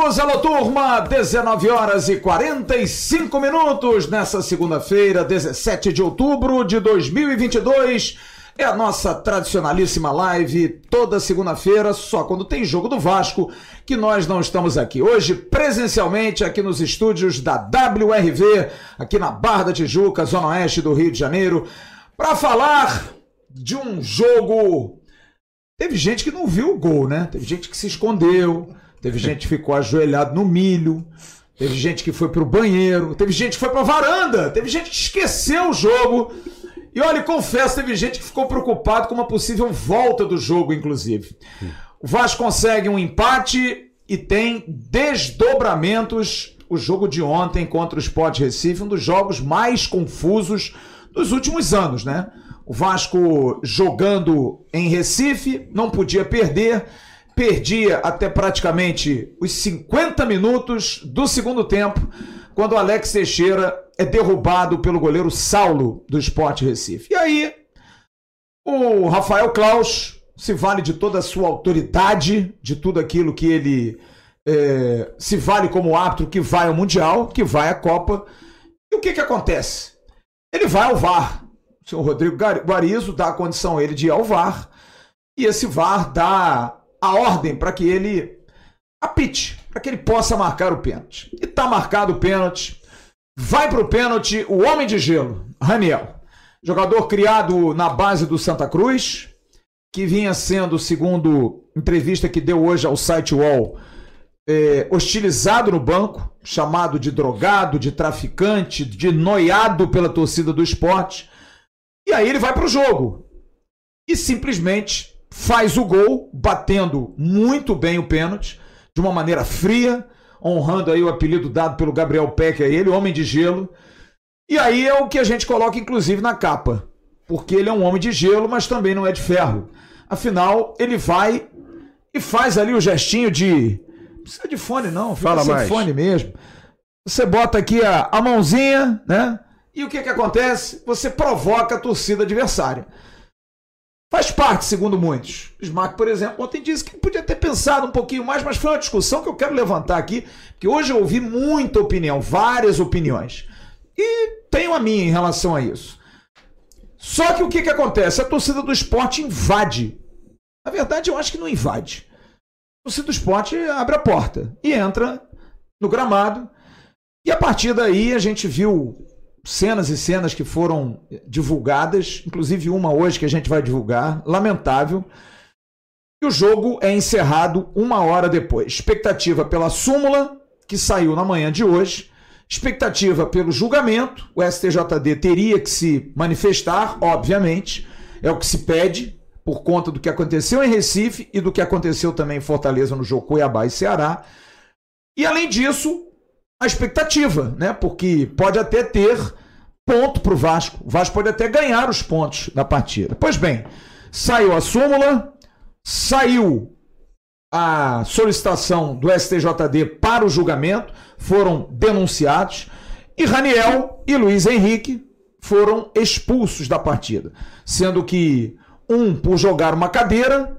Alô, turma, 19 horas e 45 minutos nessa segunda-feira, 17 de outubro de 2022. É a nossa tradicionalíssima live, toda segunda-feira, só quando tem jogo do Vasco, que nós não estamos aqui. Hoje, presencialmente, aqui nos estúdios da WRV, aqui na Barra da Tijuca, zona oeste do Rio de Janeiro, para falar de um jogo... Teve gente que não viu o gol, né? Teve gente que se escondeu, teve gente que ficou ajoelhado no milho, teve gente que foi pro banheiro, teve gente que foi pra varanda, teve gente que esqueceu o jogo. E olha, confesso, teve gente que ficou preocupado com uma possível volta do jogo, inclusive. O Vasco consegue um empate e tem desdobramentos. O jogo de ontem contra o Sport Recife, um dos jogos mais confusos dos últimos anos, né? O Vasco jogando em Recife, não podia perder, perdia até praticamente os 50 minutos do segundo tempo, quando o Alex Teixeira é derrubado pelo goleiro Saulo do Sport Recife. E aí, o Rafael Claus se vale de toda a sua autoridade, de tudo aquilo que ele se vale como árbitro que vai ao Mundial, que vai à Copa. E o que acontece? Ele vai ao VAR. O senhor Rodrigo Guarizo dá a condição a ele de ir ao VAR, e esse VAR dá a ordem para que ele apite, para que ele possa marcar o pênalti. E está marcado o pênalti. Vai para o pênalti o homem de gelo, Raniel. Jogador criado na base do Santa Cruz, que vinha sendo, segundo entrevista que deu hoje ao site UOL, hostilizado no banco, chamado de drogado, de traficante, de noiado pela torcida do Sport. E aí ele vai para o jogo e simplesmente faz o gol, batendo muito bem o pênalti, de uma maneira fria, honrando aí o apelido dado pelo Gabriel Peck a ele, homem de gelo. E aí é o que a gente coloca inclusive na capa, porque ele é um homem de gelo, mas também não é de ferro. Afinal, ele vai e faz ali o gestinho de... Não precisa de fone não, fala mais. Fone mesmo. Você bota aqui a mãozinha, né? E o que acontece? Você provoca a torcida adversária. Faz parte, segundo muitos. Smack, por exemplo, ontem disse que podia ter pensado um pouquinho mais, mas foi uma discussão que eu quero levantar aqui, porque hoje eu ouvi muita opinião, várias opiniões. E tenho a minha em relação a isso. Só que o que acontece? A torcida do Sport invade. Na verdade, eu acho que não invade. A torcida do Sport abre a porta e entra no gramado. E a partir daí a gente viu cenas e cenas que foram divulgadas, inclusive uma hoje que a gente vai divulgar, lamentável, e o jogo é encerrado 1 hora depois. Expectativa pela súmula, que saiu na manhã de hoje, expectativa pelo julgamento, o STJD teria que se manifestar, obviamente, é o que se pede, por conta do que aconteceu em Recife e do que aconteceu também em Fortaleza no jogo Cuiabá e Ceará, e além disso, a expectativa, né? Porque pode até ter ponto para o Vasco. O Vasco pode até ganhar os pontos da partida. Pois bem, saiu a súmula, saiu a solicitação do STJD para o julgamento, foram denunciados, e Raniel e Luiz Henrique foram expulsos da partida, sendo que um por jogar uma cadeira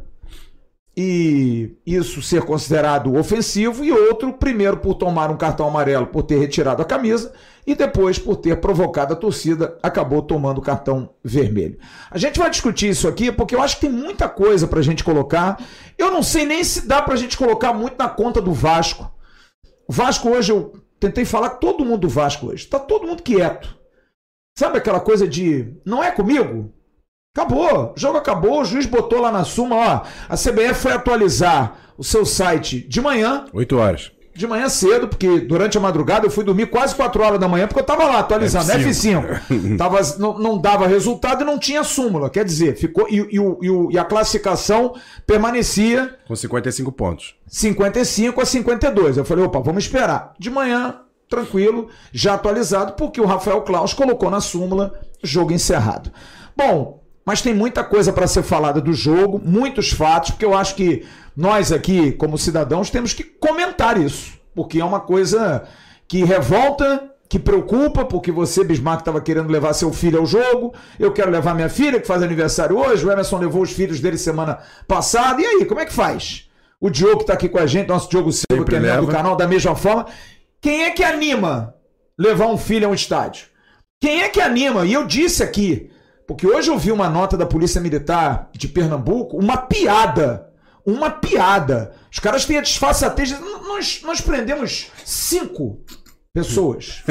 e isso ser considerado ofensivo, e outro, primeiro, por tomar um cartão amarelo por ter retirado a camisa, e depois, por ter provocado a torcida, acabou tomando o cartão vermelho. A gente vai discutir isso aqui porque eu acho que tem muita coisa pra gente colocar. Eu não sei nem se dá pra gente colocar muito na conta do Vasco. O Vasco hoje, eu tentei falar com todo mundo do Vasco hoje, tá todo mundo quieto. Sabe aquela coisa de, não é comigo? Acabou, o jogo acabou, o juiz botou lá na súmula, ó, a CBF foi atualizar o seu site de manhã. 8 horas. De manhã cedo, porque durante a madrugada eu fui dormir quase 4 horas da manhã, porque eu tava lá atualizando, F5. Não dava resultado e não tinha súmula, quer dizer, ficou e a classificação permanecia... Com 55 pontos. 55 a 52. Eu falei, opa, vamos esperar. De manhã, tranquilo, já atualizado, porque o Rafael Claus colocou na súmula, jogo encerrado. Bom... Mas tem muita coisa para ser falada do jogo, muitos fatos, porque eu acho que nós aqui, como cidadãos, temos que comentar isso, porque é uma coisa que revolta, que preocupa, porque você, Bismarck, estava querendo levar seu filho ao jogo, eu quero levar minha filha, que faz aniversário hoje, o Emerson levou os filhos dele semana passada, e aí, como é que faz? O Diogo tá aqui com a gente, nosso Diogo Silva, que é membro do canal, da mesma forma. Quem é que anima levar um filho a um estádio? Quem é que anima? E eu disse aqui, porque hoje eu vi uma nota da Polícia Militar de Pernambuco, uma piada. Os caras têm a disfarçatez. Nós prendemos 5 pessoas.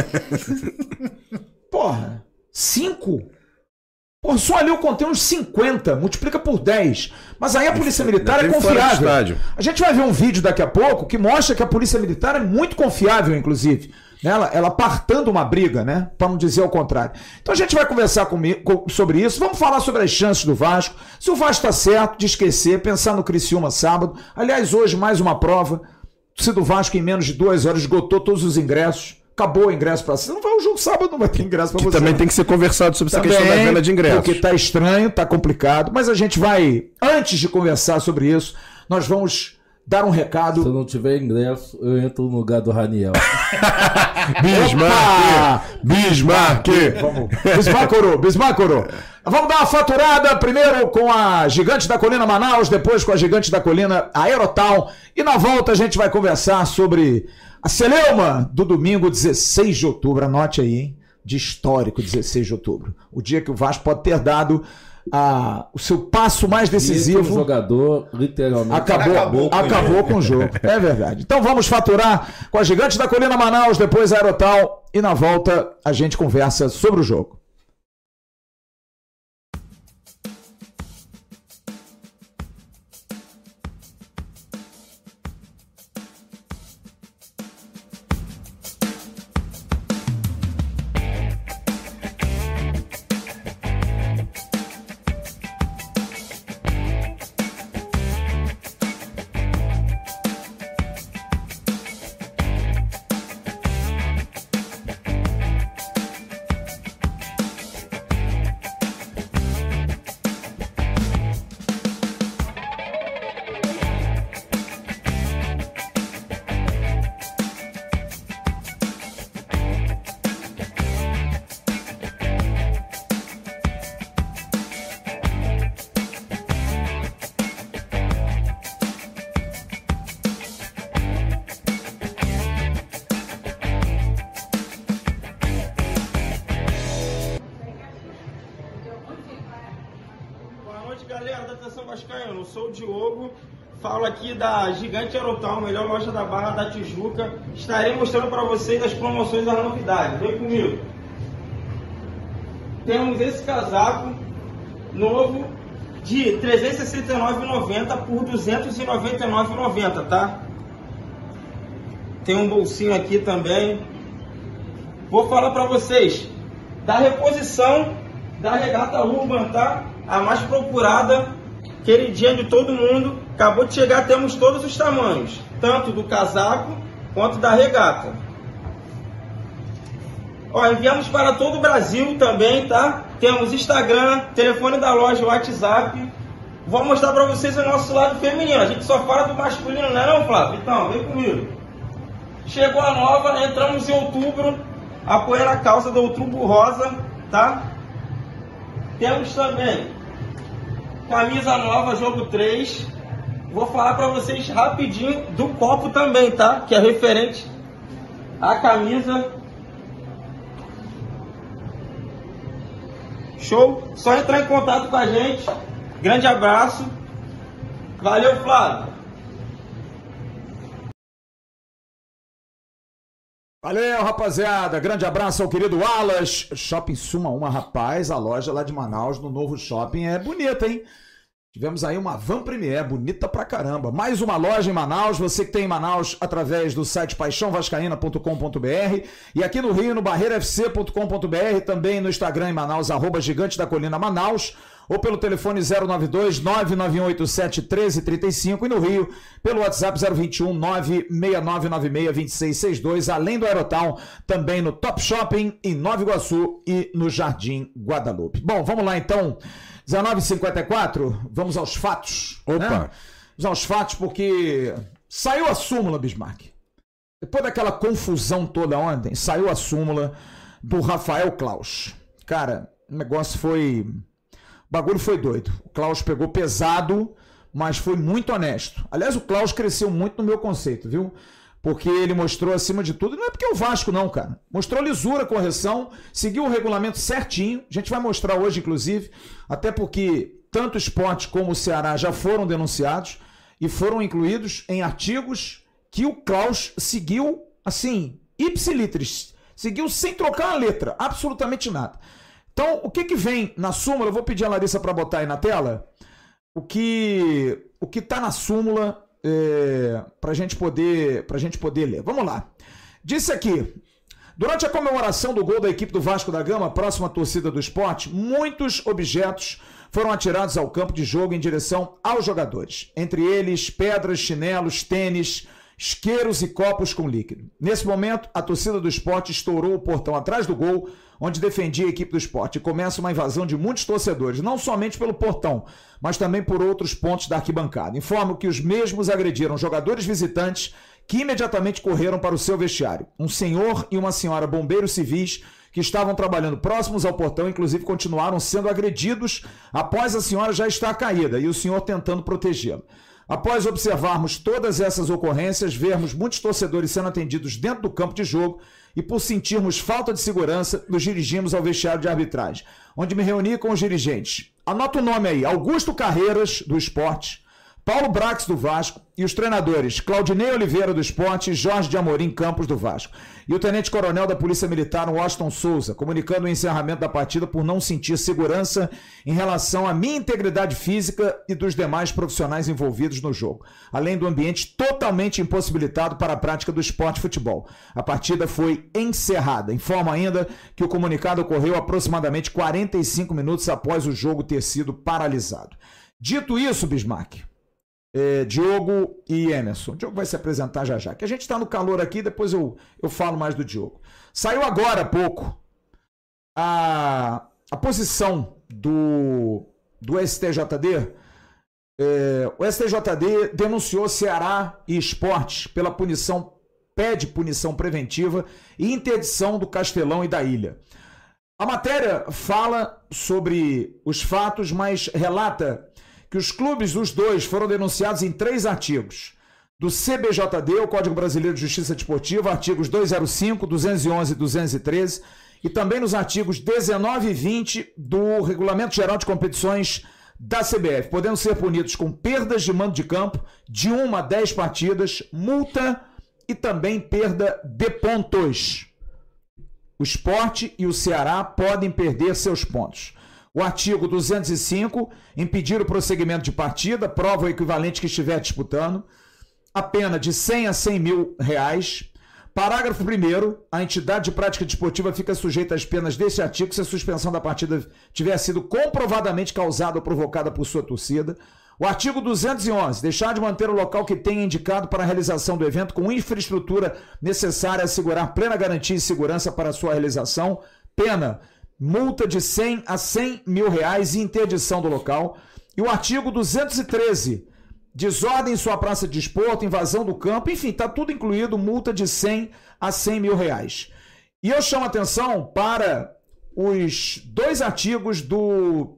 Porra, 5? Porra, só ali eu contei uns 50, multiplica por 10. Mas aí a Polícia Militar é confiável. A gente vai ver um vídeo daqui a pouco que mostra que a Polícia Militar é muito confiável, inclusive. Ela apartando uma briga, né? Para não dizer o contrário. Então a gente vai conversar sobre isso. Vamos falar sobre as chances do Vasco. Se o Vasco está certo de esquecer, pensar no Criciúma sábado. Aliás, hoje mais uma prova. Se do Vasco em menos de 2 horas esgotou todos os ingressos. Acabou o ingresso para você. Não vai o jogo sábado, não vai ter ingresso para você. Também tem que ser conversado sobre essa questão da venda de ingressos. Porque tá estranho, tá complicado. Mas a gente vai, antes de conversar sobre isso, nós vamos dar um recado. Se eu não tiver ingresso, eu entro no lugar do Raniel. Bismarck! Bismarck. Vamos dar uma faturada primeiro com a Gigante da Colina Manaus, depois com a Gigante da Colina Aerotal. E na volta a gente vai conversar sobre a Celeuma do domingo 16 de outubro. Anote aí, hein? De histórico 16 de outubro. O dia que o Vasco pode ter dado o seu passo mais decisivo. O jogador literalmente acabou com o jogo. É verdade. Então vamos faturar com a Gigante da Colina Manaus, depois a Aerotal. E na volta a gente conversa sobre o jogo. Galera da Atenção Vascaíno, eu sou o Diogo, falo aqui da Gigante Aerotal, melhor loja da Barra da Tijuca. Estarei mostrando para vocês as promoções e as novidades. Vem comigo. Temos esse casaco novo de R$ 369,90 por R$ 299,90, tá? Tem um bolsinho aqui também. Vou falar para vocês da reposição da regata Urban, tá? A mais procurada, queridinha de todo mundo. Acabou de chegar, temos todos os tamanhos, tanto do casaco quanto da regata. Ó, enviamos para todo o Brasil também, tá? Temos Instagram, telefone da loja, WhatsApp. Vou mostrar para vocês o nosso lado feminino. A gente só fala do masculino, não é não, Flávio? Então, vem comigo. Chegou a nova, entramos em outubro, apoiando a calça do Outubro Rosa, tá? Temos também camisa nova, jogo 3. Vou falar para vocês rapidinho do copo também, tá? Que é referente à camisa. Show? Só entrar em contato com a gente. Grande abraço. Valeu, Flávio. Valeu, rapaziada. Grande abraço ao querido Alas. Shopping Suma Uma, rapaz. A loja lá de Manaus, no novo shopping, é bonita, hein? Tivemos aí uma van premiere, bonita pra caramba. Mais uma loja em Manaus. Você que tem em Manaus, através do site paixãovascaína.com.br. E aqui no Rio, no barreirafc.com.br. Também no Instagram em Manaus, @Gigante da Colina Manaus. Ou pelo telefone 092-99187-1335. E no Rio, pelo WhatsApp 021-96996-2662. Além do Aerotal, também no Top Shopping, em Nova Iguaçu e no Jardim Guadalupe. Bom, vamos lá então. 19h54, vamos aos fatos. Opa! Né? Vamos aos fatos porque saiu a súmula, Bismarck. Depois daquela confusão toda ontem, saiu a súmula do Rafael Claus. Cara, o negócio foi... O bagulho foi doido. O Claus pegou pesado mas foi muito honesto. Aliás, o Klaus cresceu muito no meu conceito, viu? Porque ele mostrou acima de tudo, não é porque é o Vasco não, cara. Mostrou lisura, correção, seguiu o regulamento certinho. A gente vai mostrar hoje, inclusive, até porque tanto o Sport como o Ceará já foram denunciados e foram incluídos em artigos que o Klaus seguiu, assim, ipsilitris. Seguiu sem trocar uma letra, absolutamente nada. Então, o que vem na súmula? Eu vou pedir a Larissa para botar aí na tela. O que está na súmula para a gente poder ler. Vamos lá. Disse aqui: durante a comemoração do gol da equipe do Vasco da Gama, próxima à torcida do Sport, muitos objetos foram atirados ao campo de jogo em direção aos jogadores. Entre eles, pedras, chinelos, tênis, isqueiros e copos com líquido. Nesse momento, a torcida do Sport estourou o portão atrás do gol, onde defendia a equipe do Sport, e começa uma invasão de muitos torcedores, não somente pelo portão, mas também por outros pontos da arquibancada. Informo que os mesmos agrediram jogadores visitantes que imediatamente correram para o seu vestiário. Um senhor e uma senhora bombeiros civis que estavam trabalhando próximos ao portão, inclusive continuaram sendo agredidos após a senhora já estar caída e o senhor tentando protegê-la. Após observarmos todas essas ocorrências, vermos muitos torcedores sendo atendidos dentro do campo de jogo e por sentirmos falta de segurança, nos dirigimos ao vestiário de arbitragem, onde me reuni com os dirigentes. Anota o nome aí: Augusto Carreiras, do Sport, Paulo Brax, do Vasco, e os treinadores Claudinei Oliveira, do Sport, e Jorge de Amorim Campos, do Vasco. E o tenente-coronel da Polícia Militar, Washington Souza, comunicando o encerramento da partida por não sentir segurança em relação à minha integridade física e dos demais profissionais envolvidos no jogo, além do ambiente totalmente impossibilitado para a prática do esporte futebol. A partida foi encerrada. Informa ainda que o comunicado ocorreu aproximadamente 45 minutos após o jogo ter sido paralisado. Dito isso, Bismarck, Diogo e Emerson. O Diogo vai se apresentar já já, que a gente está no calor aqui, depois eu falo mais do Diogo. Saiu agora há pouco a posição do STJD. O STJD denunciou Ceará e Sport pela punição, pede punição preventiva e interdição do Castelão e da Ilha. A matéria fala sobre os fatos, mas relata que os clubes, os dois, foram denunciados em 3 artigos. Do CBJD, o Código Brasileiro de Justiça Desportiva, artigos 205, 211 e 213, e também nos artigos 19 e 20 do Regulamento Geral de Competições da CBF, podendo ser punidos com perdas de mando de campo de 1 a 10 partidas, multa e também perda de pontos. O Sport e o Ceará podem perder seus pontos. O artigo 205, impedir o prosseguimento de partida, prova o equivalente que estiver disputando, a pena de 100 a 100 mil reais. Parágrafo 1º, a entidade de prática desportiva fica sujeita às penas deste artigo se a suspensão da partida tiver sido comprovadamente causada ou provocada por sua torcida. O artigo 211, deixar de manter o local que tenha indicado para a realização do evento com infraestrutura necessária a assegurar plena garantia e segurança para a sua realização, pena multa de 100 a 100 mil reais e interdição do local. E o artigo 213, desordem em sua praça de desporto, invasão do campo, enfim, está tudo incluído, multa de 100 a 100 mil reais. E eu chamo a atenção para os 2 artigos do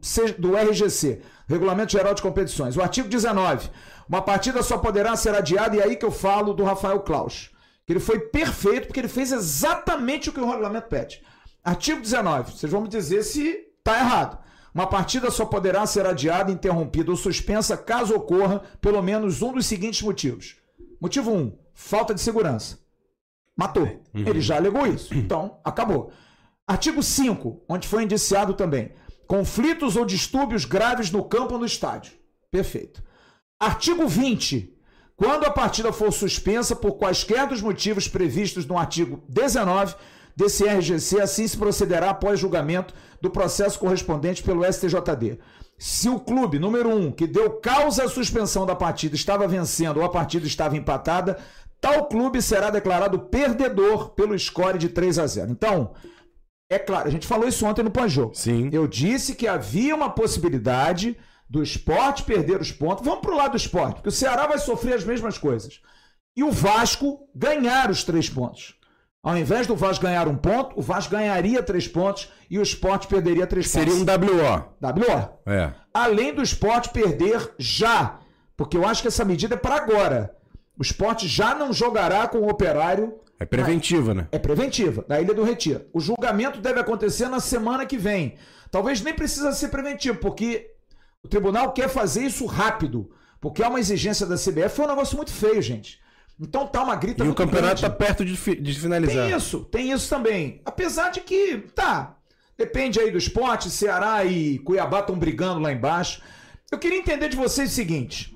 RGC, Regulamento Geral de Competições. O artigo 19, uma partida só poderá ser adiada, e é aí que eu falo do Rafael Klaus, que ele foi perfeito, porque ele fez exatamente o que o regulamento pede. Artigo 19, vocês vão me dizer se está errado. Uma partida só poderá ser adiada, interrompida ou suspensa caso ocorra pelo menos um dos seguintes motivos. Motivo 1, falta de segurança. Matou. Ele já alegou isso. Então, acabou. Artigo 5, onde foi indiciado também. Conflitos ou distúrbios graves no campo ou no estádio. Perfeito. Artigo 20, quando a partida for suspensa por quaisquer dos motivos previstos no artigo 19 desse RGC, assim se procederá após julgamento do processo correspondente pelo STJD. Se o clube, número 1, que deu causa à suspensão da partida, estava vencendo ou a partida estava empatada, tal clube será declarado perdedor pelo score de 3 a 0. Então, é claro, a gente falou isso ontem no pós-jogo. Sim. Eu disse que havia uma possibilidade do Sport perder os pontos. Vamos para o lado do Sport, porque o Ceará vai sofrer as mesmas coisas. E o Vasco ganhar os 3 pontos. Ao invés do Vasco ganhar 1 ponto, o Vasco ganharia 3 pontos e o Sport perderia 3 pontos. Seria um WO. WO. É. Além do Sport perder já Porque eu acho que essa medida é para agora. O Sport já não jogará com o Operário. É preventiva, né? É preventiva, na Ilha do Retiro. O julgamento deve acontecer na semana que vem. Talvez nem precisa ser preventivo, porque o tribunal quer fazer isso rápido. Porque há uma exigência da CBF. Foi um negócio muito feio, gente. Então tá uma grita muito grande. E o campeonato tá perto de finalizar. Tem isso também. Apesar de que, depende aí do Sport, Ceará e Cuiabá estão brigando lá embaixo. Eu queria entender de vocês o seguinte.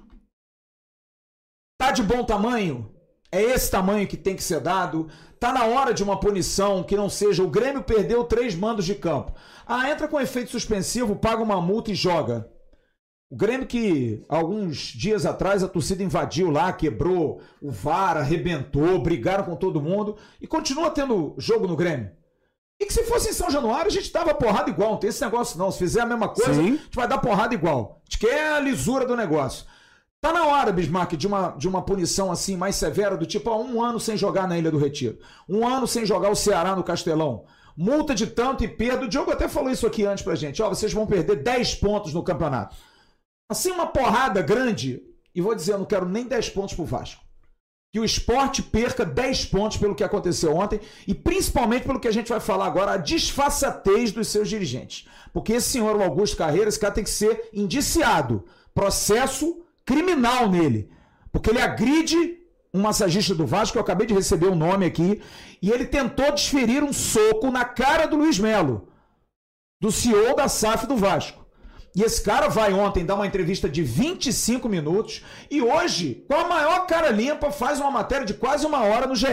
Tá de bom tamanho? É esse tamanho que tem que ser dado? Tá na hora de uma punição que não seja o Grêmio perdeu 3 mandos de campo. Entra com efeito suspensivo, paga uma multa e joga. O Grêmio que alguns dias atrás a torcida invadiu lá, quebrou o VAR, arrebentou, brigaram com todo mundo e continua tendo jogo no Grêmio. E que se fosse em São Januário a gente dava porrada igual, não tem esse negócio não. Se fizer a mesma coisa, Sim. A gente vai dar porrada igual. A gente quer a lisura do negócio. Tá na hora, Bismarck, de uma punição assim mais severa, do tipo, 1 ano sem jogar na Ilha do Retiro. 1 ano sem jogar o Ceará no Castelão. Multa de tanto e perda. O Diogo até falou isso aqui antes pra gente. Vocês vão perder 10 pontos no campeonato. Assim, uma porrada grande. E vou dizer, eu não quero nem 10 pontos pro Vasco. Que o Sport perca 10 pontos pelo que aconteceu ontem. E principalmente pelo que a gente vai falar agora, a disfarçatez dos seus dirigentes. Porque esse senhor, o Augusto Carreira, esse cara tem que ser indiciado. Processo criminal nele, porque ele agride um massagista do Vasco, eu acabei de receber o nome aqui, e ele tentou desferir um soco na cara do Luiz Melo, do CEO da SAF do Vasco. E esse cara vai ontem dar uma entrevista de 25 minutos, e hoje, com a maior cara limpa, faz uma matéria de quase 1 hora no GE.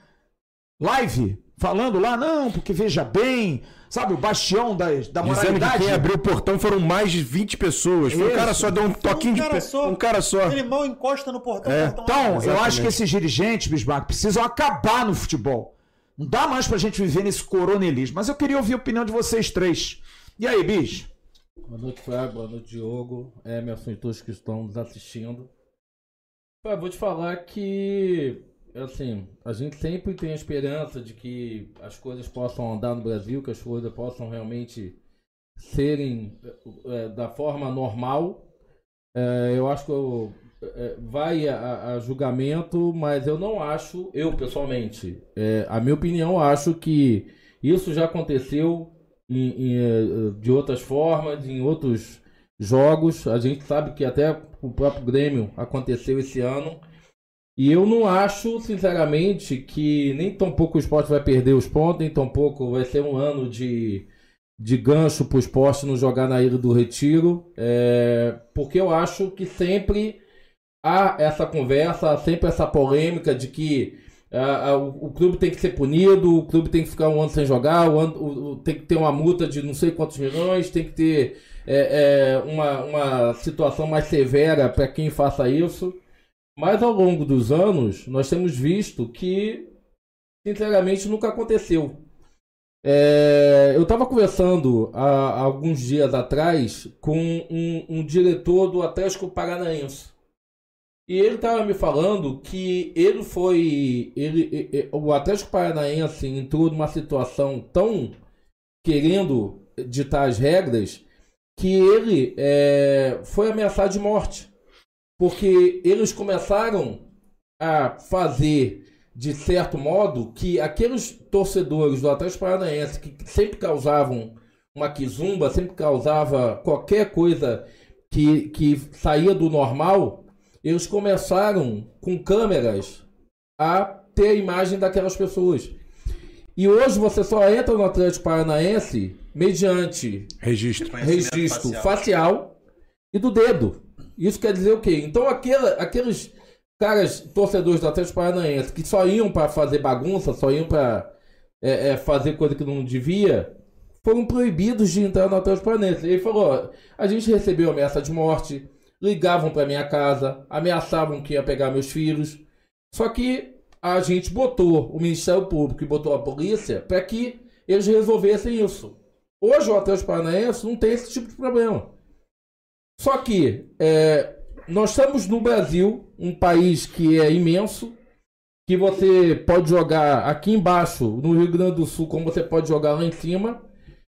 Live, falando lá, não, porque veja bem, sabe, o bastião da moralidade. Dizendo que quem abriu o portão foram mais de 20 pessoas. Foi um cara só, deu um toquinho um cara só. Ele mal encosta no portão. Então, eu acho que esses dirigentes, Bismarck, precisam acabar no futebol. Não dá mais pra gente viver nesse coronelismo. Mas eu queria ouvir a opinião de vocês 3. E aí, Bis? Boa noite, Fábio. Boa noite, Diogo. Emerson e todos que estão nos assistindo. Vou te falar que... assim, a gente sempre tem a esperança de que as coisas possam andar no Brasil, que as coisas possam realmente serem da forma normal. Eu acho que vai a julgamento, mas eu não acho, eu pessoalmente, a minha opinião, acho que isso já aconteceu de outras formas, em outros jogos. A gente sabe que até o próprio Grêmio aconteceu esse ano. E eu não acho, sinceramente, que nem tão pouco o Sport vai perder os pontos, nem tão pouco vai ser um ano de gancho para o Sport não jogar na Ilha do Retiro, porque eu acho que sempre há essa conversa, sempre essa polêmica de que o clube tem que ser punido, o clube tem que ficar 1 ano sem jogar, tem que ter uma multa de não sei quantos milhões, tem que ter uma situação mais severa para quem faça isso. Mas ao longo dos anos, nós temos visto que, sinceramente, nunca aconteceu. Eu estava conversando há alguns dias atrás com um diretor do Atlético Paranaense. E ele estava me falando que o Atlético Paranaense entrou numa situação tão querendo ditar as regras que ele foi ameaçado de morte. Porque eles começaram a fazer, de certo modo, que aqueles torcedores do Atlético Paranaense que sempre causavam uma quizumba, sempre causava qualquer coisa que saía do normal, eles começaram com câmeras a ter a imagem daquelas pessoas. E hoje você só entra no Atlético Paranaense mediante registro facial e do dedo. Isso quer dizer o quê? Então aqueles caras, torcedores do Atlético Paranaense, que só iam para fazer bagunça, só iam para fazer coisa que não devia, foram proibidos de entrar no Atlético Paranaense. Ele falou, a gente recebeu ameaça de morte, ligavam para minha casa, ameaçavam que ia pegar meus filhos, só que a gente botou o Ministério Público e botou a polícia para que eles resolvessem isso. Hoje o Atlético Paranaense não tem esse tipo de problema. Só que nós estamos no Brasil, um país que é imenso, que você pode jogar aqui embaixo, no Rio Grande do Sul, como você pode jogar lá em cima.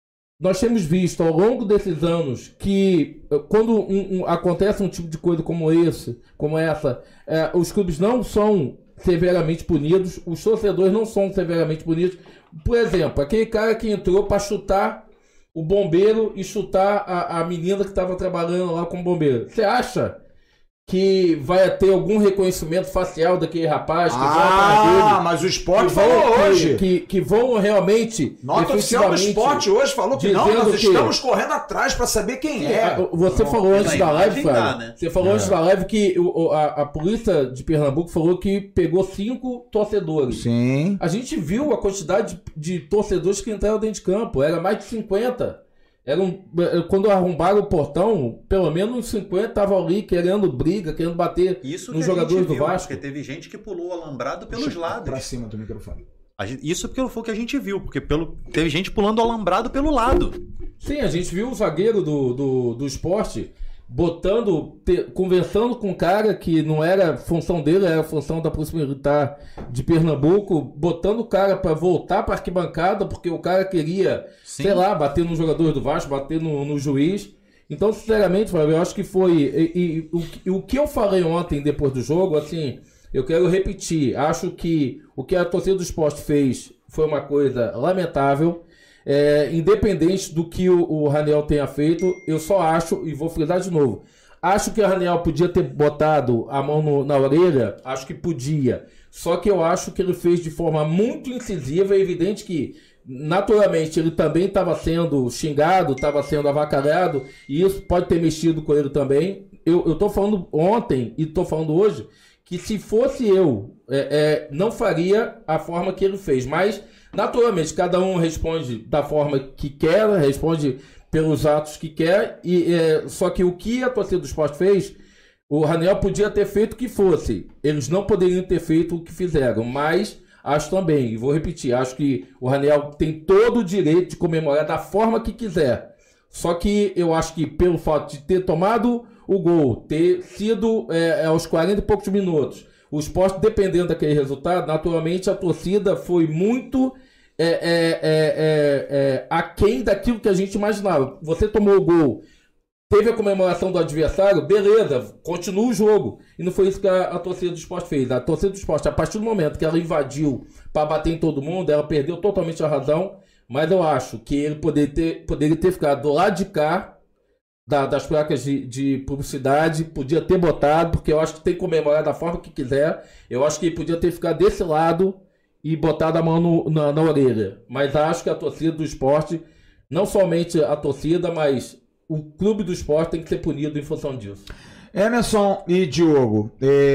nós temos visto ao longo desses anos que quando acontece um tipo de coisa como essa, os clubes não são severamente punidos, os torcedores não são severamente punidos. Por exemplo, aquele cara que entrou para chutar o bombeiro e chutar a menina que estava trabalhando lá como bombeiro. Você acha que vai ter algum reconhecimento facial daquele rapaz que vai atrás dele? Mas o esporte falou hoje. Que vão realmente... Nota oficial do esporte hoje falou que não, nós estamos correndo atrás para saber quem é. Você falou antes da live, Flávio, né? Você falou antes da live que a polícia de Pernambuco falou que pegou 5 torcedores. Sim. A gente viu a quantidade de torcedores que entraram dentro de campo, era mais de 50. Quando arrombaram o portão, pelo menos uns 50 estavam ali querendo briga, querendo bater nos jogadores do Vasco. Porque teve gente que pulou o alambrado pelos lados. Pra cima do microfone. Isso porque foi o que a gente viu, porque teve gente pulando o alambrado pelo lado. Sim, a gente viu o zagueiro do Sport conversando com um cara que não era função dele, era função da Polícia Militar de Pernambuco, botando o cara para voltar para arquibancada, porque o cara queria, sei lá, bater nos jogadores do Vasco, bater no juiz. Então, sinceramente, eu acho que foi... O que eu falei ontem, depois do jogo, assim, eu quero repetir. Acho que o que a torcida do Sport fez foi uma coisa lamentável. Independente do que o Raniel tenha feito, eu só acho, e vou frisar de novo, acho que o Raniel podia ter botado a mão na orelha, acho que podia, só que eu acho que ele fez de forma muito incisiva. É evidente que naturalmente ele também estava sendo xingado, estava sendo avacalhado, e isso pode ter mexido com ele também. Eu estou falando ontem e estou falando hoje que se fosse eu, não faria a forma que ele fez, mas naturalmente, cada um responde da forma que quer, responde pelos atos que quer, só que o que a torcida do Sport fez, o Raniel podia ter feito o que fosse. Eles não poderiam ter feito o que fizeram, mas acho também, e vou repetir, acho que o Raniel tem todo o direito de comemorar da forma que quiser. Só que eu acho que pelo fato de ter tomado o gol, ter sido aos 40 e poucos minutos, o Sport dependendo daquele resultado, naturalmente a torcida foi muito... aquém daquilo que a gente imaginava. Você tomou o gol, teve a comemoração do adversário, beleza, continua o jogo. E não foi isso que a torcida do Sport fez. A torcida do Sport, a partir do momento que ela invadiu para bater em todo mundo, ela perdeu totalmente a razão. Mas eu acho que ele poderia ter ficado do lado de cá das placas de publicidade, podia ter botado, porque eu acho que tem que comemorar da forma que quiser. Eu acho que ele podia ter ficado desse lado e botado a mão na orelha. Mas acho que a torcida do Sport, não somente a torcida, mas o clube do Sport tem que ser punido em função disso. Emerson e Diogo,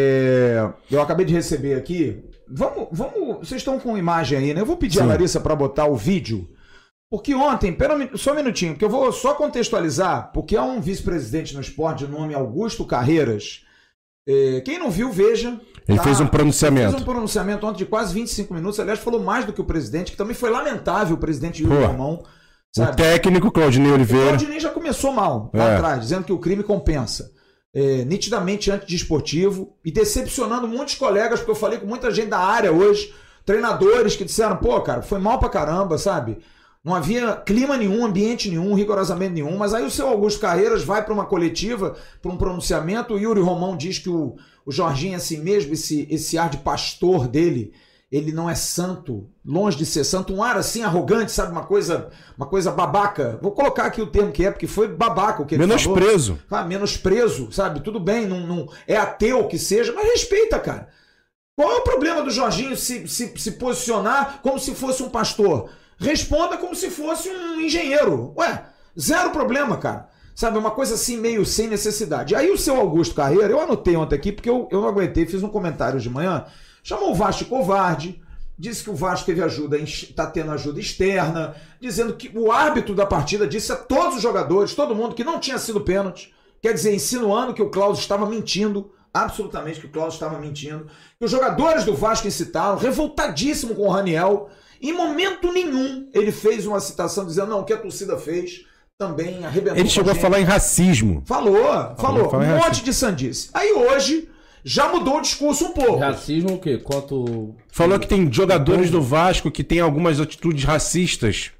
eu acabei de receber aqui. Vamos, vocês estão com imagem aí, né? Eu vou pedir a Larissa para botar o vídeo, porque ontem, só um minutinho, porque eu vou só contextualizar, porque há um vice-presidente no Sport de nome Augusto Carreiras. Quem não viu, veja. Ele fez um pronunciamento. Ele fez um pronunciamento ontem de quase 25 minutos. Aliás, falou mais do que o presidente, que também foi lamentável, o presidente Yuri Romão. O técnico Claudinei Oliveira. O Claudinei já começou mal lá atrás, dizendo que o crime compensa. Nitidamente antidesportivo e decepcionando muitos colegas, porque eu falei com muita gente da área hoje, treinadores que disseram, pô, cara, foi mal pra caramba, sabe? Não havia clima nenhum, ambiente nenhum, rigorosamente nenhum. Mas aí o seu Augusto Carreiras vai para uma coletiva, para um pronunciamento. O Yuri Romão diz que o Jorginho é assim mesmo, esse ar de pastor dele, ele não é santo, longe de ser santo. Um ar assim arrogante, sabe? Uma coisa babaca. Vou colocar aqui o termo que porque foi babaca o que ele menosprezo. Falou. Menosprezo, sabe? Tudo bem, não é ateu que seja, mas respeita, cara. Qual é o problema do Jorginho se posicionar como se fosse um pastor? Responda como se fosse um engenheiro. Zero problema, cara. Sabe, uma coisa assim meio sem necessidade. Aí o seu Augusto Carreira, eu anotei ontem aqui, porque eu não aguentei, fiz um comentário de manhã, chamou o Vasco de covarde, disse que o Vasco teve ajuda, está tendo ajuda externa, dizendo que o árbitro da partida disse a todos os jogadores, todo mundo, que não tinha sido pênalti, quer dizer, insinuando que o Cláudio estava mentindo, absolutamente que o Cláudio estava mentindo, que os jogadores do Vasco incitaram, revoltadíssimo com o Raniel. Em momento nenhum ele fez uma citação dizendo, não, o que a torcida fez também arrebentou. Ele chegou a falar em racismo. Falou. Um monte de sandice. Aí hoje já mudou o discurso um pouco. Racismo o quê? Falou que tem jogadores do Vasco que tem algumas atitudes racistas.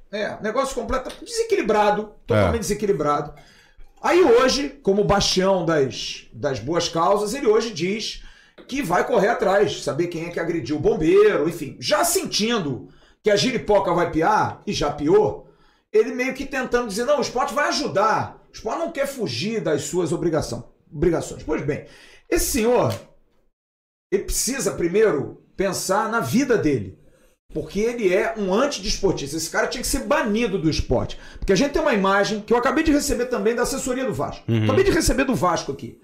Negócio completamente desequilibrado, totalmente desequilibrado. Aí hoje, como bastião das boas causas, ele hoje diz que vai correr atrás, saber quem é que agrediu o bombeiro, enfim. Já sentindo que a giripoca vai piar, e já piou, ele meio que tentando dizer, não, o esporte vai ajudar, o esporte não quer fugir das suas obrigações. Pois bem, esse senhor, ele precisa primeiro pensar na vida dele. Porque ele é um antidesportista. Esse cara tinha que ser banido do esporte. Porque a gente tem uma imagem que eu acabei de receber também da assessoria do Vasco. Acabei de receber do Vasco aqui.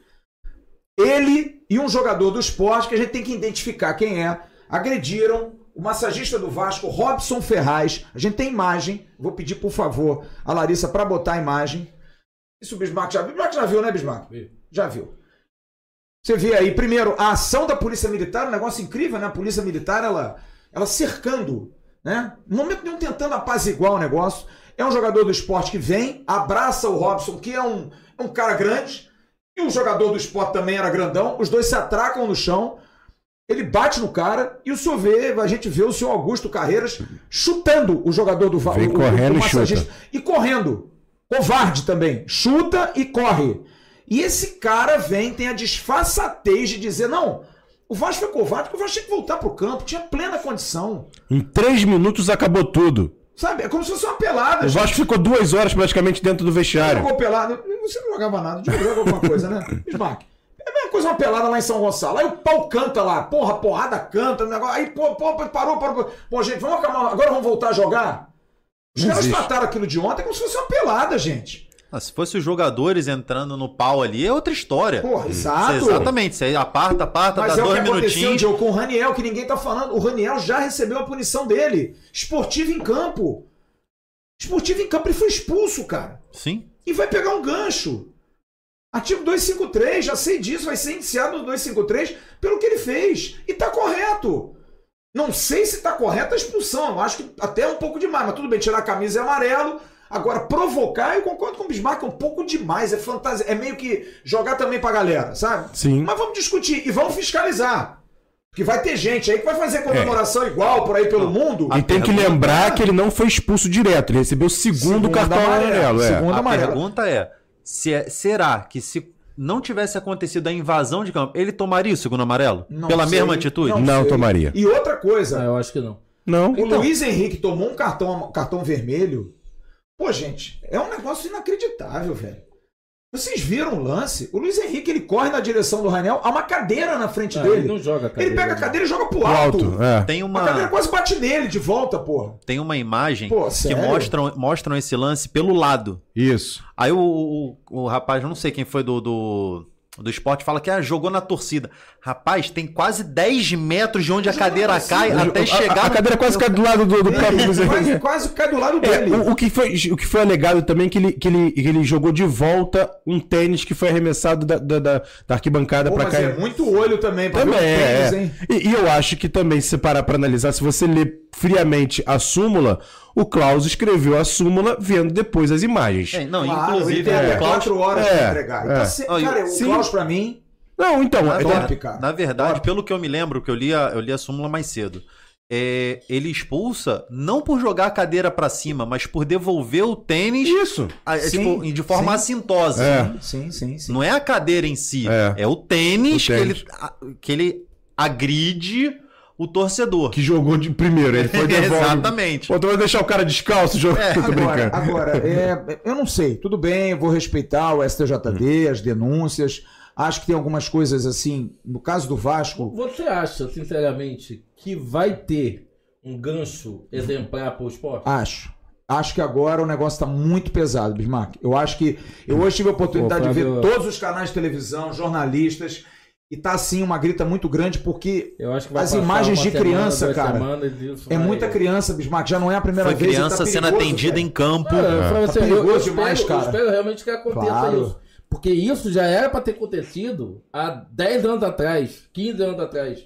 Ele e um jogador do esporte, que a gente tem que identificar quem é, agrediram o massagista do Vasco, Robson Ferraz. A gente tem imagem. Vou pedir, por favor, a Larissa para botar a imagem. Isso o Bismarck já viu. Bismarck já viu, né, Bismarck? Já viu. Você vê aí, primeiro, a ação da Polícia Militar, um negócio incrível, né? A Polícia Militar, ela cercando, né? No momento nenhum tentando apaziguar o negócio. É um jogador do esporte que vem, abraça o Robson, que é um cara grande, e o jogador do esporte também era grandão. Os dois se atracam no chão, ele bate no cara, e a gente vê o senhor Augusto Carreiras chutando o jogador do Vasco. Vem correndo e chuta. E correndo. Covarde também. Chuta e corre. E esse cara tem a disfarçatez de dizer, não... O Vasco foi covarde porque o Vasco tinha que voltar pro campo, tinha plena condição. Em 3 minutos acabou tudo. Sabe, é como se fosse uma pelada. O Vasco ficou 2 horas praticamente dentro do vestiário. Jogou pelada. Você não jogava nada, jogava alguma coisa, né? Bismarck. É a mesma coisa, uma pelada lá em São Gonçalo. Aí o pau canta lá, porrada canta, o negócio. Aí, parou. Pô, gente, vamos acabar. Agora vamos voltar a jogar? Os caras trataram aquilo de ontem como se fosse uma pelada, gente. Se fosse os jogadores entrando no pau ali, é outra história. Porra, exato. Exatamente. Você aparta, mas dá 2 minutinhos. Aconteceu, com o Raniel, que ninguém tá falando. O Raniel já recebeu a punição dele. Esportivo em campo. Ele foi expulso, cara. Sim. E vai pegar um gancho. Artigo 253, já sei disso, vai ser indiciado no 253 pelo que ele fez. E tá correto. Não sei se tá correta a expulsão. Eu acho que até é um pouco demais, mas tudo bem, tirar a camisa é amarelo. Agora, provocar, eu concordo com o Bismarck, é um pouco demais, é fantasia, é meio que jogar também pra galera, sabe? Sim. Mas vamos discutir e vamos fiscalizar. Porque vai ter gente aí que vai fazer comemoração igual por aí pelo mundo. E tem que lembrar que ele não foi expulso direto, ele recebeu o segundo cartão amarelo. A pergunta é, será que se não tivesse acontecido a invasão de campo, ele tomaria o segundo amarelo? Pela mesma atitude? Não tomaria. E outra coisa... eu acho que não. O Luiz Henrique tomou um cartão vermelho. Pô, gente, é um negócio inacreditável, velho. Vocês viram o lance? O Luiz Henrique, ele corre na direção do Raniel, há uma cadeira na frente dele. Ele não joga a cadeira. Ele pega a cadeira e joga pro alto. Tem uma... A cadeira quase bate nele de volta, porra. Tem uma imagem que mostram esse lance pelo lado. Isso. Aí o rapaz, eu não sei quem foi do esporte, fala que jogou na torcida. Rapaz, tem quase 10 metros de onde a cadeira cai até chegar... A cadeira quase cai do lado do próprio Luiz Henrique. Quase cai do lado dele. O que foi alegado também que ele jogou de volta um tênis que foi arremessado da arquibancada pra cá. Mas é muito olho também pra também ver o tênis, hein? E eu acho que também, se parar pra analisar, se você ler friamente a súmula, o Klaus escreveu a súmula vendo depois as imagens. Inclusive, ele tem até 4 horas pra entregar. Então, cara, o Klaus pra mim... Não, então... Na verdade, pelo que eu me lembro, que eu li a súmula mais cedo, ele expulsa não por jogar a cadeira pra cima, mas por devolver o tênis de forma assintosa. Sim. Não é a cadeira em si, é o tênis, que ele agride o torcedor. Que jogou de primeiro, ele foi devolver. Exatamente. Pô, tu vai deixar o cara descalço jogando? Agora, eu não sei, tudo bem, eu vou respeitar o STJD, as denúncias. Acho que tem algumas coisas assim, no caso do Vasco... Você acha, sinceramente, que vai ter um gancho exemplar pro esporte? Acho que agora o negócio tá muito pesado, Bismarck. Eu acho que... Eu hoje tive a oportunidade de ver todos os canais de televisão, jornalistas, e tá assim uma grita muito grande, porque eu acho que vai as imagens de criança, cara... É muita criança, Bismarck, já não é a primeira vez. Foi criança sendo atendida em campo. Tá perigoso demais, cara. Eu espero realmente que aconteça isso. Porque isso já era para ter acontecido há 10 anos atrás, 15 anos atrás.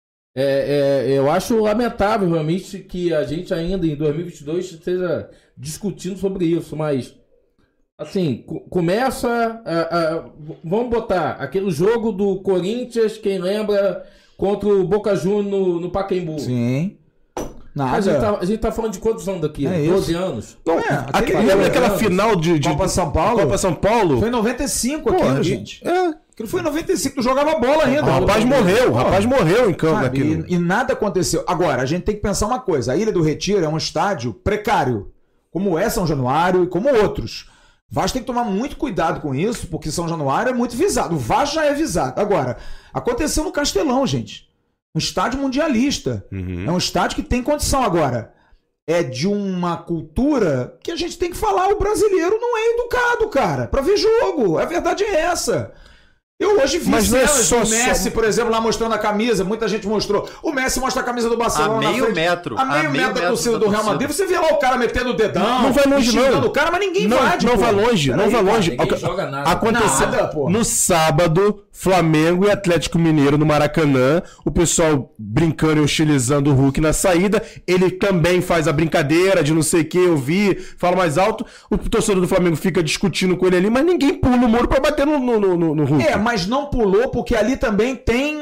Eu acho lamentável realmente que a gente ainda em 2022 esteja discutindo sobre isso, mas assim, começa vamos botar aquele jogo do Corinthians, quem lembra, contra o Boca Juniors no Pacaembu. Sim. Nada. A gente tá falando de quantos anos daqui? É 12 isso. anos? Não, lembra aquela final de Copa São Paulo? Copa São Paulo? Foi em 95 aquilo, gente. É. Aquilo foi em 95, tu jogava bola ainda. O rapaz morreu em campo naquilo. E nada aconteceu. Agora, a gente tem que pensar uma coisa. A Ilha do Retiro é um estádio precário, como é São Januário e como outros. O Vasco tem que tomar muito cuidado com isso, porque São Januário é muito visado. O Vasco já é visado. Agora, aconteceu no Castelão, gente. Um estádio mundialista. É um estádio que tem condição. Agora, é de uma cultura que a gente tem que falar. O brasileiro não é educado, cara, pra ver jogo. A verdade é essa. Eu hoje vi cenas do Messi, por exemplo, lá mostrando a camisa. Muita gente mostrou. O Messi mostra a camisa do Barcelona a meio metro. A meio metro da torcida do Real Madrid. Você vê lá o cara metendo o dedão. Não vai longe, não. O cara, mas ninguém invade. Não vai longe, não vai longe. Ninguém joga nada. Aconteceu no sábado, Flamengo e Atlético Mineiro no Maracanã. O pessoal brincando e hostilizando o Hulk na saída. Ele também faz a brincadeira de não sei o que, eu vi, fala mais alto. O torcedor do Flamengo fica discutindo com ele ali, mas ninguém pula no muro pra bater no Hulk. Mas não pulou porque ali também tem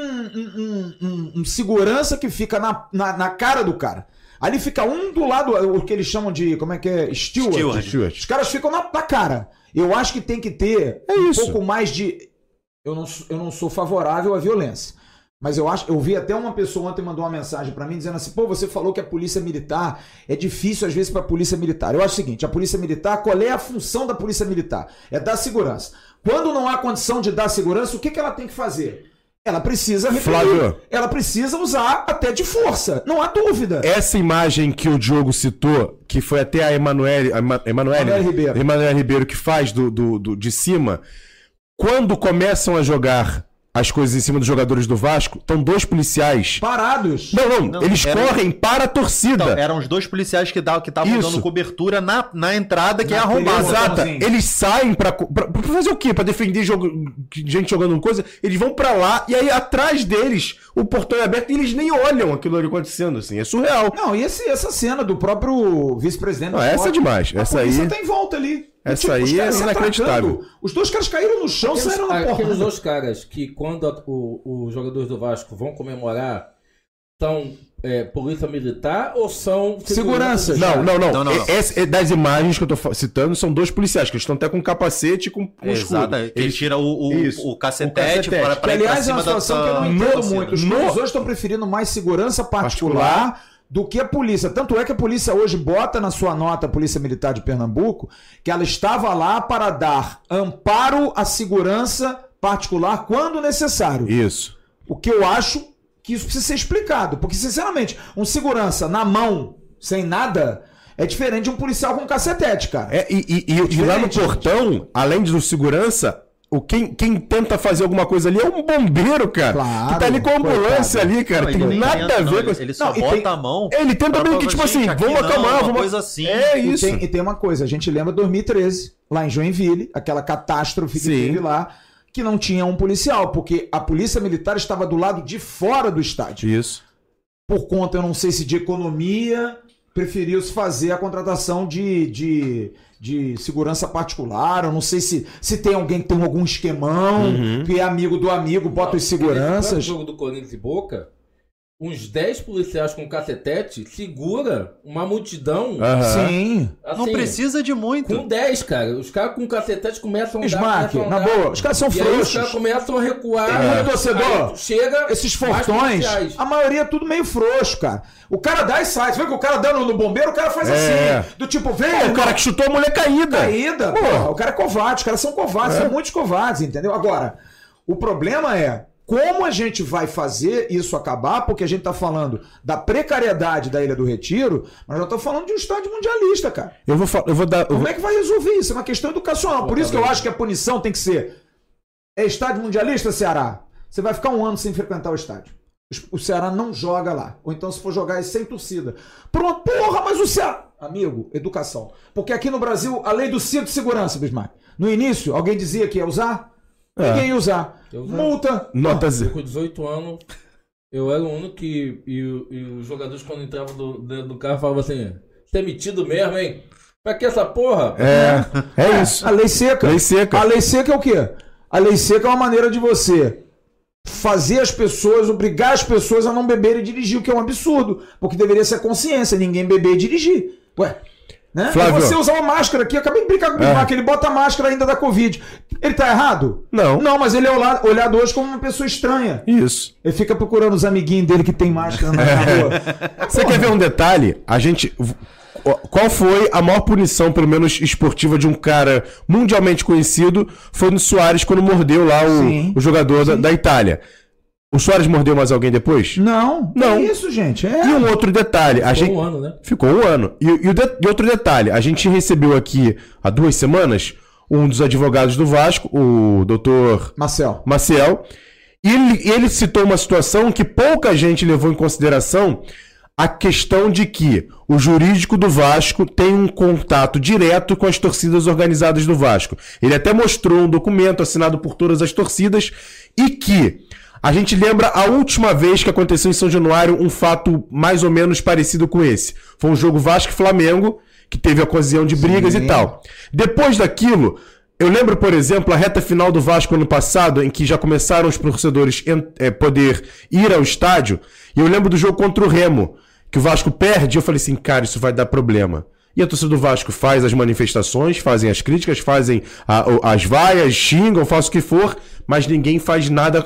um segurança que fica na cara do cara. Ali fica um do lado, o que eles chamam de, como é que é? Steward. Os caras ficam na cara. Eu acho que tem que ter pouco mais de... Eu não sou favorável à violência. Mas eu vi até uma pessoa ontem mandou uma mensagem pra mim dizendo assim, pô, você falou que a polícia militar é difícil às vezes pra polícia militar. Eu acho o seguinte, a polícia militar, qual é a função da polícia militar? É dar segurança. Quando não há condição de dar segurança, o que ela tem que fazer? Ela precisa reprimir. Ela precisa usar até de força. Não há dúvida. Essa imagem que o Diogo citou, que foi até a Emanuele Ribeiro que faz de cima, quando começam a jogar as coisas em cima dos jogadores do Vasco, estão dois policiais parados. Não, eles correm para a torcida. Então, eram os dois policiais que estavam dando cobertura na entrada, que é arrombada. Exata. Eles saem pra fazer o quê? Pra defender gente jogando coisa. Eles vão pra lá e aí atrás deles o portão é aberto e eles nem olham aquilo ali acontecendo, assim. É surreal. Não, e essa cena do próprio vice-presidente... Não, essa é demais. Essa aí... Você tá em volta ali. Essa aí é inacreditável. Os dois caras caíram no chão, saíram na porta. Aqueles dois caras que quando os jogadores do Vasco vão comemorar são polícia militar ou são segurança? Não. Das imagens que eu tô citando são dois policiais que estão até com capacete e com escudo. Ele tira o cacetete para aliás, é uma situação que eu não entendo muito. Os clubes hoje estão preferindo mais segurança particular do que a polícia. Tanto é que a polícia hoje bota na sua nota, a Polícia Militar de Pernambuco, que ela estava lá para dar amparo à segurança particular quando necessário. Isso. O que eu acho que isso precisa ser explicado. Porque, sinceramente, um segurança na mão, sem nada... É diferente de um policial com cacetete, cara. E lá no portão, além do segurança... Quem tenta fazer alguma coisa ali é um bombeiro, cara. Claro, que tá ali com a ambulância ali, cara. Não, tem nada a ver com... Ele só bota a mão... Ele tenta meio que, tipo assim, vamos acalmar, uma coisa assim. É isso. E tem uma coisa, a gente lembra 2013, lá em Joinville, aquela catástrofe que teve lá, que não tinha um policial, porque a polícia militar estava do lado de fora do estádio. Isso. Por conta, eu não sei se de economia, preferiu-se fazer a contratação de segurança particular, eu não sei se tem alguém que tem algum esquemão, que é amigo do amigo, bota os seguranças. No jogo do Corinthians e Boca, uns 10 policiais com cacetete segura uma multidão. Sim. Assim, não precisa de muito. Com 10, cara. Os caras com cacetete começam a andar. Na boa, os caras são frouxos. Os caras começam a recuar. Tem muito torcedor. Chega esses fortões, a maioria é tudo meio frouxo, cara. O cara dá e sai. Você vê que o cara dando no bombeiro, o cara faz assim. Do tipo, vem. O cara que chutou a mulher caída. Porra, o cara é covarde. Os caras são covardes. São muitos covardes, entendeu? Agora, o problema é como a gente vai fazer isso acabar, porque a gente tá falando da precariedade da Ilha do Retiro, mas eu tô falando de um estádio mundialista, cara. Como é que vai resolver isso? É uma questão educacional. Por isso que eu acho que a punição tem que ser... É estádio mundialista, Ceará? Você vai ficar um ano sem frequentar o estádio. O Ceará não joga lá. Ou então, se for jogar, é sem torcida. Pronto, porra, mas o Ceará... Amigo, educação. Porque aqui no Brasil, a lei do cinto de segurança, Bismarck. No início, alguém dizia que ia usar... Ninguém ia usar. Multa. Nota zero. Com 18 anos, eu era o único que... E os jogadores, quando entravam dentro do carro, falavam assim... Você é metido mesmo, hein? Pra que essa porra? É isso. A lei seca. Lei seca. A lei seca é o quê? A lei seca é uma maneira de você fazer as pessoas, obrigar as pessoas a não beber e dirigir, o que é um absurdo, porque deveria ser consciência, ninguém beber e dirigir. Ué, né? Flávio, você usar uma máscara aqui, eu acabei de brincar com o Bismarck, ele bota a máscara ainda da Covid. Ele tá errado? Não. Não, mas ele é olhado hoje como uma pessoa estranha. Isso. Ele fica procurando os amiguinhos dele que tem máscara na rua. Você quer ver um detalhe? Qual foi a maior punição, pelo menos esportiva, de um cara mundialmente conhecido? Foi no Suárez, quando mordeu lá o jogador da Itália. O Suárez mordeu mais alguém depois? Não. É isso, gente. E um outro detalhe. Ficou um ano, né? Ficou um ano. E outro detalhe. A gente recebeu aqui, há 2 semanas, um dos advogados do Vasco, o doutor Maciel. E ele citou uma situação que pouca gente levou em consideração, a questão de que o jurídico do Vasco tem um contato direto com as torcidas organizadas do Vasco. Ele até mostrou um documento assinado por todas as torcidas e que a gente lembra a última vez que aconteceu em São Januário um fato mais ou menos parecido com esse. Foi um jogo Vasco e Flamengo, que teve a ocasião de brigas e tal. Depois daquilo, eu lembro, por exemplo, a reta final do Vasco ano passado, em que já começaram os torcedores poder ir ao estádio, e eu lembro do jogo contra o Remo, que o Vasco perde, eu falei assim, cara, isso vai dar problema. E a torcida do Vasco faz as manifestações, fazem as críticas, fazem as vaias, xingam, faz o que for, mas ninguém faz nada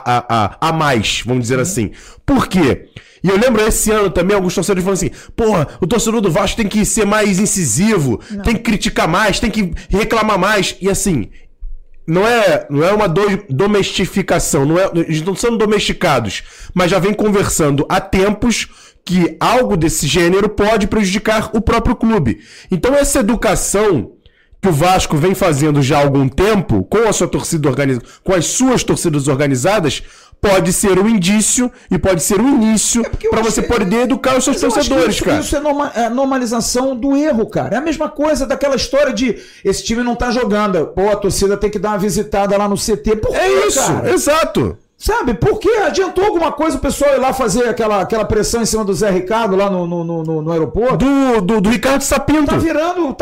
a mais, vamos dizer assim. Por quê? E eu lembro esse ano também, alguns torcedores falando assim, porra, o torcedor do Vasco tem que ser mais incisivo, tem que criticar mais, tem que reclamar mais. E assim, não é uma domestificação, eles não são domesticados, mas já vem conversando há tempos que algo desse gênero pode prejudicar o próprio clube. Então essa educação que o Vasco vem fazendo já há algum tempo com a sua torcida organizada, com as suas torcidas organizadas, pode ser um indício e pode ser um início para você poder educar os seus torcedores, cara. Isso é normalização do erro, cara. É a mesma coisa daquela história de esse time não tá jogando. Pô, a torcida tem que dar uma visitada lá no CT. Por quê, isso, cara? Exato. Sabe, por que adiantou alguma coisa o pessoal ir lá fazer aquela pressão em cima do Zé Ricardo lá no aeroporto? Do Ricardo Sapinto. Tá virando,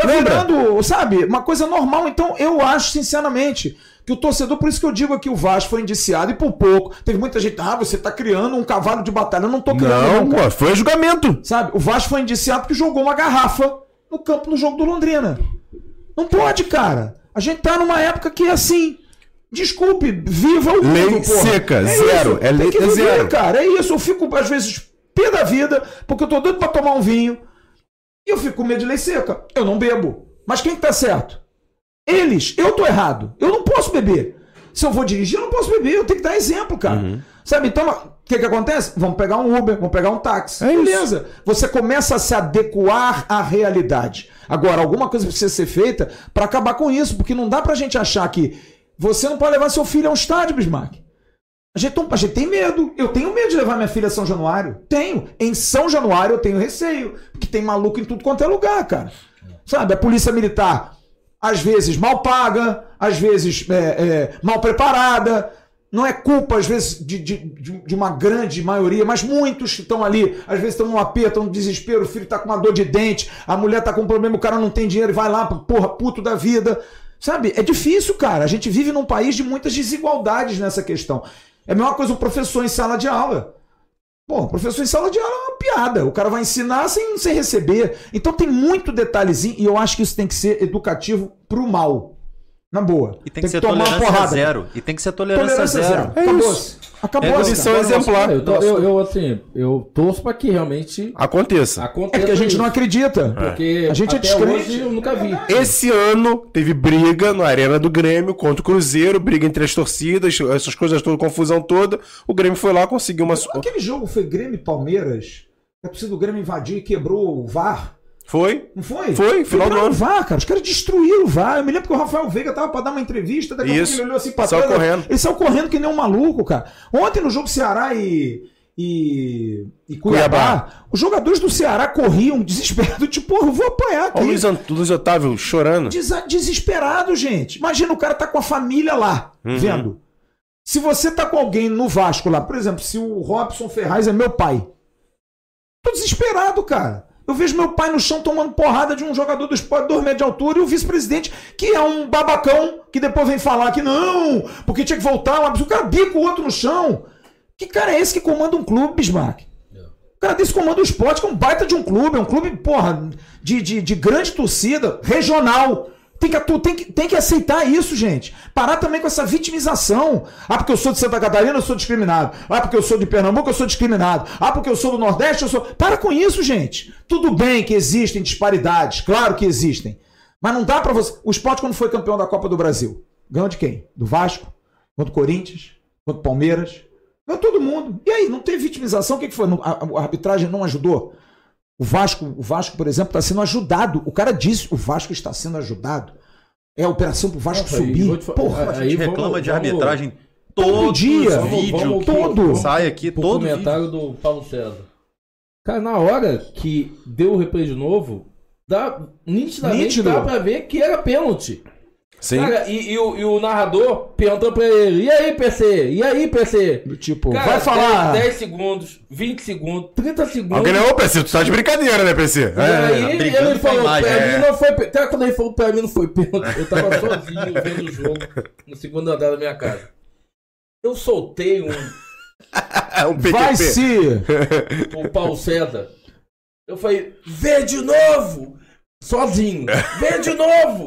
sabe, uma coisa normal. Então eu acho, sinceramente, que o torcedor, por isso que eu digo aqui, o Vasco foi indiciado e por pouco. Teve muita gente, você tá criando um cavalo de batalha. Eu não tô criando. Não, pô, foi julgamento. Sabe, o Vasco foi indiciado porque jogou uma garrafa no campo no jogo do Londrina. Não pode, cara. A gente tá numa época que é assim. Desculpe, viva o mundo, lei seca, zero. É lei zero. Cara, é isso. Eu fico, às vezes, pé da vida, porque eu tô doido pra tomar um vinho. E eu fico com medo de lei seca. Eu não bebo. Mas quem que tá certo? Eles. Eu tô errado. Eu não posso beber. Se eu vou dirigir, eu não posso beber. Eu tenho que dar exemplo, cara. Sabe? Então, o que acontece? Vamos pegar um Uber, vamos pegar um táxi. Beleza. Você começa a se adequar à realidade. Agora, alguma coisa precisa ser feita pra acabar com isso, porque não dá pra gente achar que você não pode levar seu filho a um estádio, Bismarck. A gente tem medo. Eu tenho medo de levar minha filha a São Januário. Tenho. Em São Januário eu tenho receio. Porque tem maluco em tudo quanto é lugar, cara. Sabe? A polícia militar, às vezes, mal paga, às vezes mal preparada. Não é culpa, às vezes, de uma grande maioria, mas muitos que estão ali, às vezes estão num aperto, num desespero, o filho está com uma dor de dente, a mulher está com um problema, o cara não tem dinheiro e vai lá, porra, puto da vida. Sabe, é difícil, cara. A gente vive num país de muitas desigualdades nessa questão. É a mesma coisa o professor em sala de aula. Pô, o professor em sala de aula é uma piada. O cara vai ensinar sem receber. Então tem muito detalhezinho e eu acho que isso tem que ser educativo pro mal. Na boa. E tem que ser tolerância zero. E tem que ser tolerância zero. Acabou. É condição exemplar. Eu torço pra que realmente aconteça. É que a gente não acredita. Porque a gente até hoje eu nunca vi. Esse ano teve briga na Arena do Grêmio contra o Cruzeiro, briga entre as torcidas, essas coisas todas, confusão toda. O Grêmio foi lá, conseguiu uma... Aquele jogo foi Grêmio e Palmeiras. A torcida do Grêmio invadiu e quebrou o VAR. Foi? Não foi? Foi, final do ano. O VAR, cara. Os caras destruíram o VAR. Eu me lembro que o Rafael Veiga tava pra dar uma entrevista, daqui a pouco ele olhou assim pra trás. Ele saiu correndo que nem um maluco, cara. Ontem no jogo Ceará e Cuiabá, os jogadores do Ceará corriam desesperados, tipo, eu vou apanhar aqui. Olha o Luiz Otávio chorando. Desesperado, gente. Imagina o cara tá com a família lá, vendo. Se você tá com alguém no Vasco lá, por exemplo, se o Robson Ferraz é meu pai, tô desesperado, cara. Eu vejo meu pai no chão tomando porrada de um jogador do Sport 2 metros de altura e o vice-presidente, que é um babacão, que depois vem falar que não, porque tinha que voltar, o cara bica o outro no chão. Que cara é esse que comanda um clube, Bismarck? O cara desse comanda o esporte, que é um baita de um clube, é um clube, porra, de grande torcida, regional. Tem que aceitar isso, gente. Parar também com essa vitimização. Ah, porque eu sou de Santa Catarina, eu sou discriminado. Ah, porque eu sou de Pernambuco, eu sou discriminado. Ah, porque eu sou do Nordeste, eu sou... Para com isso, gente. Tudo bem que existem disparidades, claro que existem. Mas não dá pra você... O Sport, quando foi campeão da Copa do Brasil, ganhou de quem? Do Vasco? Contra o Corinthians? Contra o Palmeiras? Ganhou todo mundo. E aí, não teve vitimização? O que foi? A arbitragem não ajudou? O Vasco, por exemplo, está sendo ajudado. O cara disse, o Vasco está sendo ajudado. É a operação para o Vasco subir. Porra, a gente reclama de arbitragem todo dia. Todo. Sai aqui todo comentário do Paulo César. Cara, na hora que deu o replay de novo, nitidamente dá para ver que era pênalti. Sim. Cara, e o narrador perguntou pra ele, e aí, PC? E aí, PC? Tipo, cara, vai falar. 10 segundos, 20 segundos, 30 segundos. Alguém não, PC, tu tá de brincadeira, né, PC? Aí ele falou, pra mim não foi pênalti. Cara, quando ele falou, pra mim não foi pênalti. Eu tava sozinho vendo o jogo no segundo andar da minha casa. Eu soltei um PTP. Vai se! O Paulo César. Eu falei, vê de novo! Sozinho, vê de novo!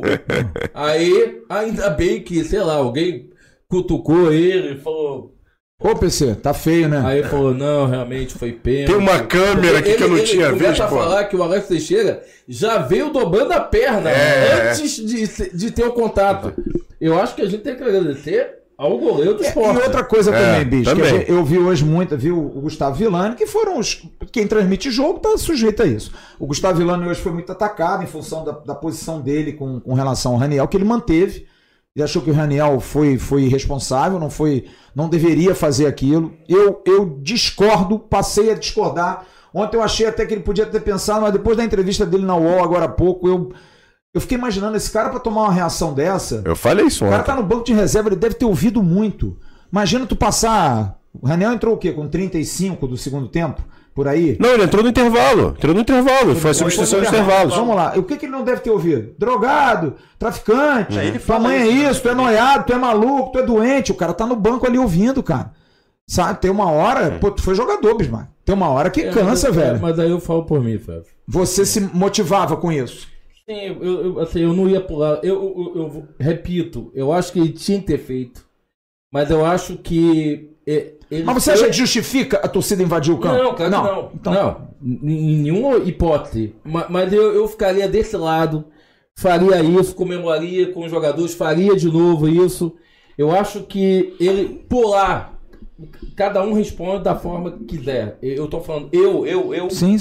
Aí, ainda bem que, sei lá, alguém cutucou ele e falou... Ô, PC, tá feio, né? Aí ele falou, não, realmente foi pênalti. Tem uma câmera aqui que eu não tinha visto, pô. Ele começa a falar que o Alex Teixeira já veio dobrando a perna antes de ter o contato. Eu acho que a gente tem que agradecer ao goleiro do Sport. E outra coisa também, bicho, também. Que eu vi hoje muito, vi o Gustavo Villani, que foram quem transmite jogo tá sujeito a isso. O Gustavo Villani hoje foi muito atacado em função da posição dele com relação ao Raniel, que ele manteve. Ele achou que o Raniel foi irresponsável, não deveria fazer aquilo. Eu discordo, passei a discordar. Ontem eu achei até que ele podia ter pensado, mas depois da entrevista dele na UOL agora há pouco, eu fiquei imaginando esse cara para tomar uma reação dessa. Eu falei isso ontem. O cara tá no banco de reserva, ele deve ter ouvido muito. Imagina tu passar... O Raniel entrou o quê? Com 35 do segundo tempo? Por aí? Não, ele entrou no intervalo. Foi a substituição de intervalos. Vamos lá. O que ele não deve ter ouvido? Drogado, traficante, tua mãe é isso, tu é noiado, tu é maluco, tu é doente. O cara tá no banco ali ouvindo, cara. Sabe? Tem uma hora... Pô, tu foi jogador, Bismarck. Tem uma hora que cansa, velho. Mas aí eu falo por mim, Fábio. Você se motivava com isso? Sim, eu não ia pular. Eu repito, eu acho que ele tinha que ter feito. Mas eu acho que... Mas você acha que justifica a torcida invadir o campo? Não, cara, não. Então... Não, em nenhuma hipótese. Mas eu ficaria desse lado, faria isso, comemoraria com os jogadores, faria de novo isso. Eu acho que ele pular, cada um responde da forma que quiser. Eu tô falando, sim.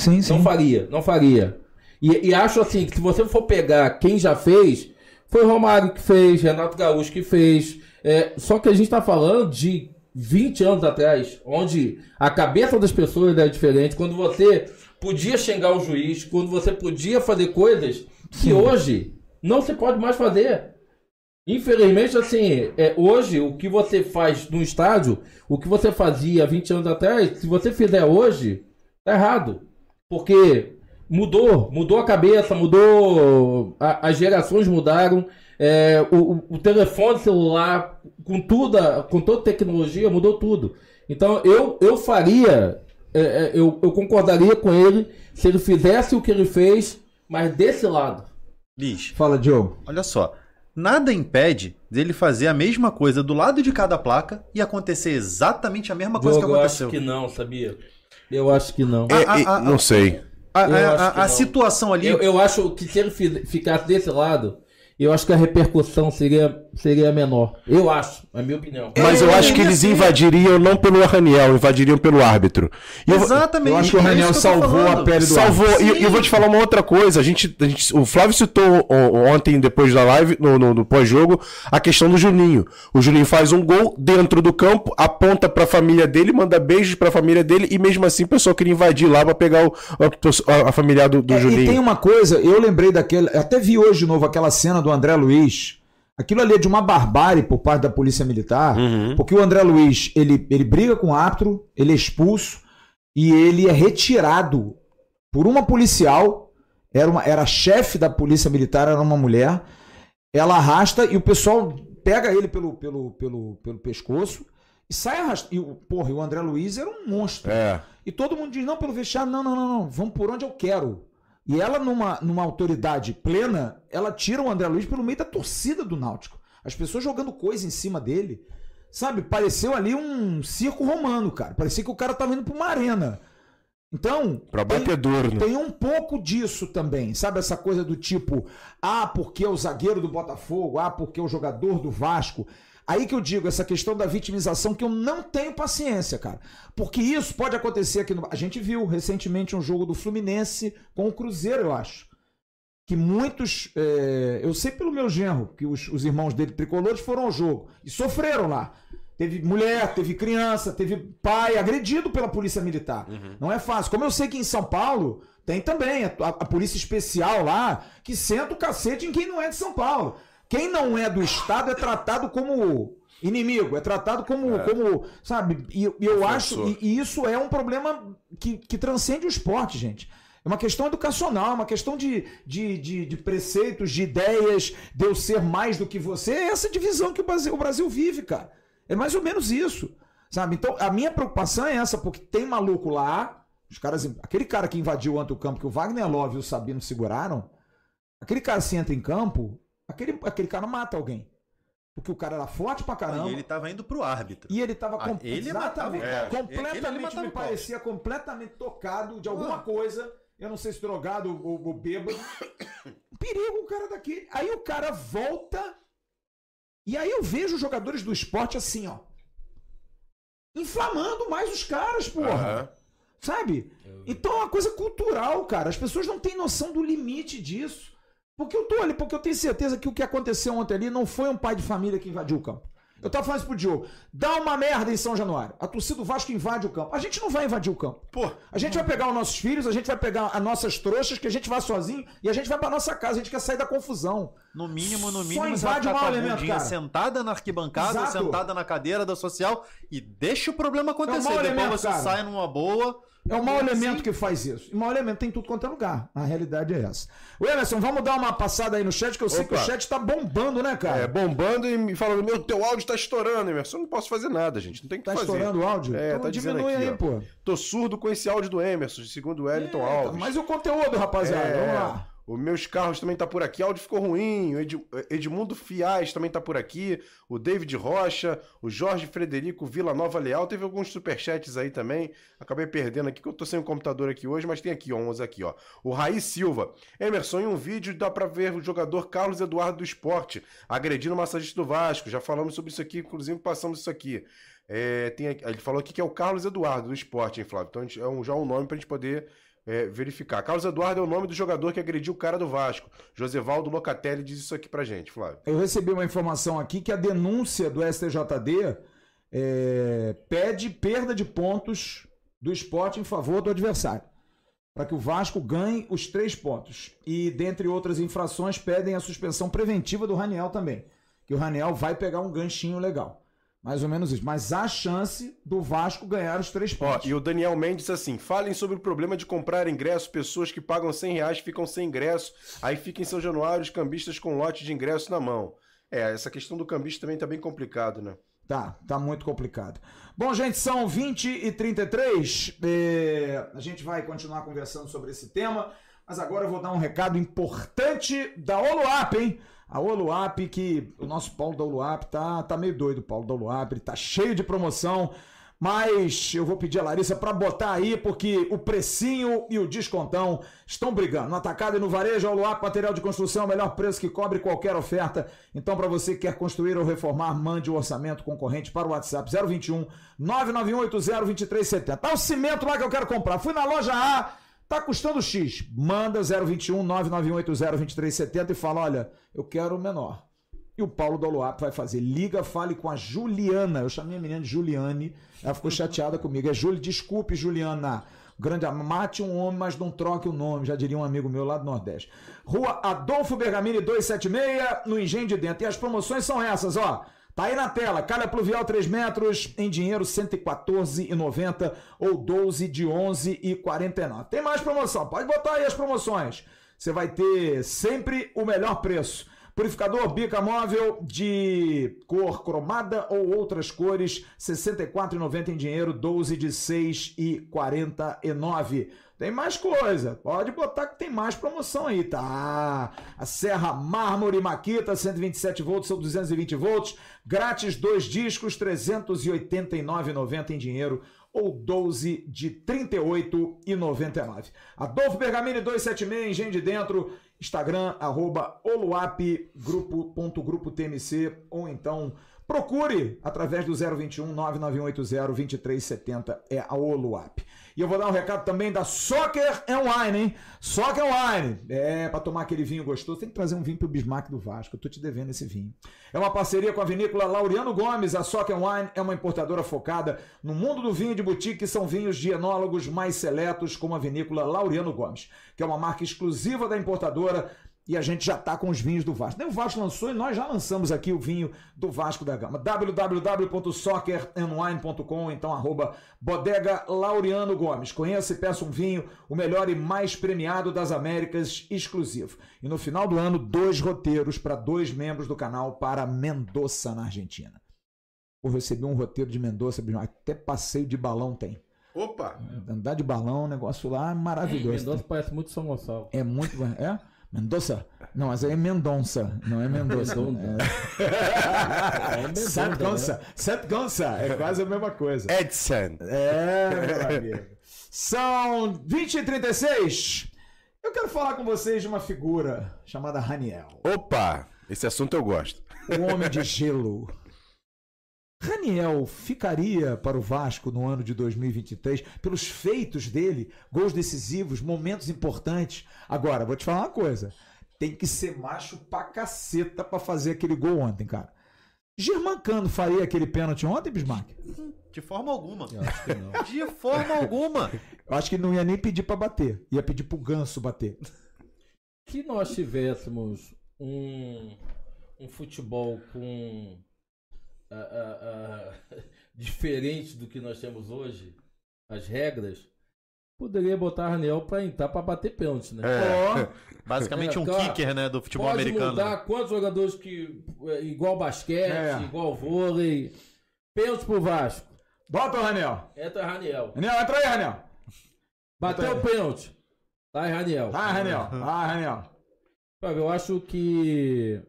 Não faria. E acho assim, que se você for pegar quem já fez, foi o Romário que fez, Renato Gaúcho que fez. Só que a gente tá falando de 20 anos atrás, onde a cabeça das pessoas era diferente, quando você podia xingar o juiz, quando você podia fazer coisas que hoje não se pode mais fazer. Infelizmente, assim, hoje, o que você faz no estádio, o que você fazia 20 anos atrás, se você fizer hoje, tá errado. Porque mudou a cabeça, as gerações mudaram, o telefone celular, com toda tecnologia, mudou tudo. Então, eu faria, eu concordaria com ele se ele fizesse o que ele fez, mas desse lado. Bicho. Fala, Diogo. Olha só. Nada impede dele fazer a mesma coisa do lado de cada placa e acontecer exatamente a mesma coisa que aconteceu. Eu acho que não, sabia? Eu acho que não. Não sei. A situação ali... Eu acho que se ele ficasse desse lado, eu acho que a repercussão seria menor. Eu acho, é a minha opinião. Mas eu acho que eles invadiriam não pelo Raniel, invadiriam pelo árbitro. Exatamente. Eu acho que o Raniel salvou a pele do árbitro. E eu vou te falar uma outra coisa. O Flávio citou ontem, depois da live, no pós-jogo, a questão do Juninho. O Juninho faz um gol dentro do campo, aponta pra família dele, manda beijos pra família dele, e mesmo assim o pessoal queria invadir lá pra pegar a familiar do Juninho. E tem uma coisa, eu lembrei até vi hoje de novo aquela cena do André Luiz. Aquilo ali é de uma barbárie por parte da Polícia Militar, porque o André Luiz, ele briga com o árbitro, ele é expulso e ele é retirado por uma policial, era a chefe da polícia militar, era uma mulher, ela arrasta e o pessoal pega ele pelo pescoço e sai arrastando. E o André Luiz era um monstro. E todo mundo diz, não, pelo vexame, não, vamos por onde eu quero. E ela, numa autoridade plena, ela tira o André Luiz pelo meio da torcida do Náutico. As pessoas jogando coisa em cima dele. Sabe, pareceu ali um circo romano, cara. Parecia que o cara tava indo pra uma arena. Então, pra batedor, tem um pouco disso também. Sabe, essa coisa do tipo, porque é o zagueiro do Botafogo, porque é o jogador do Vasco. Aí que eu digo, essa questão da vitimização, que eu não tenho paciência, cara. Porque isso pode acontecer aqui no... A gente viu recentemente um jogo do Fluminense com o Cruzeiro, eu acho. Que muitos... eu sei pelo meu genro, que os irmãos dele tricolores foram ao jogo e sofreram lá. Teve mulher, teve criança, teve pai agredido pela polícia militar. Não é fácil. Como eu sei que em São Paulo tem também a polícia especial lá, que senta o cacete em quem não é de São Paulo. Quem não é do Estado é tratado como inimigo, é tratado como sabe? E eu acho, e isso é um problema que transcende o esporte, gente. É uma questão educacional, é uma questão de preceitos, de ideias, de eu ser mais do que você. É essa divisão que o Brasil vive, cara. É mais ou menos isso, sabe? Então, a minha preocupação é essa, porque tem maluco lá, os caras, aquele cara que invadiu ontem o campo, que o Wagner Love e o Sabino seguraram, aquele cara se entra em campo... Aquele cara mata alguém. Porque o cara era forte pra caramba. E ele tava indo pro árbitro. E ele tava completamente me parecia completamente tocado de alguma coisa. Eu não sei se drogado ou bêbado. Perigo o cara daquele. Aí o cara volta. E aí eu vejo os jogadores do esporte assim, ó. Inflamando mais os caras, porra. Sabe? Então é uma coisa cultural, cara. As pessoas não têm noção do limite disso. Porque eu tô ali, porque eu tenho certeza que o que aconteceu ontem ali não foi um pai de família que invadiu o campo. Eu tava falando isso pro Diogo. Dá uma merda em São Januário. A torcida do Vasco invade o campo. A gente não vai invadir o campo. A gente vai pegar os nossos filhos, a gente vai pegar as nossas trouxas, que a gente vai sozinho, e a gente vai pra nossa casa. A gente quer sair da confusão. No mínimo, só invade o mau elemento, cara. Sentada na arquibancada, sentada na cadeira da social, e deixa o problema acontecer. Depois você sai numa boa... É o mau elemento que faz isso. E o mau elemento tem em tudo quanto é lugar. A realidade é essa. O Emerson, vamos dar uma passada aí no chat, que eu sei que o chat tá bombando, né, cara? Bombando e me falando, teu áudio tá estourando, Emerson. Eu não posso fazer nada, gente. Não tem o que fazer. Tá estourando o áudio? Então tá diminui aqui, aí, pô. Tô surdo com esse áudio do Emerson, segundo o Wellington Alves. Mas o conteúdo, rapaziada, vamos lá. O Meus Carros também tá por aqui. Áudio ficou ruim. O Edmundo Fiaz também tá por aqui. O David Rocha. O Jorge Frederico Vila Nova Leal. Teve alguns superchats aí também. Acabei perdendo aqui, que eu tô sem o computador aqui hoje, mas tem aqui, uns aqui, ó. O Raiz Silva. Emerson, em um vídeo dá pra ver o jogador Carlos Eduardo do Sport agredindo o massagista do Vasco. Já falamos sobre isso aqui, inclusive passamos isso aqui. Ele falou aqui que é o Carlos Eduardo do Sport, hein, Flávio? Então é já um nome pra gente poder... verificar. Carlos Eduardo é o nome do jogador que agrediu o cara do Vasco. Josevaldo Locatelli diz isso aqui pra gente, Flávio. Eu recebi uma informação aqui que a denúncia do STJD pede perda de pontos do Sport em favor do adversário, para que o Vasco ganhe os 3 pontos. E, dentre outras infrações, pedem a suspensão preventiva do Raniel também, que o Raniel vai pegar um ganchinho legal. Mais ou menos isso. Mas há chance do Vasco ganhar os 3 pontos. E o Daniel Mendes assim, falem sobre o problema de comprar ingresso, pessoas que pagam R$100 ficam sem ingresso, aí fica em São Januário os cambistas com lote de ingresso na mão. Essa questão do cambista também tá bem complicado, né? Tá muito complicado. Bom, gente, são 20h33. A gente vai continuar conversando sobre esse tema, mas agora eu vou dar um recado importante da Oluap, hein? A Oluap, que o nosso Paulo da Oluap tá meio doido, o Paulo da Oluap, ele tá cheio de promoção, mas eu vou pedir a Larissa para botar aí, porque o precinho e o descontão estão brigando. No atacado e no varejo, a Oluap, material de construção, o melhor preço que cobre qualquer oferta. Então, para você que quer construir ou reformar, mande o orçamento concorrente para o WhatsApp 021 991802370. Tá o cimento lá que eu quero comprar. Fui na loja A, tá custando X. Manda 021 991802370 e fala, olha, eu quero o menor. E o Paulo da Oluap vai fazer. Liga, fale com a Juliana. Eu chamei a menina de Juliane. Ela ficou chateada comigo. Desculpe, Juliana. Grande, mate um homem, mas não troque o nome. Já diria um amigo meu lá do Nordeste. Rua Adolfo Bergamini 276, no Engenho de Dentro. E as promoções são essas, ó. Tá aí na tela, calha pluvial 3 metros, em dinheiro R$ 114,90 ou 12 de 11,49. Tem mais promoção, pode botar aí as promoções. Você vai ter sempre o melhor preço. Purificador bica móvel de cor cromada ou outras cores, R$ 64,90 em dinheiro, 12 de 6,49. Tem mais coisa, pode botar que tem mais promoção aí, tá? A Serra Mármore Makita, 127 volts ou 220 volts, grátis 2 discos, R$ 389,90 em dinheiro, ou 12 de 38,99. Adolfo Bergamini 276, Engenho de Dentro, Instagram, @oluapgrupo.grupo.tmc, ou então procure através do 021 99180 2370, é a Oluap. E eu vou dar um recado também da Soccer Wine, hein? Soccer Wine. Pra tomar aquele vinho gostoso, tem que trazer um vinho pro Bismarck do Vasco. Eu tô te devendo esse vinho. É uma parceria com a vinícola Laureano Gomes. A Soccer Wine é uma importadora focada no mundo do vinho de boutique, que são vinhos de enólogos mais seletos, como a vinícola Laureano Gomes, que é uma marca exclusiva da importadora. E a gente já está com os vinhos do Vasco. Nem o Vasco lançou e nós já lançamos aqui o vinho do Vasco da Gama. www.soccerandwine.com, então @bodega Laureano Gomes. Conheça e peça um vinho, o melhor e mais premiado das Américas, exclusivo. E no final do ano, 2 roteiros para 2 membros do canal para Mendoza, na Argentina. Eu recebi um roteiro de Mendoza, até passeio de balão tem. Opa! Andar de balão, negócio lá maravilhoso. Mendoza parece muito São Gonçalo. É muito... Mendoza? Não, mas aí é Mendonça, não é Mendoza. Sete Gonça, é quase a mesma coisa. Edson. Meu amigo. São 20h36. Eu quero falar com vocês de uma figura chamada Raniel. Opa, esse assunto eu gosto. O homem de gelo. Raniel ficaria para o Vasco no ano de 2023 pelos feitos dele, gols decisivos, momentos importantes. Agora, vou te falar uma coisa, tem que ser macho pra caceta pra fazer aquele gol ontem, cara. Germancano faria aquele pênalti ontem, Bismarck? De forma alguma. Eu acho que não. De forma alguma. Eu acho que ele não ia nem pedir pra bater, ia pedir pro Ganso bater. Se nós tivéssemos um futebol com... diferente do que nós temos hoje, as regras, poderia botar Raniel para entrar para bater pênalti, né? Basicamente um kicker, né, do futebol americano. Pode mudar quantos jogadores que igual basquete, igual vôlei, pênalti pro Vasco. Bota o Raniel. Entra Raniel. Raniel, entra aí, Raniel. Bateu o pênalti. Vai, Raniel. Vai, Raniel. Vai, Raniel. Eu acho que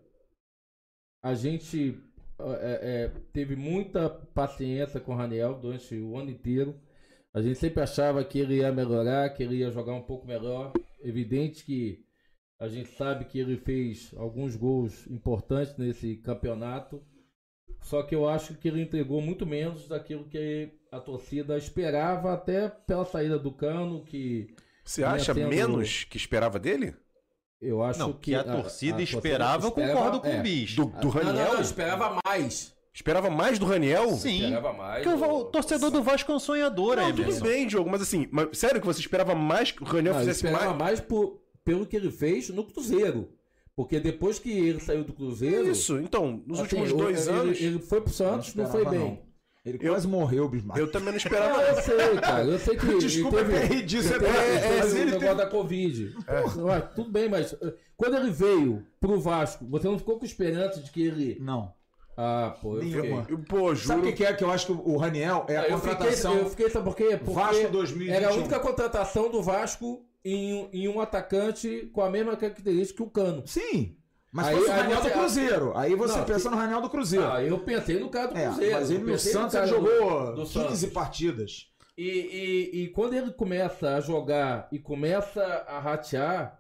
a gente teve muita paciência com o Raniel durante o ano inteiro. A gente sempre achava que ele ia melhorar, que ele ia jogar um pouco melhor. Evidente que a gente sabe que ele fez alguns gols importantes nesse campeonato. Só que eu acho que ele entregou muito menos daquilo que a torcida esperava, até pela saída do Cano. Que você acha menos que esperava dele? Eu acho que a torcida esperava, eu concordo com o bicho. Do Raniel? Não, esperava mais. Esperava mais do Raniel? Sim. Esperava mais. Porque o torcedor do Vasco é um sonhador, não, tudo bem, Diogo, mas assim, sério que você esperava mais que o Raniel fizesse mais? Esperava mais pelo que ele fez no Cruzeiro. Porque depois que ele saiu do Cruzeiro... Isso, então, nos últimos 2 anos... Ele foi pro Santos, não foi bem. Não. Ele quase morreu, Bismarck. Eu também não esperava. Eu sei, cara. Eu sei que desculpa, ele teve o negócio da Covid. Porra, tudo bem, mas quando ele veio pro Vasco, você não ficou com esperança de que ele... Não. Pô, eu fiquei. Juro. Sabe o que é que eu acho que o Raniel é a contratação... Eu fiquei, sabe por quê? Porque Vasco 2021. Era a única contratação do Vasco em um atacante com a mesma característica que o Cano. Sim. Mas foi o Raniel do Cruzeiro. Aí você pensa no Raniel do Cruzeiro. Eu pensei no cara do Cruzeiro. Mas ele no Santos ele jogou 15 partidas. E quando ele começa a jogar e começa a ratear,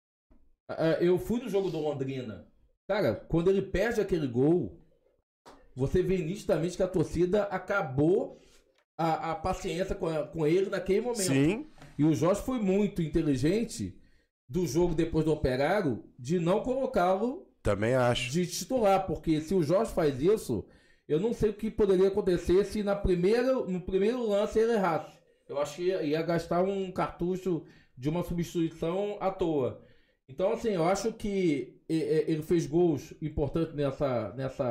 eu fui no jogo do Londrina. Cara, quando ele perde aquele gol, você vê nitidamente que a torcida acabou a paciência com ele naquele momento. Sim. E o Jorge foi muito inteligente do jogo depois do Operário de não colocá-lo também acho de titular, porque se o Jorge faz isso, eu não sei o que poderia acontecer se no primeiro lance ele errasse. Eu acho que ia gastar um cartucho de uma substituição à toa. Então, assim, eu acho que ele fez gols importantes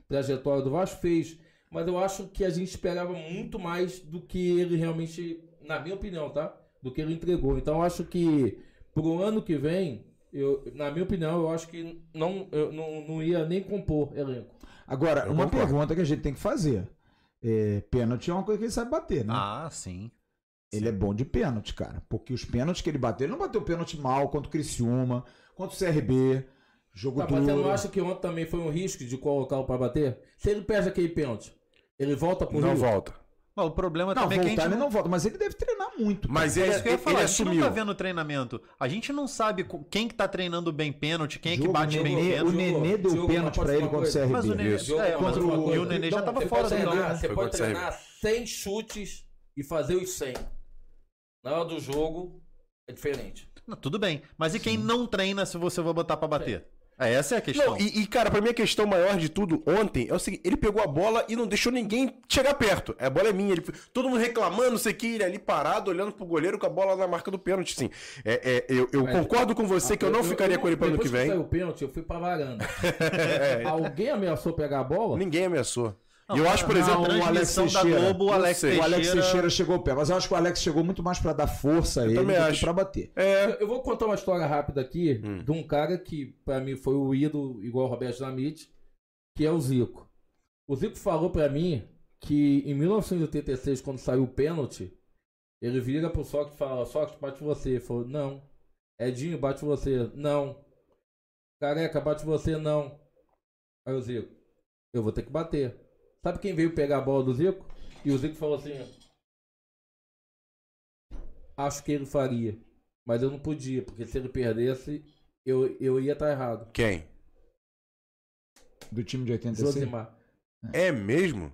trajetória do Vasco, fez. Mas eu acho que a gente esperava muito mais do que ele realmente, na minha opinião, tá? Do que ele entregou. Então eu acho que pro ano que vem, na minha opinião, eu acho que eu não ia nem compor elenco. Agora, uma pergunta que a gente tem que fazer. Pênalti é uma coisa que ele sabe bater, né? Ah, sim. Ele é bom de pênalti, cara. Porque os pênaltis que ele bateu, ele não bateu pênalti mal contra o Criciúma, contra o CRB, jogo duro. Mas você não acha que ontem também foi um risco de colocá-lo para bater? Se ele perde aquele pênalti, ele volta pro Rio? Não volta. Mas o problema também é que a gente ele não volta, mas ele deve treinar muito. Mas É isso que eu ia falar, ele a gente assumiu. não tá vendo o treinamento. A gente não sabe quem que tá treinando bem pênalti, quem é que bate bem pênalti. O Nenê deu pênalti pra ele contra o CRB. Mas o Nenê, e o Nenê já tava fora do jogo. Você pode treinar 100 chutes e fazer os 100. Na hora do jogo, é diferente. Não, tudo bem. Mas e quem não treina se você vai botar pra bater? Essa é a questão. Não, cara, pra mim a questão maior de tudo ontem é o seguinte: ele pegou a bola e não deixou ninguém chegar perto. A bola é minha. Todo mundo reclamando, não sei o que, ele ali parado, olhando pro goleiro com a bola na marca do pênalti, sim. Eu concordo com você que eu não ficaria com ele pro ano que vem. Depois que saiu o pênalti, eu fui pra varanda. Alguém ameaçou pegar a bola? Ninguém ameaçou. E eu acho, por exemplo, a transmissão da Globo, o Alex Teixeira chegou perto. Mas eu acho que o Alex chegou muito mais pra dar força a ele do que pra bater. Eu vou contar uma história rápida aqui de um cara que, pra mim, foi o ídolo, igual o Roberto Dinamite, que é o Zico. O Zico falou pra mim que em 1986, quando saiu o pênalti, ele vira pro Sócrates e fala: Sócrates, bate você. Ele falou: não. Edinho, bate você. Não. Careca, bate você. Não. Aí o Zico: eu vou ter que bater. Sabe quem veio pegar a bola do Zico? E o Zico falou assim: acho que ele faria. Mas eu não podia, porque se ele perdesse, eu ia estar errado. Quem? Do time de 86? Josimar. É mesmo?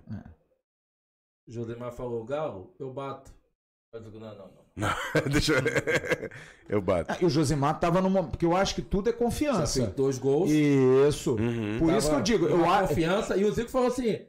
Josimar falou: Galo, eu bato. Mas eu não. Deixa eu bato. E o Josimar tava numa. Porque eu acho que tudo é confiança. Já fez 2 gols. Isso. Uhum. Por isso que eu digo. Eu acho. Confiança. E o Zico falou assim: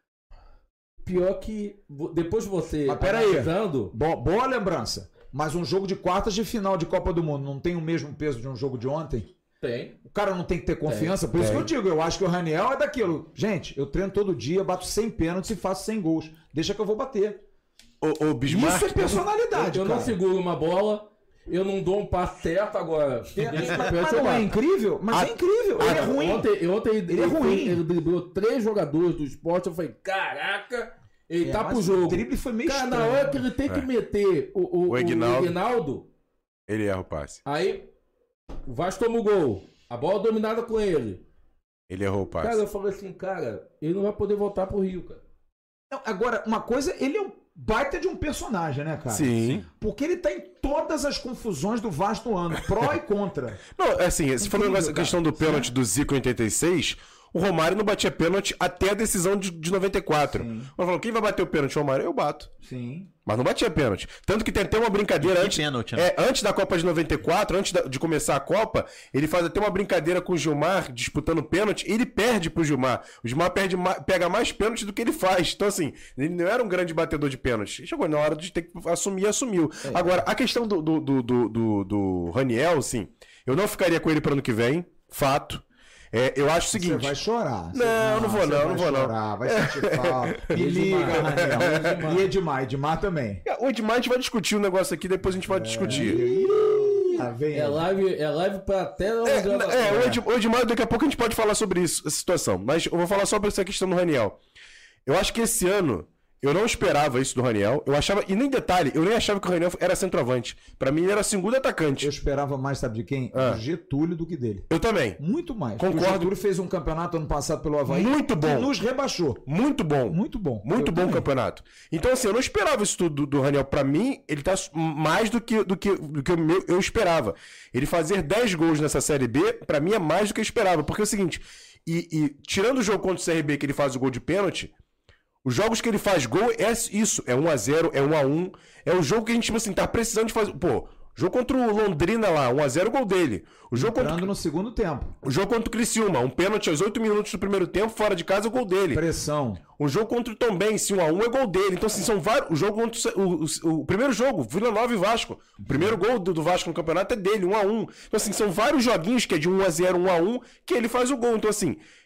pior que depois de você. Mas peraí. Analisando... Boa lembrança. Mas um jogo de quartas de final de Copa do Mundo não tem o mesmo peso de um jogo de ontem? Tem. O cara não tem que ter confiança? Por isso que eu digo, eu acho que o Raniel é daquilo. Gente, eu treino todo dia, bato 100 pênaltis e faço 100 gols. Deixa que eu vou bater. O Bismarck... Isso é personalidade, eu cara. não seguro uma bola, eu não dou um passo certo agora. Mas não é incrível? Mas é incrível. Ele é ruim. Ontem ele é ruim. Ele driblou 3 jogadores do esporte. Eu falei: caraca, ele tá pro jogo. O drible foi meio cara, estranho. na hora que ele tem que meter o Aguinaldo, ele erra o passe. Aí o Vasco toma o gol. A bola dominada com ele. Ele errou o passe. Cara, eu falei assim: cara, ele não vai poder voltar pro Rio, cara. Não, agora, uma coisa, ele é um baita de um personagem, né, cara? Sim. Porque ele tá em todas as confusões do Vasco no ano, pró e contra. Não, assim, se for a questão do pênalti do Zico em 86, o Romário não batia pênalti até a decisão de 94. Mas falou: quem vai bater o pênalti? O Romário? Eu bato. Sim. Mas não batia pênalti. Tanto que tem até uma brincadeira antes. Pênalti, né? Antes da Copa de 94, antes de começar a Copa, ele faz até uma brincadeira com o Gilmar, disputando pênalti, e ele perde pro Gilmar. O Gilmar pega mais pênalti do que ele faz. Então, assim, ele não era um grande batedor de pênalti. Chegou na hora de ter que assumir, assumiu. Agora, a questão do Raniel, assim, eu não ficaria com ele para ano que vem, fato. Eu acho o seguinte... Você vai chorar. Não vou não. Vai sentir falta. Me liga, Raniel. E Edmar também. O Edmar a gente vai discutir o negócio aqui, depois a gente pode discutir. É live pra até... O Edmar, daqui a pouco a gente pode falar sobre isso, essa situação. Mas eu vou falar só sobre essa questão do Raniel. Eu acho que esse ano... Eu não esperava isso do Raniel. Eu achava, e nem detalhe, eu nem achava que o Raniel era centroavante. Pra mim, ele era segundo atacante. Eu esperava mais, sabe de quem? Do Getúlio do que dele. Eu também. Muito mais. Concordo. O Getúlio fez um campeonato ano passado pelo Avaí. Muito bom. E nos rebaixou. Muito bom. Muito bom. Muito bom o campeonato. Então, assim, eu não esperava isso tudo do Raniel. Pra mim, ele tá mais do que eu esperava. Ele fazer 10 gols nessa Série B, pra mim, é mais do que eu esperava. Porque é o seguinte, tirando o jogo contra o CRB, que ele faz o gol de pênalti, os jogos que ele faz gol é isso. É 1x0, é 1x1. É o jogo que a gente, tipo assim, tá precisando de fazer. Pô, jogo contra o Londrina lá, 1x0, gol dele. O jogo entrando no segundo tempo. O jogo contra o Criciúma, um pênalti aos 8 minutos do primeiro tempo, fora de casa, o gol dele. Pressão. O jogo contra o Tombense, 1x1, é gol dele. Então, assim, são vários. O jogo contra o primeiro jogo, Vila Nova e Vasco. O primeiro gol do Vasco no campeonato é dele, 1x1. Então, assim, são vários joguinhos que é de 1x0, 1x1, que ele faz o gol. Então, assim,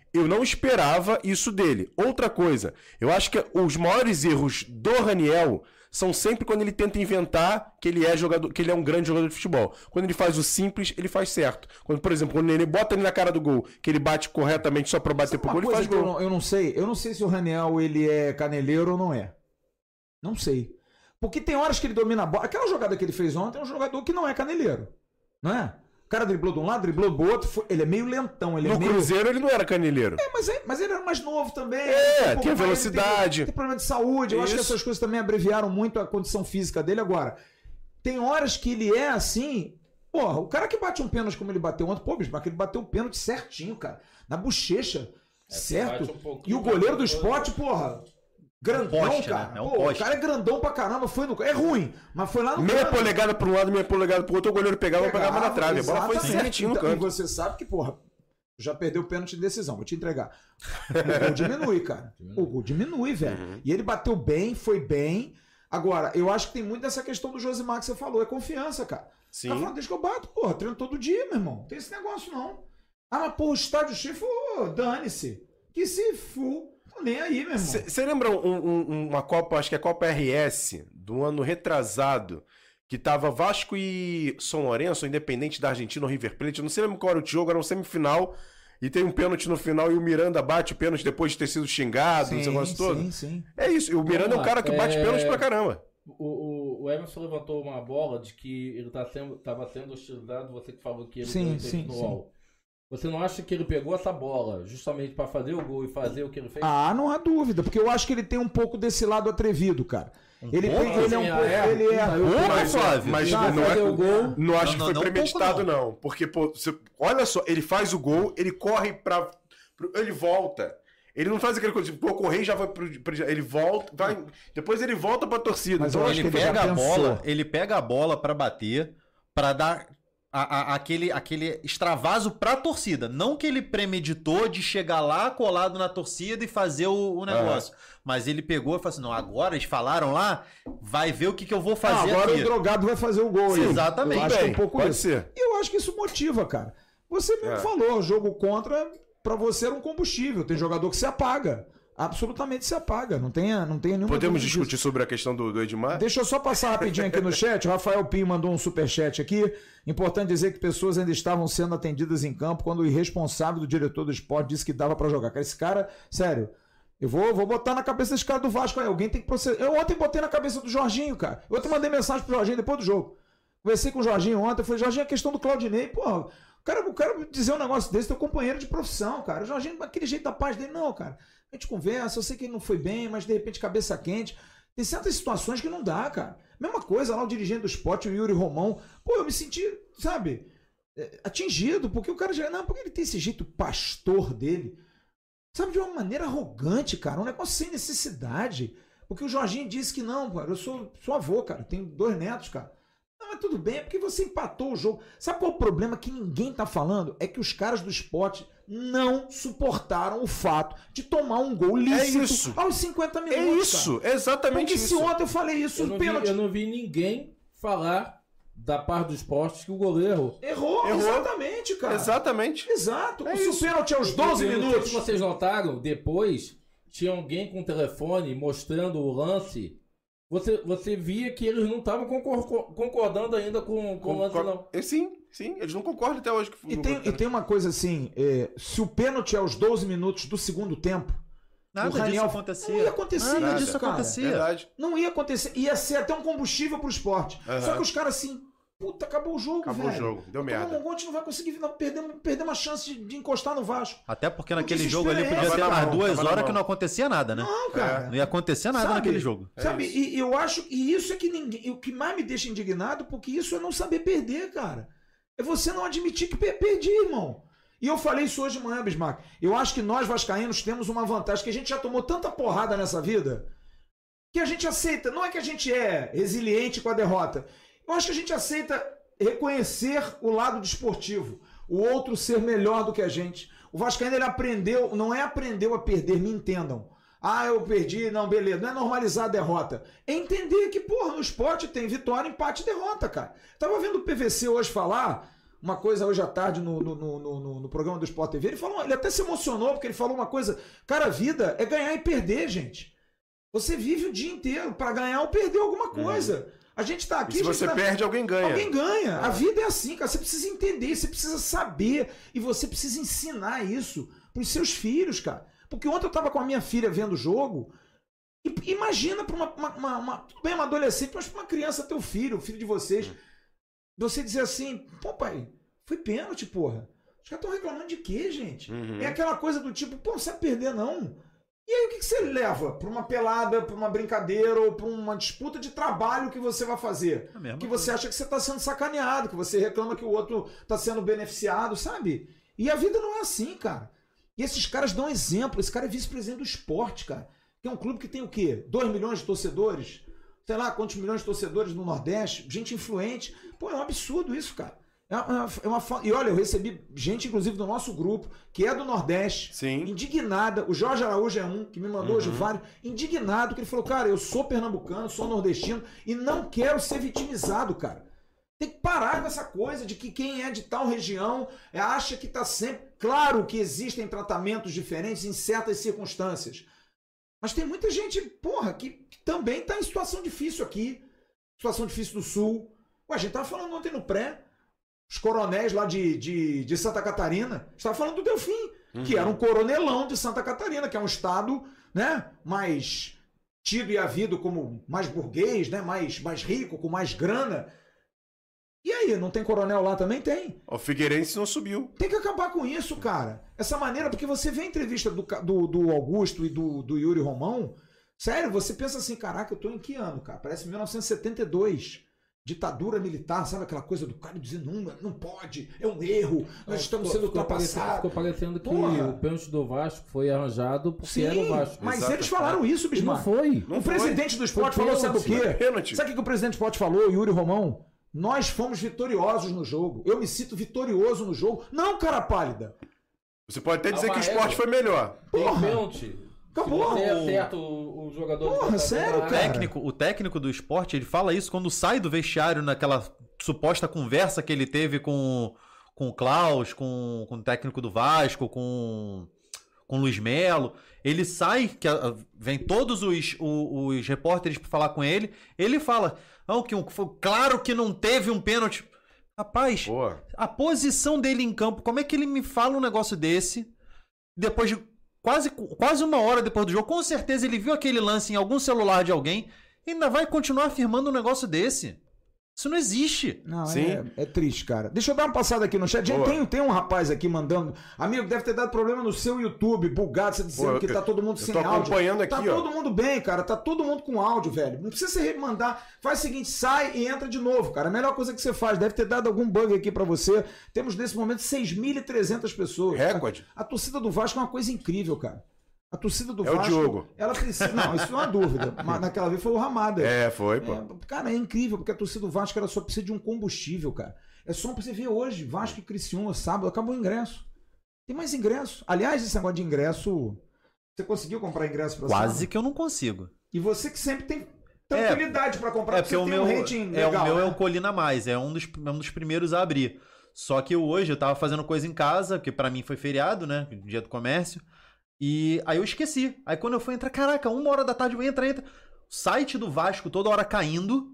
Eu não esperava isso dele. Outra coisa, eu acho que os maiores erros do Raniel são sempre quando ele tenta inventar que ele é jogador, que ele é um grande jogador de futebol. Quando ele faz o simples, ele faz certo. Quando, por exemplo, quando ele bota ele na cara do gol, que ele bate corretamente só pra bater pro gol, ele faz gol. Eu não sei se o Raniel ele é caneleiro ou não é. Não sei. Porque tem horas que ele domina a bola. Aquela jogada que ele fez ontem é um jogador que não é caneleiro. Não é? O cara driblou de um lado, driblou do outro. Ele é meio lentão. Ele no Cruzeiro ele não era caneleiro. Mas ele era mais novo também. Tem a velocidade. Tem problema de saúde. Eu acho que essas coisas também abreviaram muito a condição física dele. Agora, tem horas que ele é assim... Porra, o cara que bate um pênalti como ele bateu ontem... Pô, Bismarck, ele bateu um pênalti certinho, cara. Na bochecha. Certo. E o goleiro do Sport, porra... Grandão, poste, cara. Né? O cara é grandão pra caramba. Foi no... É ruim, mas foi lá no meia polegada pra um lado, meia polegada pro outro. O goleiro pegava na trave. A bola foi certinho no canto. E você sabe que, porra, já perdeu o pênalti de decisão. Vou te entregar. O gol diminui, cara. O gol diminui, velho. E ele bateu bem, foi bem. Agora, eu acho que tem muito dessa questão do Josimar que você falou. É confiança, cara. Sim. O cara fala, deixa que eu bato, porra. Treino todo dia, meu irmão. Não tem esse negócio, não. Ah, mas, porra, o estádio cheio, dane-se. Que se for... Nem aí, meu irmão. Você lembra uma Copa, acho que é a Copa RS, do ano retrasado, que tava Vasco e São Lourenço, Independente da Argentina, o River Plate, eu não sei lembrar qual era o jogo, era um semifinal, e tem um pênalti no final, e o Miranda bate o pênalti depois de ter sido xingado, esse negócio todo. Sim. É isso, e o Miranda é um cara que bate pênalti pra caramba. O Emerson levantou uma bola de que ele tava sendo hostilizado, você que falou que ele no UOL. Você não acha que ele pegou essa bola justamente para fazer o gol e fazer o que ele fez? Ah, não há dúvida, porque eu acho que ele tem um pouco desse lado atrevido, cara. Ele é um pouco. Mas não acho que foi premeditado, não. Porque, pô, olha só, ele faz o gol, ele corre ele volta. Ele não faz aquele coisa, pô, correr já vai ele volta, depois ele volta pra torcida. Mas então, ele pega a bola para bater, para dar aquele extravaso pra torcida. Não que ele premeditou de chegar lá colado na torcida e fazer o negócio. Mas ele pegou e falou assim, não, agora eles falaram lá, vai ver o que eu vou fazer agora aqui. O drogado vai fazer o gol. Sim, exatamente. Eu acho que é um pouco isso. E eu acho que isso motiva, cara. Você mesmo falou, o jogo contra, pra você era um combustível. Tem jogador que se apaga. Absolutamente se apaga, não tem nenhuma. Podemos discutir sobre a questão do Edmar? Deixa eu só passar rapidinho aqui no chat. O Rafael Pinho mandou um superchat aqui. Importante dizer que pessoas ainda estavam sendo atendidas em campo quando o irresponsável do diretor do esporte disse que dava pra jogar. Cara, esse cara, sério, eu vou botar na cabeça desse cara do Vasco aí. Alguém tem que processar. Eu ontem botei na cabeça do Jorginho, cara. Eu ontem mandei mensagem pro Jorginho depois do jogo. Conversei com o Jorginho ontem. Eu falei, Jorginho, a questão do Claudinei, porra. O cara dizer um negócio desse, teu companheiro de profissão, cara. O Jorginho, aquele jeito da paz dele, não, cara. A gente conversa, eu sei que ele não foi bem, mas de repente cabeça quente. Tem certas situações que não dá, cara. Mesma coisa lá, o dirigente do Sport, o Yuri Romão. Pô, eu me senti, sabe, atingido, porque o cara já... Não, porque ele tem esse jeito pastor dele, sabe, de uma maneira arrogante, cara. Um negócio sem necessidade. Porque o Jorginho disse que não, cara, eu sou avô, cara. Tenho 2 netos, cara. Não, mas tudo bem, é porque você empatou o jogo. Sabe qual é o problema que ninguém tá falando? É que os caras do Sport não suportaram o fato de tomar um gol lícito aos 50 minutos. É isso, cara. Exatamente isso. Porque se ontem eu falei isso, eu não vi ninguém falar da parte do Sport que o goleiro errou. Exatamente, cara. Exatamente. Exato. Se o pênalti aos 12 minutos. Se vocês notaram, depois tinha alguém com o telefone mostrando o lance. Você via que eles não estavam concordando ainda com o lance, não. Sim, eles não concordam até hoje. E tem uma coisa assim, se o pênalti é aos 12 minutos do segundo tempo, nada disso acontecia. Não ia acontecer. Nada disso acontecia. Verdade. Não ia acontecer. Ia ser até um combustível pro esporte. Só que os caras assim, puta, acabou o jogo, velho. Acabou o jogo, deu merda. A gente não vai conseguir perder uma chance de encostar no Vasco. Até porque naquele jogo ali podia ter umas 2 horas que não acontecia nada, né? Não, cara. Não ia acontecer nada naquele jogo. Sabe, e eu acho que isso é que ninguém... O que mais me deixa indignado, porque isso é não saber perder, cara. É você não admitir que perdi, irmão. E eu falei isso hoje de manhã, Bismarck. Eu acho que nós vascaínos temos uma vantagem, que a gente já tomou tanta porrada nessa vida, que a gente aceita. Não é que a gente é resiliente com a derrota. Eu acho que a gente aceita reconhecer o lado desportivo, o outro ser melhor do que a gente. O vascaíno, ele aprendeu, não é aprendeu a perder, me entendam. Ah, eu perdi, não, beleza. Não é normalizar a derrota. É entender que, porra, no esporte tem vitória, empate e derrota, cara. Tava vendo o PVC hoje falar, uma coisa hoje à tarde no programa do Sport TV. Ele até se emocionou, porque ele falou uma coisa. Cara, a vida é ganhar e perder, gente. Você vive o dia inteiro para ganhar ou perder alguma coisa. A gente tá aqui... E se você perde, alguém ganha. Alguém ganha. A vida é assim, cara. Você precisa entender, você precisa saber. E você precisa ensinar isso pros seus filhos, cara. Porque ontem eu tava com a minha filha vendo o jogo... Imagina para uma adolescente, mas para uma criança, teu filho, o filho de vocês, você dizer assim, pô pai, foi pênalti, porra. Os caras estão reclamando de quê, gente? É aquela coisa do tipo, pô, não sabe perder não. E aí o que você leva para uma pelada, para uma brincadeira ou para uma disputa de trabalho que você vai fazer? Que você acha que você está sendo sacaneado, que você reclama que o outro está sendo beneficiado, sabe? E a vida não é assim, cara. E esses caras dão exemplo. Esse cara é vice-presidente do esporte, cara. Que é um clube que tem o quê? 2 milhões de torcedores? Sei lá quantos milhões de torcedores no Nordeste? Gente influente. Pô, é um absurdo isso, cara. E olha, eu recebi gente, inclusive, do nosso grupo, que é do Nordeste, indignada. O Jorge Araújo é um, que me mandou hoje vários, indignado, que ele falou, cara, eu sou pernambucano, sou nordestino e não quero ser vitimizado, cara. Tem que parar com essa coisa de que quem é de tal região acha que tá sempre... Claro que existem tratamentos diferentes em certas circunstâncias. Mas tem muita gente, porra, que também tá em situação difícil aqui. Situação difícil do Sul. Ué, a gente tava falando ontem no pré. Os coronéis lá de Santa Catarina. Estava falando do Delfim, que era um coronelão de Santa Catarina, que é um estado, né, mais tido e havido como mais burguês, né, mais rico, com mais grana. E aí, não tem coronel lá também? Tem. O Figueirense não subiu. Tem que acabar com isso, cara. Essa maneira, porque você vê a entrevista do Augusto e do Yuri Romão, sério, você pensa assim, caraca, eu tô em que ano, cara? Parece 1972. Ditadura militar, sabe aquela coisa do cara dizendo, não pode, é um erro, nós estamos sendo ultrapassados. Ficou parecendo que o pênalti do Vasco foi arranjado porque era o Vasco. Mas eles falaram isso, Bismarck. Não foi. O presidente do esporte falou, sabe o quê? Sabe o que o presidente do esporte falou, Yuri Romão? Nós fomos vitoriosos no jogo. Eu me sinto vitorioso no jogo. Não, cara pálida. Você pode até dizer que o esporte foi melhor. Porra. Pênalti. Acabou. Se você acerta o jogador... Porra, sério, cara? O técnico do esporte, ele fala isso quando sai do vestiário naquela suposta conversa que ele teve com o Klaus, com o técnico do Vasco, com o Luiz Melo. Ele sai, que vem todos os repórteres para falar com ele. Ele fala, claro que não teve um pênalti. Rapaz, a posição dele em campo, como é que ele me fala um negócio desse? Depois de quase uma hora depois do jogo, com certeza ele viu aquele lance em algum celular de alguém e ainda vai continuar afirmando um negócio desse. Isso não existe. Não, é triste, cara. Deixa eu dar uma passada aqui no chat. Tem um rapaz aqui mandando. Amigo, deve ter dado problema no seu YouTube, bugado, você dizendo que tá todo mundo sem áudio. Acompanhando aqui, tá todo mundo bem, cara. Tá todo mundo com áudio, velho. Não precisa você mandar. Faz o seguinte, sai e entra de novo, cara. A melhor coisa que você faz. Deve ter dado algum bug aqui pra você. Temos nesse momento 6.300 pessoas. Recorde. A torcida do Vasco é uma coisa incrível, cara. A torcida do Vasco... É o Diogo. Ela precisa... Não, isso não é uma dúvida. Mas naquela vez foi o Ramada. Foi, pô. Cara, é incrível, porque a torcida do Vasco ela só precisa de um combustível, cara. É só pra você ver hoje, Vasco e Criciúma, sábado, acabou o ingresso. Tem mais ingresso. Aliás, esse negócio de ingresso... Você conseguiu comprar ingresso pra Quase sábado? Que eu não consigo. E você que sempre tem tranquilidade pra comprar, porque o meu rating legal, o meu né? é o Colina Mais, é um dos primeiros a abrir. Só que hoje eu tava fazendo coisa em casa, que pra mim foi feriado, né? Dia do comércio. E aí eu esqueci. Aí quando eu fui entrar, caraca, 1h da tarde, entra. O site do Vasco toda hora caindo.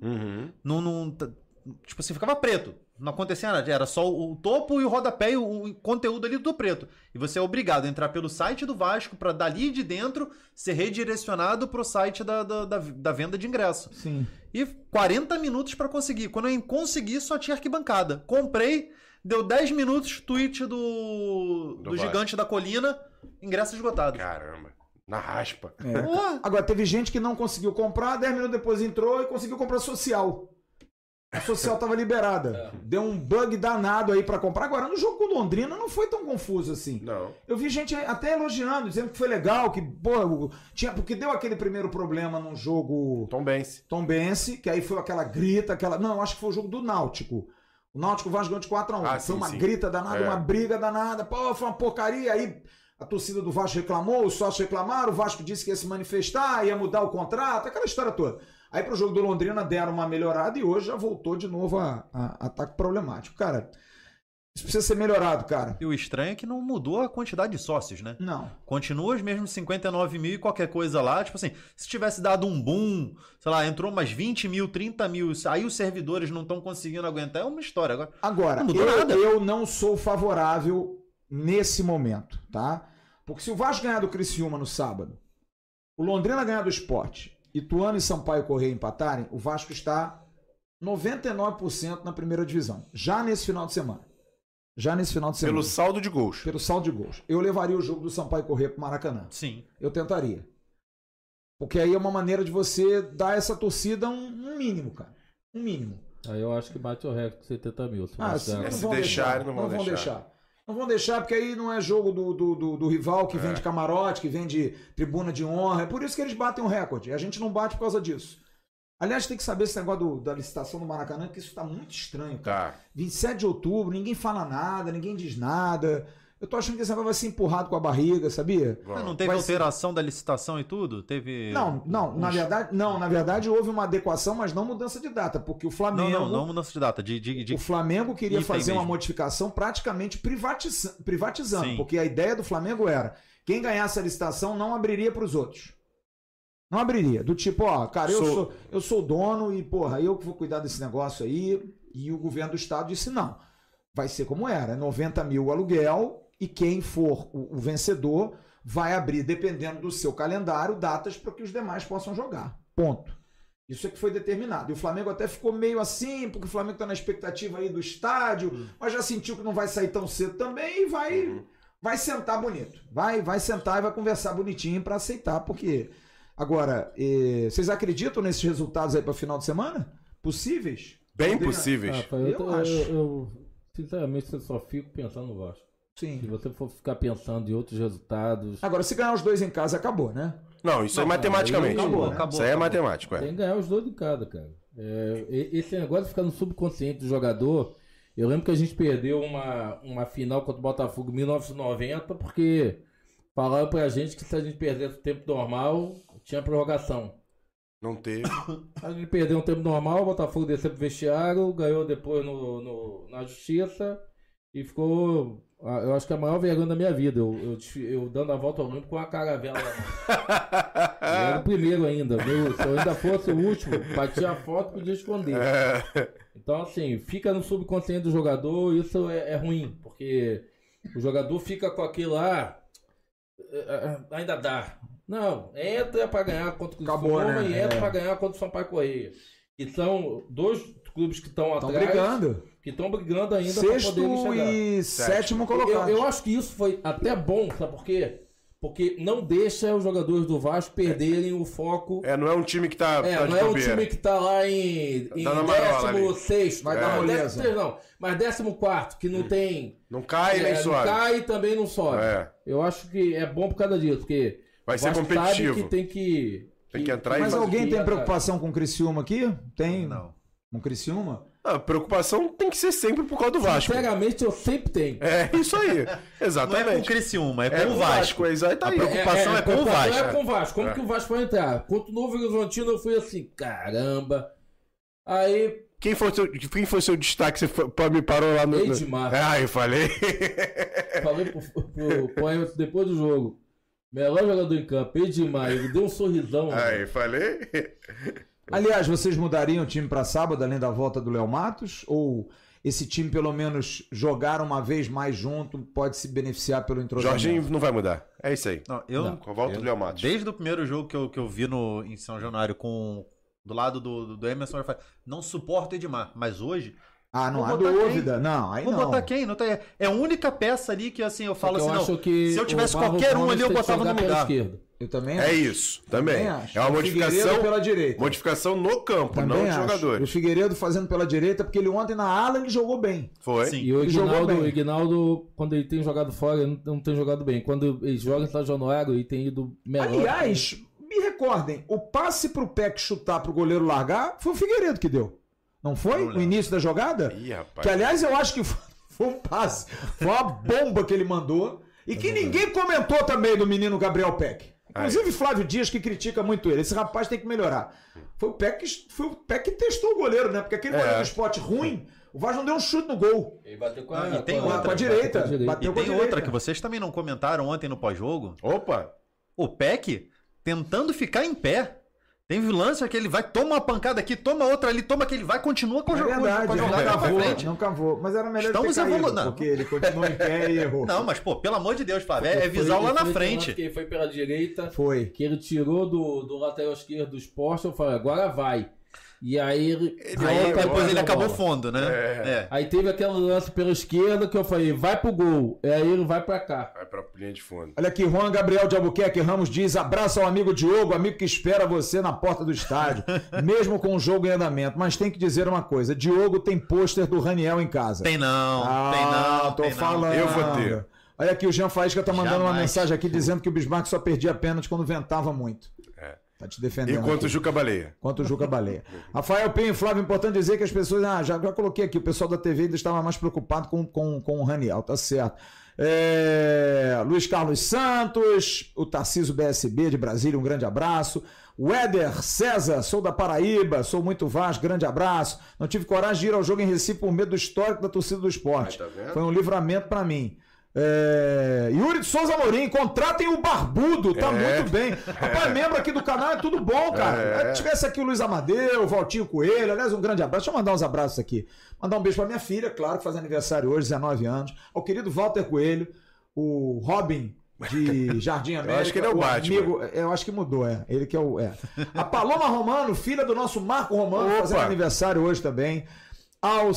Tipo assim, ficava preto. Não acontecia nada. Era só o topo e o rodapé e o conteúdo ali do preto. E você é obrigado a entrar pelo site do Vasco pra dali de dentro ser redirecionado pro site da venda de ingresso. Sim. E 40 minutos pra conseguir. Quando eu consegui, só tinha arquibancada. Comprei, deu 10 minutos, tweet do Gigante da Colina, ingresso esgotado. Caramba. Na raspa. Agora, teve gente que não conseguiu comprar, 10 minutos depois entrou e conseguiu comprar social. A social tava liberada. Deu um bug danado aí pra comprar. Agora, no jogo com Londrina não foi tão confuso assim. Não. Eu vi gente até elogiando, dizendo que foi legal, que, porque deu aquele primeiro problema num jogo... Tombense, que aí foi aquela grita, Não, acho que foi o jogo do Náutico. O Náutico Vasco ganhou de 4-1. Foi uma grita danada, uma briga danada. Pô, foi uma porcaria. Aí a torcida do Vasco reclamou, os sócios reclamaram, o Vasco disse que ia se manifestar, ia mudar o contrato, aquela história toda. Aí pro jogo do Londrina deram uma melhorada e hoje já voltou de novo a ataque problemático. Cara, Isso precisa ser melhorado, cara. E o estranho é que não mudou a quantidade de sócios, né? Não. Continua os mesmos 59 mil e qualquer coisa lá. Tipo assim, se tivesse dado um boom, sei lá, entrou umas 20 mil, 30 mil, aí os servidores não estão conseguindo aguentar, é uma história. Agora, não mudou nada. Eu não sou favorável nesse momento, tá? Porque se o Vasco ganhar do Criciúma no sábado, o Londrina ganhar do Sport, Ituano e Sampaio Corrêa empatarem, o Vasco está 99% na primeira divisão. Já nesse final de semana. Pelo saldo de gols. Pelo saldo de gols. Eu levaria o jogo do Sampaio Corrêa pro Maracanã. Sim. Eu tentaria. Porque aí é uma maneira de você dar essa torcida um mínimo, cara. Um mínimo. Aí eu acho que bate o recorde de 70 mil. Se deixarem, não vão deixar. Não vão deixar, porque aí não é jogo do rival que vem de camarote, que vem de tribuna de honra. É por isso que eles batem o recorde. A gente não bate por causa disso. Aliás, tem que saber esse negócio da licitação do Maracanã, que isso está muito estranho, cara. Tá. 27 de outubro, ninguém fala nada, ninguém diz nada. Eu tô achando que esse negócio vai ser empurrado com a barriga, sabia? Não teve alteração da licitação e tudo? Teve. Na verdade houve uma adequação, mas não mudança de data, porque o Flamengo. Não mudança de data. O Flamengo queria fazer uma modificação praticamente privatizando, Sim. porque a ideia do Flamengo era: quem ganhasse a licitação não abriria para os outros. Não abriria. Do tipo, ó, cara, eu sou dono e, porra, eu que vou cuidar desse negócio aí. E o governo do estado disse: não. Vai ser como era: 90 mil o aluguel e quem for o vencedor vai abrir, dependendo do seu calendário, datas para que os demais possam jogar. Ponto. Isso é que foi determinado. E o Flamengo até ficou meio assim, porque o Flamengo está na expectativa aí do estádio, mas já sentiu que não vai sair tão cedo também e vai sentar bonito. Vai sentar e vai conversar bonitinho para aceitar, porque... Agora, vocês acreditam nesses resultados aí para final de semana? Possíveis? Bem possíveis. Eu acho. Sinceramente, eu só fico pensando no Vasco. Sim. Se você for ficar pensando em outros resultados... Agora, se ganhar os dois em casa, acabou, né? Não, isso é matematicamente. Acabou. Isso aí é matemático. Tem que ganhar os dois em cada, cara. Esse negócio de ficar no subconsciente do jogador... Eu lembro que a gente perdeu uma final contra o Botafogo em 1990, porque... Falaram pra gente que se a gente perdesse o tempo normal, tinha prorrogação. Não teve. A gente perdeu um tempo normal, o Botafogo desceu pro vestiário, ganhou depois na justiça e ficou, eu acho que a maior vergonha da minha vida. Eu dando a volta ao mundo com a caravela na mão. Eu era o primeiro ainda. Se eu ainda fosse o último, batia a foto e podia esconder. Então, assim, fica no subconsciente do jogador, isso é ruim, porque o jogador fica com aquilo lá. Ainda dá. Não, entra pra ganhar contra o Criciúma, né? E entra pra ganhar contra o Sampaio Corrêa. Que são dois clubes que estão atrás. Que estão brigando ainda para poderem chegar. E sétimo colocado. Eu acho que isso foi até bom, sabe por quê? Porque não deixa os jogadores do Vasco perderem o foco. Não é um time que tá. Não é um time que tá lá em 16º. Vai dar moleza. Não, mas 14º, que não tem. Não cai nem sobe. Não cai e também não sobe. Eu acho que é bom por causa disso, porque vai ser competitivo. Sabe que tem que entrar. Mas alguém tem preocupação com o Criciúma aqui? Tem? Não. Com o Criciúma? A preocupação tem que ser sempre por causa do Vasco. Sinceramente, eu sempre tenho. É isso aí. Exatamente. Não é com o Criciúma, é com o Vasco. Tá a preocupação é com o Vasco. É com o Vasco. Como que o Vasco vai entrar? Contra o Novo Horizontino, eu fui assim, caramba. Aí... Quem foi seu destaque? Você me parou lá no... Edmar. Eu falei. Falei pro poema depois do jogo. Melhor jogador em campo, Edmar. Ele deu um sorrisão. Falei. Aliás, vocês mudariam o time para sábado, além da volta do Léo Matos? Ou esse time, pelo menos, jogar uma vez mais junto, pode se beneficiar pelo entrosamento? Jorginho não vai mudar. É isso aí. Com a volta do Léo Matos. Desde o primeiro jogo que eu vi em São Januário do lado do Emerson, eu falei, não suporto o Edmar. Mas hoje... não há dúvida. Vou botar quem? Não tem... É a única peça ali que assim, eu falo se eu tivesse qualquer um ali, eu botava no lugar. Eu também acho. Isso, também. Acho. É uma modificação pela direita. Modificação no campo, também não dos jogadores. O Figueiredo fazendo pela direita, porque ele ontem na ala ele jogou bem. Foi. Sim. E o Ignaldo, quando ele tem jogado fora, ele não tem jogado bem. Quando ele joga em São Januário, ele tem ido melhor. Aliás, me recordem, o passe pro Peck chutar pro goleiro largar, foi o Figueiredo que deu. Não foi? No início da jogada? Rapaz. Que, aliás, eu acho que foi um passe. Foi uma bomba que ele mandou. E que ninguém comentou também do menino Gabriel Peck. Inclusive Flávio Dias, que critica muito ele. Esse rapaz tem que melhorar. Foi o Peck que testou o goleiro, né? Porque aquele goleiro do Sport ruim, O Vasco não deu um chute no gol. Ele bateu com com a a direita. E tem outra que vocês também não comentaram ontem no pós-jogo. Opa! O Peck tentando ficar em pé. Tem lance que ele vai, toma uma pancada aqui, toma outra ali, toma aquele, vai, continua com o jogo. Não cavou. Mas era melhor Estamos ter caído, evoluindo. porque ele continuou em pé e errou. Não, mas, pô, pelo amor de Deus, Flávio, é visão lá na frente. Que ele foi pela direita, Foi. que ele tirou do lateral esquerdo do Sport, eu falei, agora vai. E aí ele depois ele acabou fundo, né? Aí teve aquele lance pela esquerda que eu falei, vai pro gol. E aí ele vai pra cá. Vai pra linha de fundo. Olha aqui, Juan Gabriel de Albuquerque Ramos diz: abraço ao amigo Diogo, amigo que espera você na porta do estádio, mesmo com o jogo em andamento. Mas tem que dizer uma coisa: Diogo tem pôster do Raniel em casa. Tem não. Tô falando. Eu vou ter. Olha aqui, o Jean Faísca tá mandando uma Jamais. mensagem aqui dizendo que o Bismarck só perdia pênalti quando ventava muito. Tá te defendendo. Enquanto aqui. o Juca Baleia. Quanto o Juca Baleia. Rafael Pinho, Flávio, importante dizer que as pessoas. Já coloquei aqui, o pessoal da TV ainda estava mais preocupado com o Raniel, tá certo. Luiz Carlos Santos, o Tarcísio BSB de Brasília, um grande abraço. O Éder César, sou da Paraíba, sou muito Vasco, grande abraço. Não tive coragem de ir ao jogo em Recife por medo do histórico da torcida do esporte. Tá vendo? Foi um livramento pra mim. Yuri de Souza Amorim, contratem o Barbudo, tá muito bem. Rapaz, membro aqui do canal, é tudo bom, cara. Se tivesse aqui o Luiz Amadeu, o Valtinho Coelho, aliás, um grande abraço. Deixa eu mandar uns abraços aqui. Mandar um beijo pra minha filha, claro, que faz aniversário hoje, 19 anos. Ao querido Walter Coelho, o Robin de Jardim América. Eu acho que ele é o Batman. Amigo, eu acho que mudou, ele que é o... A Paloma Romano, filha do nosso Marco Romano, fazendo aniversário hoje também. Ao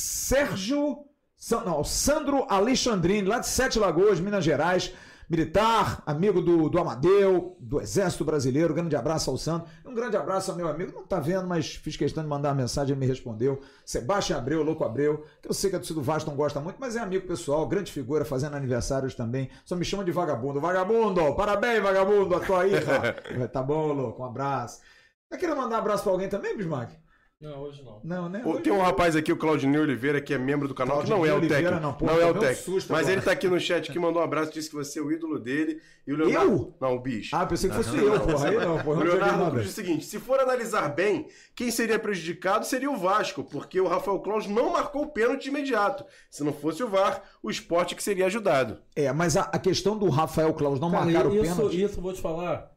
Sandro Alexandrini, lá de Sete Lagoas, Minas Gerais, militar, amigo do Amadeu, do Exército Brasileiro. Grande abraço ao Sandro. Um grande abraço ao meu amigo, não tá vendo, mas fiz questão de mandar uma mensagem, ele me respondeu. Sebastião Abreu, Louco Abreu, que eu sei que a torcida do Vasco não gosta muito, mas é amigo pessoal, grande figura, fazendo aniversários também. Só me chama de vagabundo. Vagabundo, parabéns, vagabundo, a tua irra. Tá bom, louco, um abraço. Tá querendo mandar um abraço pra alguém também, Bismarck? Não, hoje não. Não, né? Tem um rapaz aqui, o Claudinei Oliveira, que é membro do canal, que não é o técnico. Não é o técnico. Mas ele tá aqui no chat que mandou um abraço, disse que você é o ídolo dele. E o Leonardo... Eu? Não, o bicho. Ah, pensei que fosse eu, porra. Aí não, porra. O Leonardo diz o seguinte: se for analisar bem, quem seria prejudicado seria o Vasco, porque o Rafael Claus não marcou o pênalti de imediato. Se não fosse o VAR, o Sport que seria ajudado. Mas a questão do Rafael Claus não marcar o pênalti... Isso, vou te falar.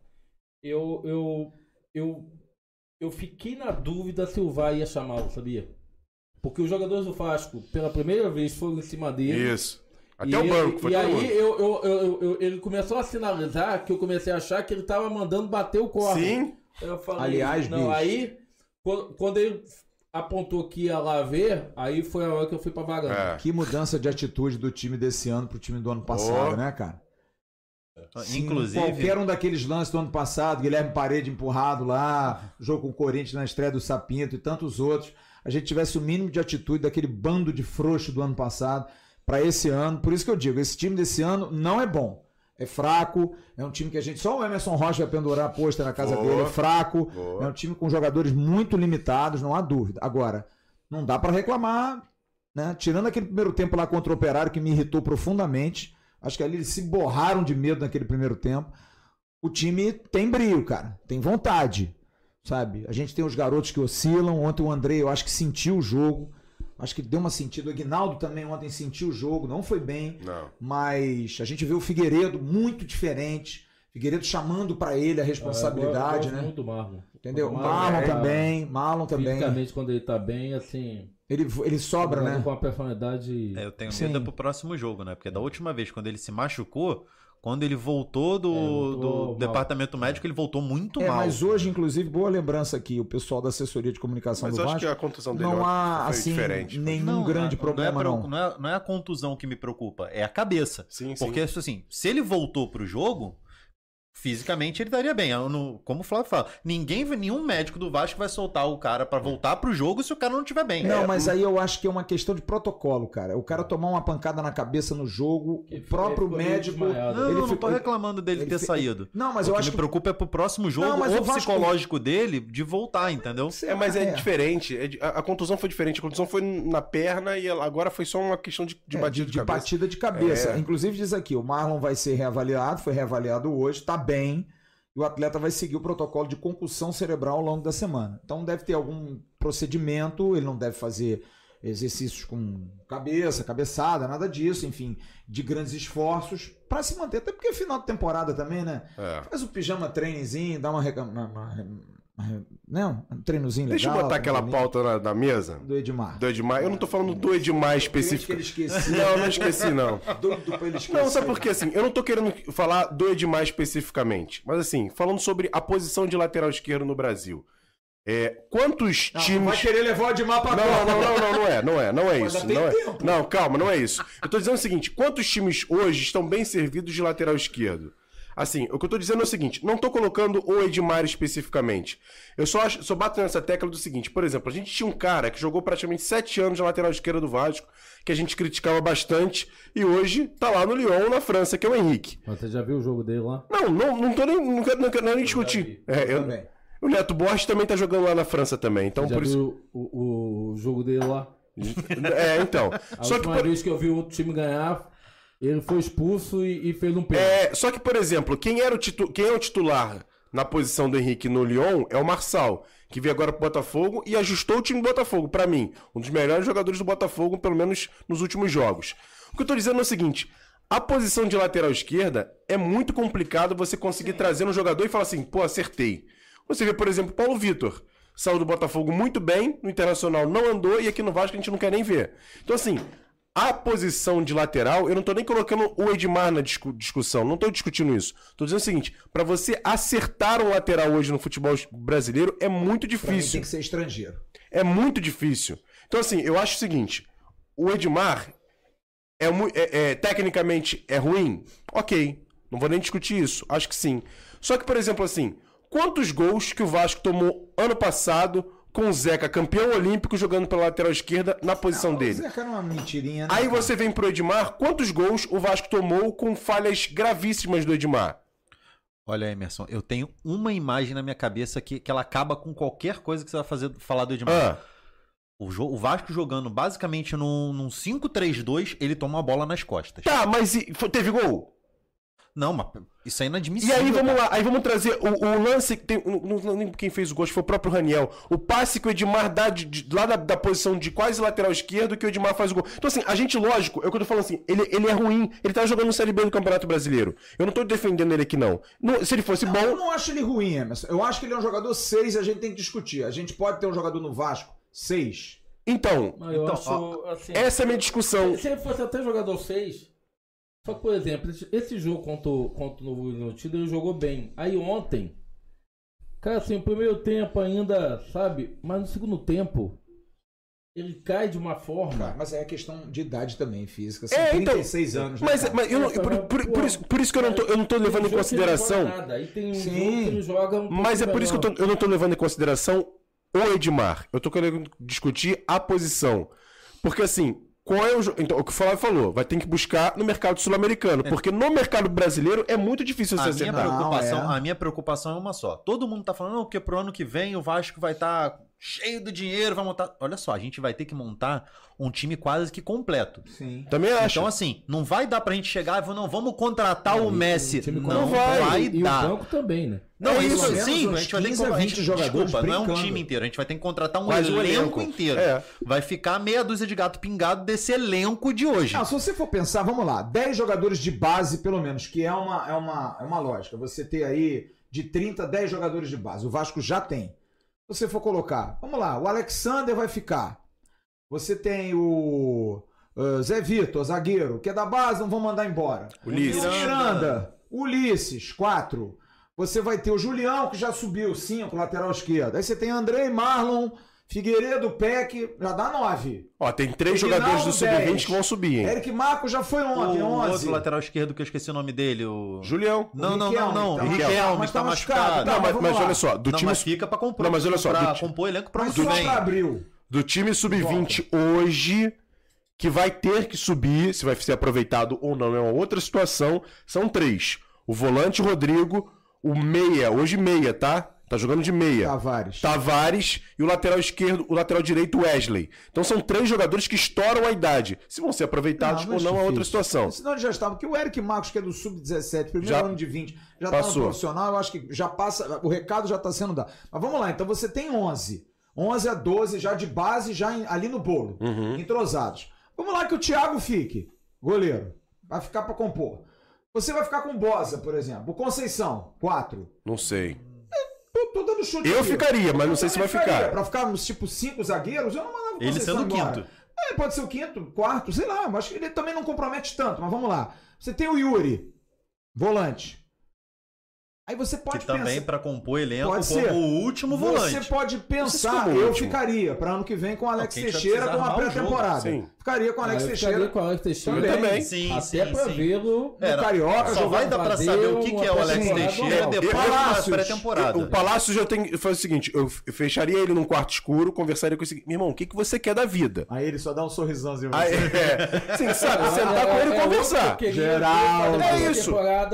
Eu fiquei na dúvida se o VAR ia chamá-lo, sabia? Porque os jogadores do Vasco, pela primeira vez, foram em cima dele. Isso. Até o banco. Foi e aí ele começou a sinalizar que eu comecei a achar que ele tava mandando bater o corpo. Sim. Eu falei, aliás, não, bicho. Aí, quando ele apontou que ia lá ver, aí foi a hora que eu fui pra varanda. Que mudança de atitude do time desse ano pro time do ano passado, né, cara? Sim, inclusive, qualquer um daqueles lances do ano passado, Guilherme Parede empurrado lá, jogo com o Corinthians na estreia do Sapinto e tantos outros, a gente tivesse o mínimo de atitude daquele bando de frouxo do ano passado para esse ano. Por isso que eu digo, esse time desse ano não é bom, é fraco, é um time que a gente, só o Emerson Rocha vai pendurar pôster na casa dele, é fraco, é um time com jogadores muito limitados, não há dúvida. Agora, não dá para reclamar, né? Tirando aquele primeiro tempo lá contra o Operário, que me irritou profundamente. Acho que ali eles se borraram de medo naquele primeiro tempo. O time tem brilho, cara. Tem vontade, sabe? A gente tem os garotos que oscilam. Ontem o Andrei, eu acho que sentiu o jogo. Acho que deu uma sentida. O Aguinaldo também ontem sentiu o jogo. Não foi bem. Não. Mas a gente vê o Figueiredo muito diferente. Figueiredo chamando para ele a responsabilidade, né? Muito Marlon. Entendeu? Marlon também. Marlon também. Fisicamente, quando ele tá bem, assim... Ele sobra, né? Com a personalidade... eu tenho medo pro próximo jogo, né? Porque da última vez, quando ele se machucou, quando ele voltou do departamento médico, ele voltou muito mal. Mas hoje, inclusive, boa lembrança aqui, o pessoal da assessoria de comunicação do Vasco... Mas eu acho que a contusão dele não há, foi assim, diferente. nenhum grande problema, não. Não é a contusão que me preocupa, é a cabeça. Sim, porque, assim, se ele voltou pro jogo... Fisicamente ele estaria bem. Como o Flávio fala, nenhum médico do Vasco vai soltar o cara pra voltar pro jogo se o cara não estiver bem. Não, mas aí eu acho que é uma questão de protocolo, cara. O cara tomar uma pancada na cabeça no jogo, o próprio médico... Não tô reclamando dele ter saído. Não, mas eu acho que... me preocupa é pro próximo jogo o psicológico dele de voltar, entendeu? Mas é diferente. A contusão foi diferente. A contusão foi na perna e agora foi só uma questão de batida de cabeça. Batida de cabeça. Inclusive diz aqui, o Marlon vai ser reavaliado, foi reavaliado hoje, tá bem, e o atleta vai seguir o protocolo de concussão cerebral ao longo da semana. Então deve ter algum procedimento, ele não deve fazer exercícios com cabeçada, nada disso, enfim, de grandes esforços para se manter, até porque é final de temporada também, né? Faz o pijama treinozinho, dá um treinozinho legal. Deixa eu botar aquela pauta na mesa. Do Edmar. Eu não tô falando do Edmar específico. Que ele esqueci. Não esqueci, não. Doido pra ele esquecer. Não, sabe por quê? Assim, eu não tô querendo falar do Edmar especificamente, mas assim, falando sobre a posição de lateral esquerdo no Brasil. Quantos times... Vai querer levar o Edmar pra não é isso. Não, calma, não é isso. Eu tô dizendo o seguinte, quantos times hoje estão bem servidos de lateral esquerdo? Assim, o que eu tô dizendo é o seguinte, não tô colocando o Edmar especificamente. Eu só bato nessa tecla do seguinte, por exemplo, a gente tinha um cara que jogou praticamente 7 anos de lateral esquerda do Vasco, que a gente criticava bastante, e hoje tá lá no Lyon, na França, que é o Henrique. Mas você já viu o jogo dele lá? Não quero nem discutir. O Neto Borges também tá jogando lá na França também, então já por isso... viu o jogo dele lá? Então. Só que vez que eu vi o outro time ganhar... Ele foi expulso e fez um pênalti. Só que, por exemplo, quem é o titular na posição do Henrique no Lyon é o Marçal, que veio agora pro Botafogo e ajustou o time do Botafogo. Pra mim, um dos melhores jogadores do Botafogo, pelo menos nos últimos jogos. O que eu tô dizendo é o seguinte, a posição de lateral esquerda é muito complicado você conseguir trazer um jogador e falar assim, pô, acertei. Você vê, por exemplo, Paulo Vitor. Saiu do Botafogo muito bem, no Internacional não andou e aqui no Vasco a gente não quer nem ver. Então, assim... A posição de lateral, eu não tô nem colocando o Edmar na discussão, não tô discutindo isso. Tô dizendo o seguinte, pra você acertar um lateral hoje no futebol brasileiro é muito difícil. Tem que ser estrangeiro. É muito difícil. Então assim, eu acho o seguinte, o Edmar tecnicamente é ruim? Ok, não vou nem discutir isso, acho que sim. Só que, por exemplo, assim, quantos gols que o Vasco tomou ano passado... com o Zeca, campeão olímpico, jogando pela lateral esquerda na posição dele. O Zeca era uma mentirinha, né? Aí você vem pro Edmar, quantos gols o Vasco tomou com falhas gravíssimas do Edmar? Olha, Emerson, eu tenho uma imagem na minha cabeça que ela acaba com qualquer coisa que você vai falar do Edmar. O Vasco jogando basicamente num 5-3-2, ele toma a bola nas costas. Tá, mas teve gol? Não, mas isso é inadmissível. E aí vamos lá, aí vamos trazer o lance que tem. Não lembro quem fez o gol, foi o próprio Raniel. O passe que o Edmar dá lá da posição de quase lateral esquerdo, que o Edmar faz o gol. Então, assim, a gente, lógico, é o que eu tô falando assim, ele é ruim, ele tá jogando no Série B do Campeonato Brasileiro. Eu não tô defendendo ele aqui, não. Se ele fosse bom. Eu não acho ele ruim, Emerson. Eu acho que ele é um jogador 6 e a gente tem que discutir. A gente pode ter um jogador no Vasco 6. Então acho, assim, essa é a minha discussão. Se ele fosse até jogador 6. Só que, por exemplo, esse jogo contra o Novo Horizontino, ele jogou bem. Aí ontem, cara, assim, o primeiro tempo ainda, sabe? Mas no segundo tempo, ele cai de uma forma... Cara, mas é questão de idade também, física. São 36 anos. Mas eu não, por isso que eu não tô levando em consideração... Aí tem um jogo que ele joga mas é por isso que eu não tô levando em consideração o Edmar. Eu tô querendo discutir a posição. Porque, assim... Então, o que o Flávio falou, vai ter que buscar no mercado sul-americano, porque no mercado brasileiro é muito difícil você acertar. A minha preocupação é uma só. Todo mundo tá falando, porque pro ano que vem o Vasco vai estar cheio do dinheiro, vai montar... Olha só, a gente vai ter que montar um time quase que completo. Sim. Também acho. Então, assim, não vai dar pra gente chegar e falar, não, vamos contratar o Messi. Não vai dar. E o banco também, né? Não, isso sim, a gente vai ter que contratar 20 jogadores. Desculpa, não é um time inteiro, a gente vai ter que contratar um elenco inteiro. Vai ficar meia dúzia de gato pingado desse elenco de hoje. Se você for pensar, vamos lá, 10 jogadores de base, pelo menos, que é uma lógica. Você ter aí de 30, 10 jogadores de base. O Vasco já tem. Se você for colocar, vamos lá, o Alexander vai ficar. Você tem o Zé Vitor, zagueiro, que é da base, não vão mandar embora. Ulisses. Miranda, Ulisses, 4. Você vai ter o Julião, que já subiu, 5, lateral esquerdo. Aí você tem André, Marlon, Figueiredo, Peck, já dá 9. Ó, tem 3 jogadores do Sub-20 que vão subir, hein? Eric Marco já foi ontem, 11. O outro lateral esquerdo que eu esqueci o nome dele, o... Julião. Não. Riquelme Está machucado. Não, mas olha só, do time... Mas fica pra compor. Não, mas olha só, compor elenco pra mas só pra abril. Do time Sub-20 hoje, que vai ter que subir, se vai ser aproveitado ou não, é uma outra situação, são 3. O volante Rodrigo, o meia, hoje meia, tá? Tá jogando de meia. Tavares e o lateral esquerdo, o lateral direito Wesley. Então são 3 jogadores que estouram a idade. Se vão ser aproveitados ou não é outra situação. Senão ele já estava. Porque o Eric Marcos, que é do Sub-17, primeiro ano de 20, já está no profissional, eu acho que já passa. O recado já está sendo dado. Mas vamos lá, então você tem 11. 11 a 12 já de base, já ali no bolo, entrosados. Vamos lá que o Thiago fique, goleiro, vai ficar para compor. Você vai ficar com Bosa, por exemplo. O Conceição, 4. Não sei. Tô dando chute. Eu ficaria, mas não sei se vai ficar. Pra ficar uns tipo 5 zagueiros, eu não mandava o Ele Conceição sendo embora. quinto. Pode ser o quinto, quarto, sei lá. Mas acho que ele também não compromete tanto. Mas vamos lá. Você tem o Yuri, volante. Aí você pode que também para compor elenco pode como ser. o último volante. Você pode pensar, como eu último. ficaria para ano que vem com o Alex Quem Teixeira com a armar o pré-temporada. jogo. Ficaria com o Alex Teixeira. Ficaria com o Alex Teixeira também. Sim, até pra sim. vê-lo no Carioca. Só vai dar pra saber o que é o Alex Teixeira depois da Palácios. pré-temporada. O Palácio já tem. Faz o seguinte: eu fecharia ele num quarto escuro, conversaria com esse. Meu irmão, o que você quer da vida? Aí ele só dá um sorrisãozinho. Aí, sim, sabe? Sentar com ele e conversar. Geral. É isso.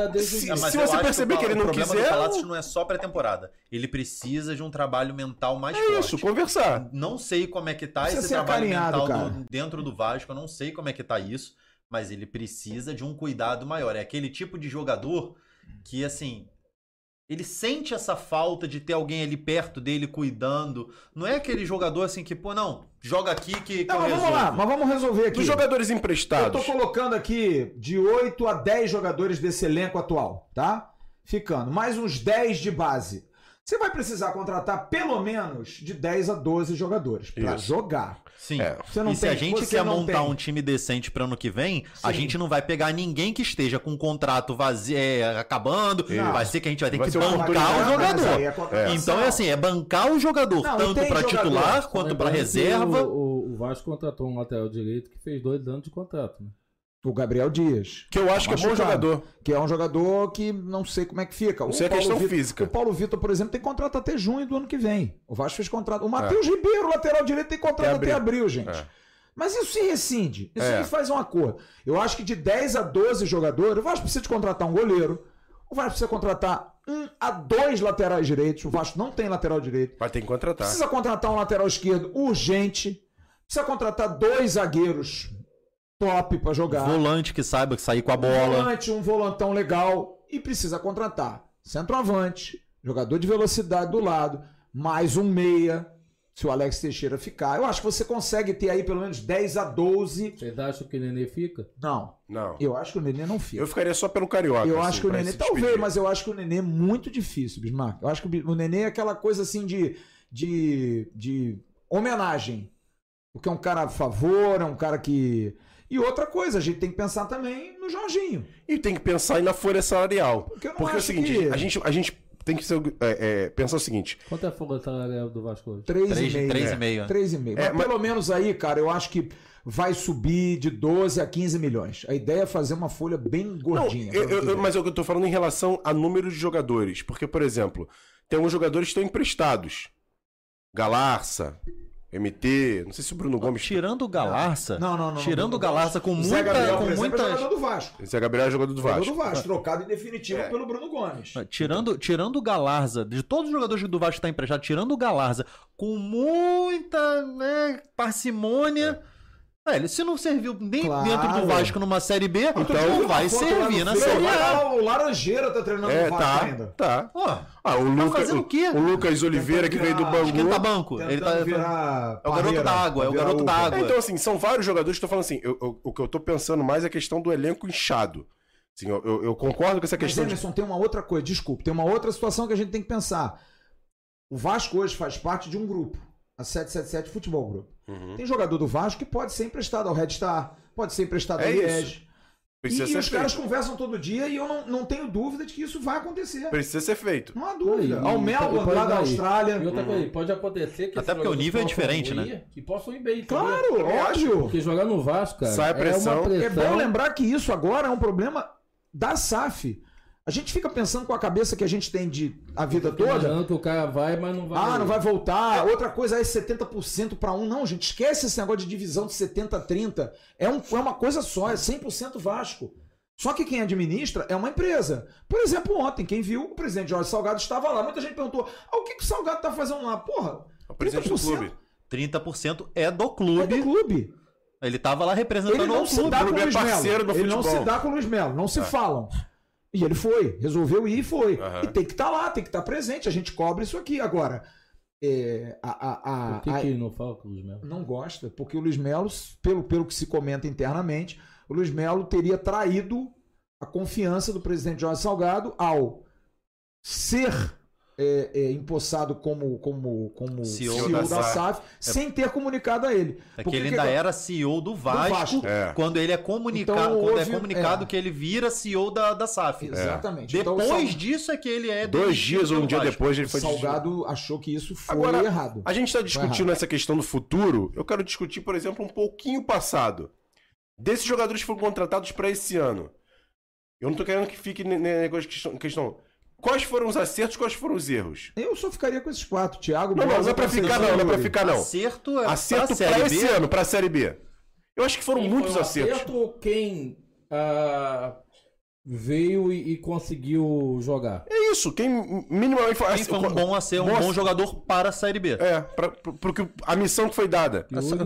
Mas Se eu você acho perceber que ele não o problema quiser, do Palácio não é só pré-temporada. Ele precisa de um trabalho mental mais É forte. isso, conversar. Não sei como é que tá Precisa esse ser trabalho acarinhado, mental cara. dentro do Vasco. Eu não sei como é que tá isso, mas ele precisa de um cuidado maior. É aquele tipo de jogador que, assim, ele sente essa falta de ter alguém ali perto dele cuidando. Não é aquele jogador assim que, pô, não, joga aqui que Não, eu mas vamos resolvo. lá, mas vamos resolver aqui. Dos jogadores Eu emprestados. tô colocando aqui de 8 a 10 jogadores desse elenco atual, tá? Ficando. Mais uns 10 de base. Você vai precisar contratar pelo menos de 10 a 12 jogadores pra Isso. jogar. Sim. Você não E se tem- a gente você quer não montar tem. um time decente para ano que vem, a Sim. gente não vai pegar ninguém que esteja com um contrato vazio, acabando. Não. Vai ser que a gente vai ter Vai que ser uma bancar o oportunidade, mas jogador. aí é contratação. Então é assim, é bancar o jogador, Não, e tanto tem para jogador, titular quanto para reserva. O Vasco contratou um lateral direito que fez 2 anos de contrato, né? O Gabriel Dias. Que eu acho que é bom Machucado. jogador. Que é um jogador que não sei como é que fica. Não sei a questão física. O Paulo Vitor, por exemplo, tem contrato até junho do ano que vem. O Vasco fez contrato. O Matheus Ribeiro, lateral direito, tem contrato até abril, gente. É. Mas isso se rescinde. Isso É. aí faz um acordo. Eu acho que de 10 a 12 jogadores, o Vasco precisa de contratar um goleiro. O Vasco precisa contratar 1 a 2 laterais direitos. O Vasco não tem lateral direito. Vai ter que contratar. Precisa contratar um lateral esquerdo urgente. Precisa contratar 2 zagueiros top pra jogar. Volante que saiba que sair com a Um bola. volante, um volantão legal. E precisa contratar centroavante, jogador de velocidade do lado, mais um meia, se o Alex Teixeira ficar. Eu acho que você consegue ter aí pelo menos 10 a 12. Vocês acham que o Nenê fica? Não, Não. eu acho que o Nenê não fica. Eu ficaria só pelo Carioca. Eu assim, acho que o pra Nenê, se talvez, despedir. mas eu acho que o Nenê é muito difícil, Bismarck. Eu acho que o Nenê é aquela coisa assim de homenagem. Porque é um cara a favor, é um cara que... E outra coisa, a gente tem que pensar também no Jorginho. E tem que pensar aí na folha salarial. Porque eu não Porque é o acho seguinte, que- a gente tem que pensar o seguinte. Quanto é a folha salarial do Vasco hoje? 3,5. 3,5. 3,5. É, Mas pelo menos aí, cara, eu acho que vai subir de 12 a 15 milhões. A ideia é fazer uma folha bem Não, gordinha. mas eu tô falando em relação a número de jogadores. Porque, por exemplo, tem alguns jogadores que estão emprestados. Galarça, MT, não sei se o Bruno Gomes... Tirando o Galarça. Não. Tirando o Galarça com Zé Gabriel, por com exemplo, é muitas. jogador do Vasco. Esse é Gabriel é jogador do Jogador Vasco. do Vasco, trocado em definitivo pelo Bruno Gomes. Tirando o Galarza, de todos os jogadores do Vasco que tá emprestado, tirando o Galarza, com muita, né, parcimônia. Se não serviu nem Claro. dentro do Vasco numa Série B, Outro dia eu vi então uma vai foto lá servir no na Face, Série vai A. lá, o Laranjeira tá treinando no Vasco ainda. Tá. Pô, O Lucas, fazendo o quê? o Lucas Oliveira, que veio do Tentando Bangu. esquenta banco. Tentando Ele tá. virar É o garoto parreira, da água, é o virar garoto da uva. água. Então, assim, são vários jogadores que eu tô falando assim. O que eu tô pensando mais é a questão do elenco inchado. Assim, eu concordo com essa Mas, questão de. Emerson, tem uma outra coisa, desculpa, tem uma outra situação que a gente tem que pensar. O Vasco hoje faz parte de um grupo, a 777 Futebol Group. Tem jogador do Vasco que pode ser emprestado ao Red Star, pode ser emprestado ao É Liege. Precisa E ser os caras feito. conversam todo dia e eu não tenho dúvida de que isso vai acontecer. Precisa ser feito. Não há dúvida. Aí, Ao Melbourne, pode lá da dar aí. Austrália. E outra coisa, pode acontecer que Até esses porque o jogadores nível é possam diferente, ir, né? Que possam ir bem. Claro, sabia? óbvio. Porque jogar no Vasco, cara, Sai a pressão. é uma pressão. É bom lembrar que isso agora é um problema da SAF. A gente fica pensando com a cabeça que a gente tem a vida toda. Imaginando que o cara vai, mas não vai. Não vai voltar. Outra coisa é 70% para um. Não, gente, esquece esse negócio de divisão de 70-30. É uma coisa só, é 100% Vasco. Só que quem administra é uma empresa. Por exemplo, ontem, quem viu, o presidente Jorge Salgado estava lá. Muita gente perguntou, o que o Salgado tá fazendo lá? Porra, O presidente do clube. 30% é do é clube. do clube. Ele tava lá representando Ele não o se clube. dá com o clube é Luiz parceiro Melo. do Ele não futebol. se dá com o Luiz Melo, não se falam. E ele foi, resolveu ir e foi. Aham. E tem que estar lá, tem que estar presente, a gente cobra isso aqui. Agora, Por que ele não fala com o Luiz Melo? Não gosta, porque o Luiz Melo, pelo que se comenta internamente, o Luiz Melo teria traído a confiança do presidente Jorge Salgado ao ser empossado como CEO da SAF, sem ter comunicado a ele. É que ele ainda era CEO do Vasco, quando ele é comunicado, que ele vira CEO da SAF. Exatamente. Depois disso é que ele é 2 dias ou um dia depois ele foi... O Salgado achou que isso foi errado. A gente está discutindo essa questão do futuro. Eu quero discutir, por exemplo, um pouquinho passado. Desses jogadores que foram contratados para esse ano. Eu não tô querendo que fique questão. Quais foram os acertos, quais foram os erros? Eu só ficaria com esses 4. Thiago, não é pra ficar não. Acerto pra esse ano, pra Série B. Eu acho que foram muitos acertos. Acerto ou quem veio e conseguiu jogar? É isso, quem minimamente foi um bom jogador para a Série B. Porque a missão que foi dada.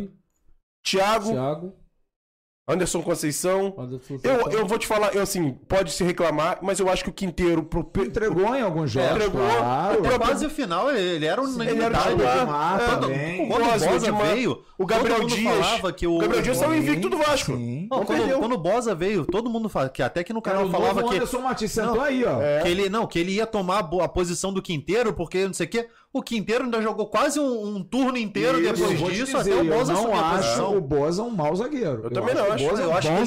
Thiago. Anderson Conceição. Eu vou te falar, pode se reclamar, mas eu acho que o Quinteiro entregou em alguns jogos. Até quase o final, ele era unanimidade. Quando o Boza veio, o Gabriel Dias estava invicto do Vasco. Quando o Boza veio, todo mundo fala que até que no canal falava que Anderson Martins sentou aí, ó. Que ele ia tomar a posição do Quinteiro, porque não sei o quê. O Quinteiro ainda jogou quase um turno inteiro depois disso, até o Boza assumir a posição. O Boza é um mau zagueiro. Eu também não acho.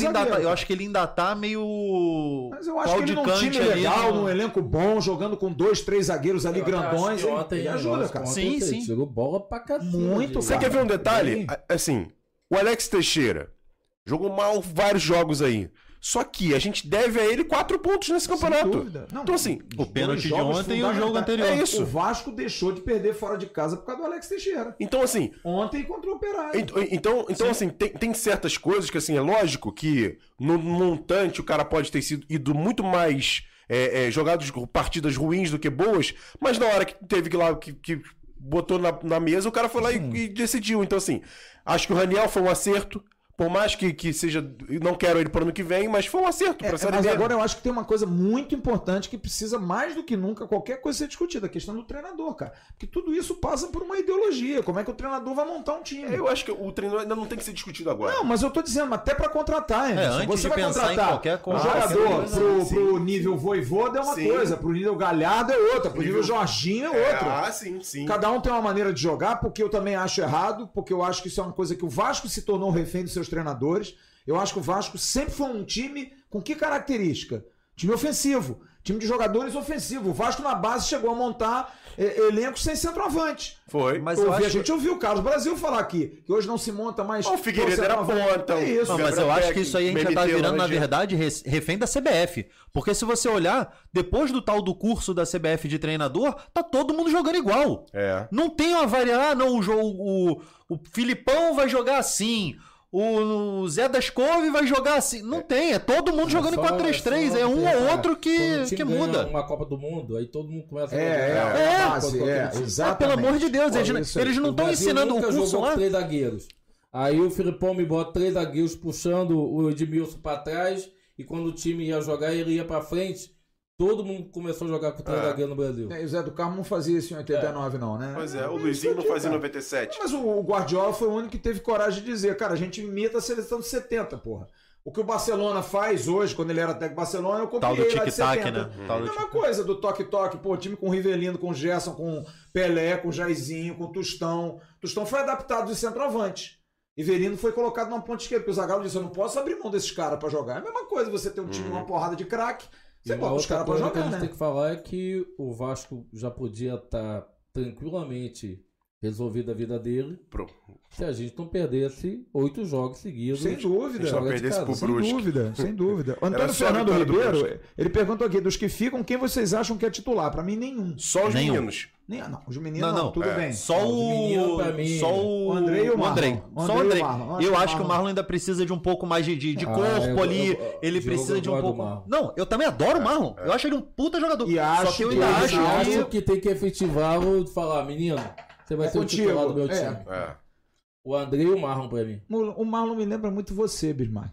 Eu acho que ele ainda tá meio... Mas eu acho que ele num time legal, num elenco bom, jogando com 2, 3 zagueiros ali grandões, ele ajuda, cara. Sim. Jogou bola pra cacete. Muito. Você quer ver um detalhe? Assim, o Alex Teixeira jogou mal vários jogos aí. Só que a gente deve a ele 4 pontos nesse campeonato. Não, então, assim, o pênalti de ontem e o jogo anterior. É isso. O Vasco deixou de perder fora de casa por causa do Alex Teixeira. Então, assim. Ontem contra o Operário. Então assim, tem certas coisas que, assim, é lógico que no montante o cara pode ter ido muito mais jogados partidas ruins do que boas, mas na hora que teve que botou na mesa, o cara foi lá e decidiu. Então, assim, acho que o Raniel foi um acerto. Por mais que seja... Não quero ele para o ano que vem, mas foi um acerto para a Série B. Mas agora eu acho que tem uma coisa muito importante que precisa mais do que nunca qualquer coisa ser discutida. A questão do treinador, cara. Porque tudo isso passa por uma ideologia. Como é que o treinador vai montar um time? Eu acho que o treinador ainda não tem que ser discutido agora. Não, mas eu tô dizendo, até para contratar, antes você de vai pensar contratar em qualquer coisa. Um jogador pro nível Voivoda é uma coisa, pro nível Galhardo é outra, pro nível Jorginho é outra. Sim. Cada um tem uma maneira de jogar, porque eu também acho errado, porque eu acho que isso é uma coisa que o Vasco se tornou refém dos seus treinadores. Eu acho que o Vasco sempre foi um time com que característica? Time ofensivo, time de jogadores ofensivo. O Vasco na base chegou a montar elencos sem centroavante. Foi. Mas a gente ouviu o Carlos Brasil falar aqui, que hoje não se monta mais... O Figueiredo era ponta. É isso. Não, mas eu acho que isso aí a gente já tá virando, na verdade, refém da CBF. Porque se você olhar, depois do tal do curso da CBF de treinador, tá todo mundo jogando igual. Não tem uma variável, o Filipão vai jogar assim... O Zé das Couve vai jogar assim. Não tem, é todo mundo jogando em 4-3-3. É um ou outro que muda. Uma Copa do Mundo, aí todo mundo começa a exatamente. Pelo amor de Deus, eles não estão ensinando o curso lá. 3 zagueiros. Aí o Filipão me bota 3 zagueiros puxando o Edmilson pra trás, e quando o time ia jogar, ele ia pra frente. Todo mundo começou a jogar com 3 zagueiros no Brasil. E o Zé do Carmo não fazia isso em 89, não, né? Pois é, o Luizinho não fazia em 97. Mas o Guardiola foi o único que teve coragem de dizer, cara, a gente imita a seleção de 70, porra. O que o Barcelona faz hoje, quando ele era técnico do Barcelona, eu copiei tal do lá de 70. Tic-tac, né? A mesma coisa do toque-toque, pô, time com Rivelino, com Gerson, com Pelé, com Jairzinho, com Tostão. Tostão foi adaptado de centroavante. Rivelino foi colocado na ponta esquerda, porque o Zagallo disse, eu não posso abrir mão desses caras pra jogar. É a mesma coisa você ter um time com uma porrada de craque, você bota os caras pra jogar, que a gente né? tem que falar é que o Vasco já podia estar tranquilamente resolvido a vida dele se a gente não perdesse 8 jogos seguidos. Sem dúvida. Sem dúvida. Antônio Fernando Ribeiro, ele perguntou aqui, dos que ficam, quem vocês acham que é titular? Pra mim, nenhum. Só os meninos. Não, os meninos não, tudo bem. Só o Andrei e o Marlon. Só o Andrei. Eu acho que o Marlon ainda precisa de um pouco mais de corpo ali. Ele precisa de um pouco... Não, eu também adoro o Marlon. Eu acho ele um puta jogador. Só que eu ainda acho que tem que efetivá-lo e falar, menino, você vai ser o titular do meu time. O Andrei e o Marlon pra mim. O Marlon me lembra muito você, Bismarck.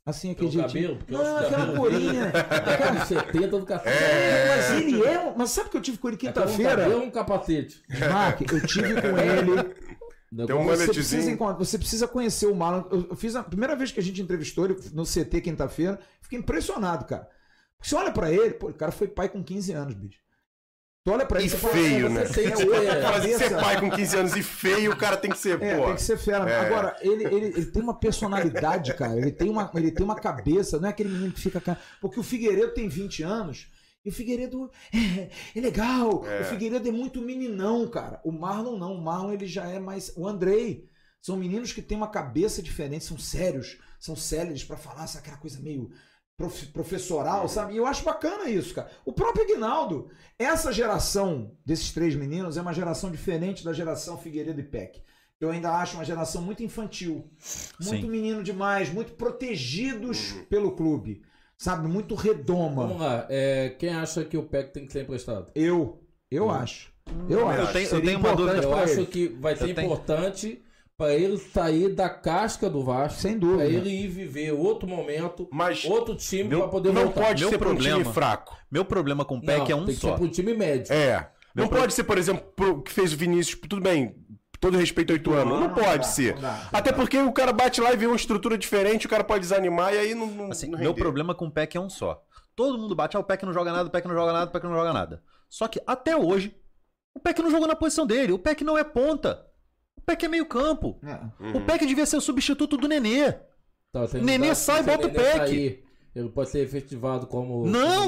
Assim, aquele jeitinho. Não, aquela corinha. Aquela 70 do café. Mas ele é... Mas sabe que eu tive com ele quinta-feira? Cabelo um capacete. Mark, eu tive com ele... Tem um Você precisa conhecer o Marlon. Eu fiz a primeira vez que a gente entrevistou ele no CT quinta-feira. Fiquei impressionado, cara. Porque você olha pra ele, pô, o cara foi pai com 15 anos, bicho. Tu olha pra ele e feio, né? Ser pai com 15 anos e feio, o cara tem que ser, pô. Tem que ser fera. Agora, ele tem uma personalidade, cara. Ele tem uma cabeça. Não é aquele menino que fica... Porque o Figueiredo tem 20 anos... E o Figueiredo é legal. O Figueiredo é muito meninão, cara. O Marlon não. O Marlon ele já é mais... O Andrei são meninos que têm uma cabeça diferente, são sérios, são céleres pra falar, sabe, aquela coisa meio professoral, sabe? E eu acho bacana isso, cara. O próprio Aguinaldo, essa geração desses 3 meninos é uma geração diferente da geração Figueiredo e Peck. Eu ainda acho uma geração muito infantil, muito menino demais, muito protegidos pelo clube. Sabe, muito redoma. Vamos lá, quem acha que o PEC tem que ser emprestado? Eu acho. Eu tenho uma dúvida. Eu acho que vai ser importante para ele sair da casca do Vasco. Sem dúvida. Para ele ir viver outro momento, outro time para poder não voltar. Não pode ser para um time fraco. Meu problema com o PEC é um tem só. Tem que ser para um time médio. Não pode ser, por exemplo, o que fez o Vinícius, tudo bem... Todo respeito, 8 anos. Não pode ser. Até porque o cara bate lá e vê uma estrutura diferente, o cara pode desanimar e aí não assim, não meu problema com o PEC é um só. Todo mundo bate, o PEC não joga nada, o PEC não joga nada, o PEC não joga nada. Só que até hoje, o PEC não jogou na posição dele. O PEC não é ponta. O PEC é meio campo. O PEC devia ser o substituto do Nenê. Nenê sai e bota o PEC. Ele pode ser efetivado como...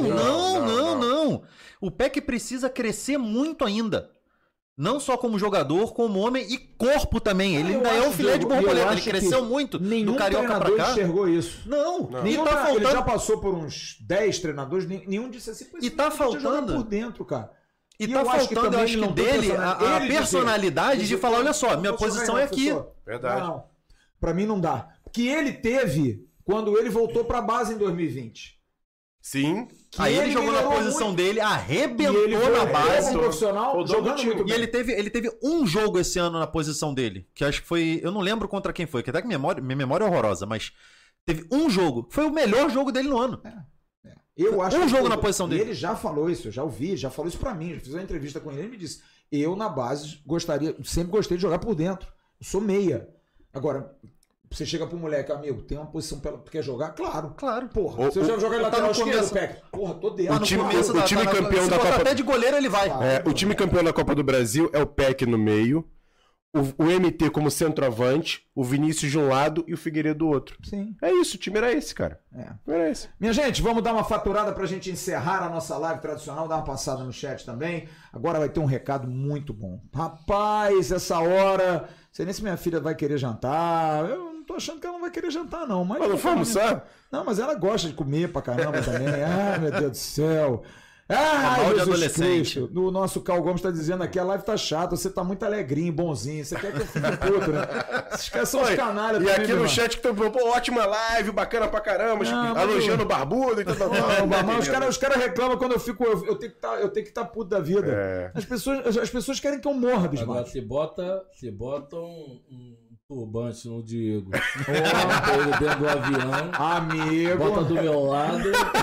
Não. O PEC precisa crescer muito ainda. Não só como jogador, como homem e corpo também. Ele ainda é um filé de borboleta. Ele cresceu muito do Carioca pra cá. Enxergou isso. Não. E tá faltando... Ele já passou por uns 10 treinadores, nenhum disse assim, e tá faltando por dentro, cara. E tá faltando, eu acho que dele, a personalidade de falar, olha só, minha posição é aqui. Verdade. Não, pra mim não dá. Que ele teve quando ele voltou pra base em 2020. Sim. Aí ele jogou na posição dele, arrebentou na base. Profissional, jogando muito bem. E ele teve um jogo esse ano na posição dele, que acho que foi, eu não lembro contra quem foi, que até que minha memória é horrorosa, mas teve um jogo, foi o melhor jogo dele no ano. Eu acho jogo na posição dele. Ele já falou isso, eu já ouvi, já falou isso pra mim, já fiz uma entrevista com ele, ele me disse, eu na base sempre gostei de jogar por dentro, eu sou meia. Agora, você chega pro moleque, amigo, tem uma posição pra tu quer jogar? Claro. Porra, você já joga lateral esquerdo, Peck. Porra, tô dentro. O time campeão da Copa... até de goleiro ele vai. O time campeão da Copa do Brasil é o Peck no meio, o MT como centroavante, o Vinícius de um lado e o Figueiredo do outro. Sim. É isso, o time era esse, cara. Era esse. Minha gente, vamos dar uma faturada pra gente encerrar a nossa live tradicional, dar uma passada no chat também. Agora vai ter um recado muito bom. Rapaz, essa hora... Sei nem se minha filha vai querer jantar. Eu não tô achando que ela não vai querer jantar, não. Mas não foi almoçar? Não, mas ela gosta de comer pra caramba também. Ai, meu Deus do céu. Mal de adolescente. O nosso Cal Gomes tá dizendo aqui, a live tá chata, você tá muito alegrinho, bonzinho. Você quer que eu fique puto, né? Esses caras são os canalhas. E aqui no chat que estão pô, ótima live, bacana pra caramba, elogiando o barbudo e tudo mais. Os caras reclamam quando eu fico. Eu tenho que estar puto da vida. As pessoas querem que eu morra, Bismarck. Agora se bota um turbante no Diego. Ele dentro do avião. Amigo. Bota do meu lado.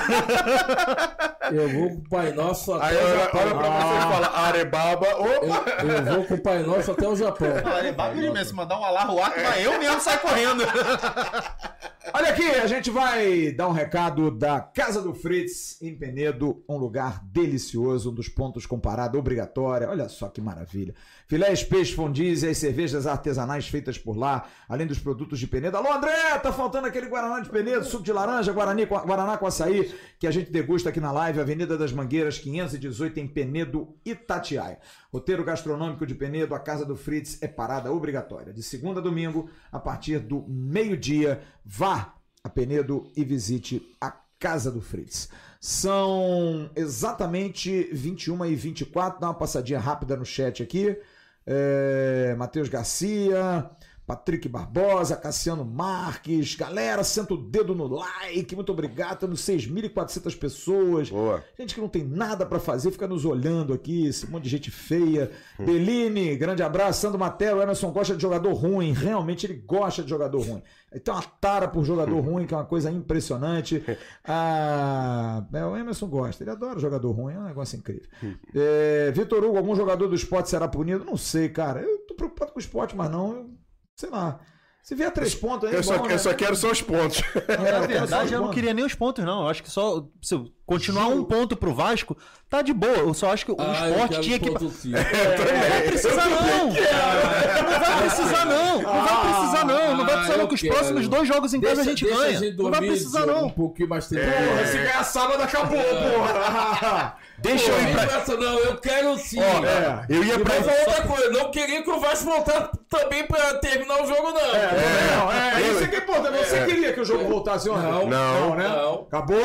Eu vou com o Pai Nosso até aí, o Japão. Olha pra você e fala, Arebaba. Eu vou com o Pai Nosso até o Japão. Arebaba ele mesmo, se mandar um alarro ar, eu mesmo saio correndo. Olha aqui, a gente vai dar um recado da Casa do Fritz, em Penedo, um lugar delicioso, um dos pontos com parada obrigatória. Olha só que maravilha. Filés, peixes, fondis e as cervejas artesanais feitas por lá, além dos produtos de Penedo. Alô, André, tá faltando aquele Guaraná de Penedo, suco de laranja, Guaraná com açaí, que a gente degusta aqui na live, Avenida das Mangueiras, 518, em Penedo, Itatiaia. Roteiro gastronômico de Penedo, a Casa do Fritz é parada obrigatória. De segunda a domingo, a partir do meio-dia, vá a Penedo e visite a Casa do Fritz. São exatamente 21h24, dá uma passadinha rápida no chat aqui. Matheus Garcia, Patrick Barbosa, Cassiano Marques, galera, senta o dedo no like, muito obrigado, temos 6.400 pessoas. Boa. Gente que não tem nada pra fazer, fica nos olhando aqui, esse monte de gente feia. Beline, grande abraço. Sandro Mateo, o Emerson gosta de jogador ruim, realmente ele gosta de jogador ruim. Ele tem uma tara por jogador ruim, que é uma coisa impressionante. O Emerson gosta, ele adora jogador ruim, é um negócio incrível. Vitor Hugo, algum jogador do esporte será punido? Não sei, cara, eu tô preocupado com o esporte, mas não... Sei lá. Se vier 3 pontos aí. Eu só quero só os pontos. Na verdade, eu não queria nem os pontos, não. Eu acho que só. Se continuar um ponto pro Vasco, tá de boa. Eu só acho que o esporte tinha que. Não vai precisar, não. Não vai precisar, não. Não vai precisar, não. Não vai precisar, não. Que os próximos 2 jogos em casa a gente ganha. Não vai precisar, não. Um pouquinho mais tempo. Porra, se ganhar sábado, acabou, porra. Deixa eu ir pra... Não, eu quero sim. Eu ia pra... outra coisa, não queria que o Vasco voltasse também pra terminar o jogo, não. Isso que importa. Você queria que o jogo voltasse ontem? Não, né? Acabou.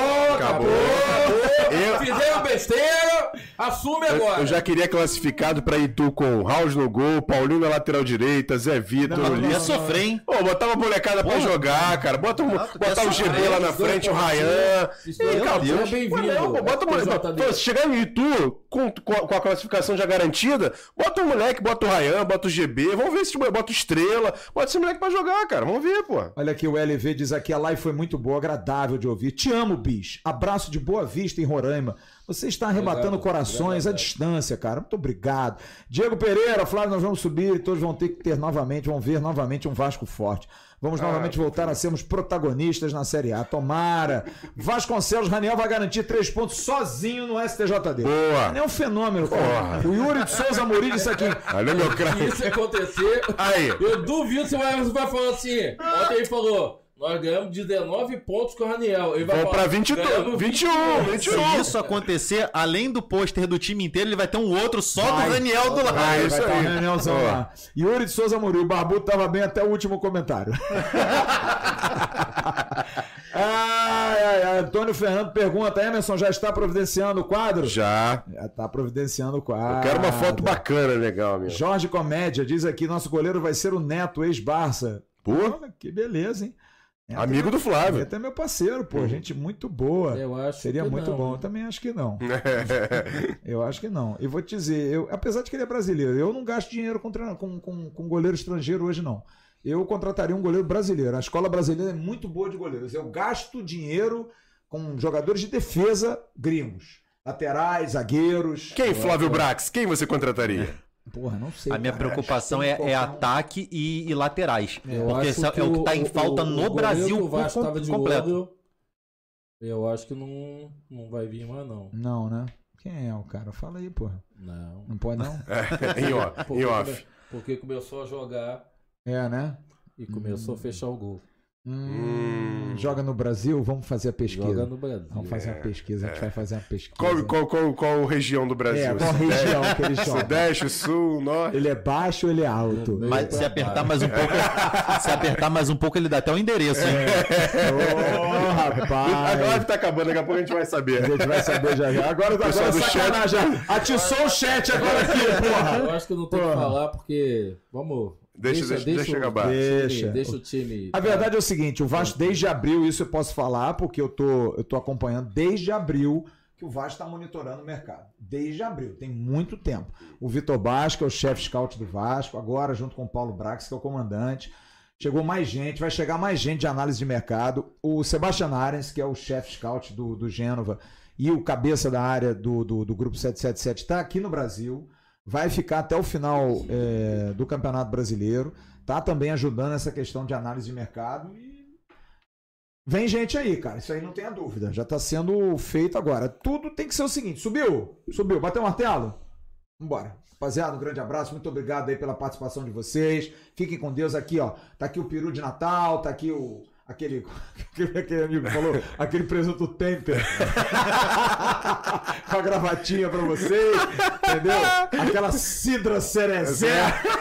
Fizeram besteira, assume agora. Eu já queria classificado pra Itu com Raul no gol, Paulinho na lateral direita, Zé Vitor, Ia sofrer, hein? Pô, botar uma molecada pra jogar, cara. Botar o GB lá na frente, o Ryan. É bem-vindo. Bota o chegar em Itu com a classificação já garantida, bota o moleque, bota o Ryan, bota o GB, vamos ver se bota o Estrela, bota esse moleque pra jogar, cara. Vamos ver, pô. Olha aqui, o LV diz aqui, a live foi muito boa, agradável de ouvir. Te amo, bis. Abraço de Boa Vista, em Roraima. Você está arrebatando corações à distância, cara. Muito obrigado. Diego Pereira, Flávio, nós vamos subir e todos vão ter que ver novamente um Vasco forte. Vamos novamente voltar a sermos protagonistas na Série A. Tomara. Vasconcelos, Raniel vai garantir 3 pontos sozinho no STJD. Boa. Raniel é um fenômeno, cara. O Yuri de Souza Amorim disse aqui. Olha meu craque. Se isso acontecer, Aí. eu duvido se vai falar assim. Ontem ele falou... Nós ganhamos 19 pontos com o Raniel. Ele vai Vamos pra 22, 21. Se isso acontecer, além do pôster do time inteiro, ele vai ter um outro só do Raniel do lado. Vai estar o Ranielzão lá. Yuri de Souza Amorim, o Barbudo tava bem até o último comentário. Antônio Fernando pergunta, Emerson já está providenciando o quadro? Já está providenciando o quadro. Eu quero uma foto bacana, legal, meu. Jorge Comédia diz aqui, nosso goleiro vai ser o Neto, ex-Barça. Pô, que beleza, hein? Amigo do Flávio. É até meu parceiro, pô. Gente muito boa. Eu acho Seria que muito não, bom. né? Eu também acho que não. Eu acho que não. E vou te dizer, apesar de que ele é brasileiro, eu não gasto dinheiro com goleiro estrangeiro hoje, não. Eu contrataria um goleiro brasileiro. A escola brasileira é muito boa de goleiros. Eu gasto dinheiro com jogadores de defesa gringos. Laterais, zagueiros. Quem, Flávio Brax? Quem você contrataria? Porra, não sei. A minha preocupação é ataque e laterais. Porque acho é o que tá em falta no Brasil que o Vasco tava de completo. olho, eu acho que não vai vir mais, não. Não, né? Quem é o cara? Fala aí, porra. Não. Não pode, não? Em off. Porque começou a jogar É, né? e começou a fechar o gol. Joga no Brasil? Vamos fazer a pesquisa. Joga no Brasil. Vamos fazer uma pesquisa. A gente vai fazer uma pesquisa. Qual região do Brasil? Qual região que ele joga? Sudeste, Sul, Norte? Ele é baixo ou ele é alto? Mas se apertar mais um pouco, ele dá até o endereço, hein? Ô, rapaz. A live tá acabando, daqui a pouco a gente vai saber. A gente vai saber já. Agora do sacanagem. Atiçou o chat agora aqui, porra. Eu acho que eu não tenho que falar porque... Vamos... Deixa acabar. Deixa o time... A verdade é o seguinte, o Vasco desde abril, isso eu posso falar, porque eu tô acompanhando desde abril que o Vasco está monitorando o mercado. Desde abril, tem muito tempo. O Vitor Basco, que é o chefe scout do Vasco, agora junto com o Paulo Brax, que é o comandante. Chegou mais gente, vai chegar mais gente de análise de mercado. O Sebastian Arens, que é o chefe scout do Gênova e o cabeça da área do Grupo 777, está aqui no Brasil. Vai ficar até o final do Campeonato Brasileiro. Tá também ajudando essa questão de análise de mercado. E vem gente aí, cara. Isso aí não tenha dúvida. Já está sendo feito agora. Tudo tem que ser o seguinte. Subiu? Bateu o martelo? Vambora. Rapaziada, um grande abraço. Muito obrigado aí pela participação de vocês. Fiquem com Deus aqui, ó. Tá aqui o peru de Natal. Tá aqui aquele amigo falou, aquele presunto temper com a gravatinha pra vocês, entendeu? Aquela cidra cerezé,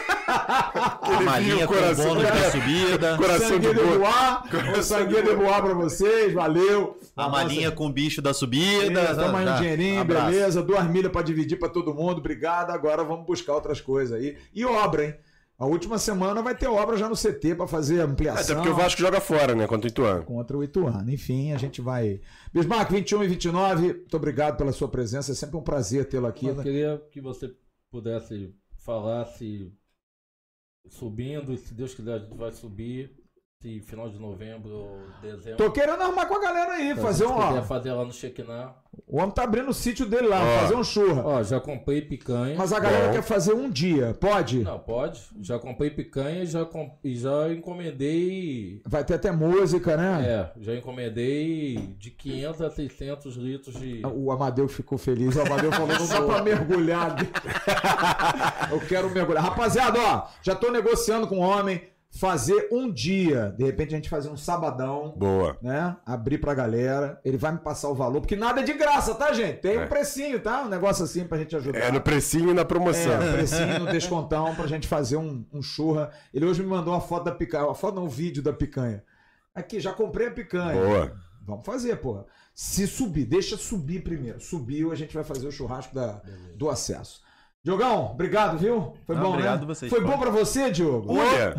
a malinha com bônus da subida, sangue de boa pra vocês, valeu. A malinha com o bicho da subida, toma aí um dinheirinho, beleza, 2 milhas pra dividir pra todo mundo, obrigado, agora vamos buscar outras coisas aí, e obra, hein? A última semana vai ter obra já no CT para fazer ampliação. Até porque o Vasco joga fora, né? Contra o Ituano. Contra o Ituano. Enfim, a gente vai... Bismarck, 21 e 29, muito obrigado pela sua presença. É sempre um prazer tê-lo aqui. Eu queria que você pudesse falar se subindo, se Deus quiser a gente vai subir. Se final de novembro ou dezembro. Tô querendo arrumar com a galera aí, fazer um. Ó, fazer lá no Shekinah. O homem tá abrindo o sítio dele lá, fazer um churra. Ó, já comprei picanha. Mas a galera quer fazer um dia, pode? Não, pode. Já comprei picanha e já encomendei. Vai ter até música, né? É, já encomendei de 500 a 600 litros de. O Amadeu ficou feliz. O Amadeu falou: não dá pra mergulhar. Eu quero mergulhar. Rapaziada, ó, já tô negociando com o homem. Fazer um dia, de repente a gente fazer um sabadão. Boa. Né? Abrir pra galera. Ele vai me passar o valor, porque nada é de graça, tá, gente? Tem um precinho, tá? Um negócio assim pra gente ajudar. É no precinho e na promoção. No precinho, no descontão, pra gente fazer um churra. Ele hoje me mandou uma foto da picanha. Uma foto não, um vídeo da picanha. Aqui, já comprei a picanha. Boa. Vamos fazer, porra. Se subir, deixa subir primeiro. Subiu, a gente vai fazer o churrasco do acesso. Diogão, obrigado, viu? Foi bom, obrigado né? Vocês, foi bom pra você, Diogo? Olha!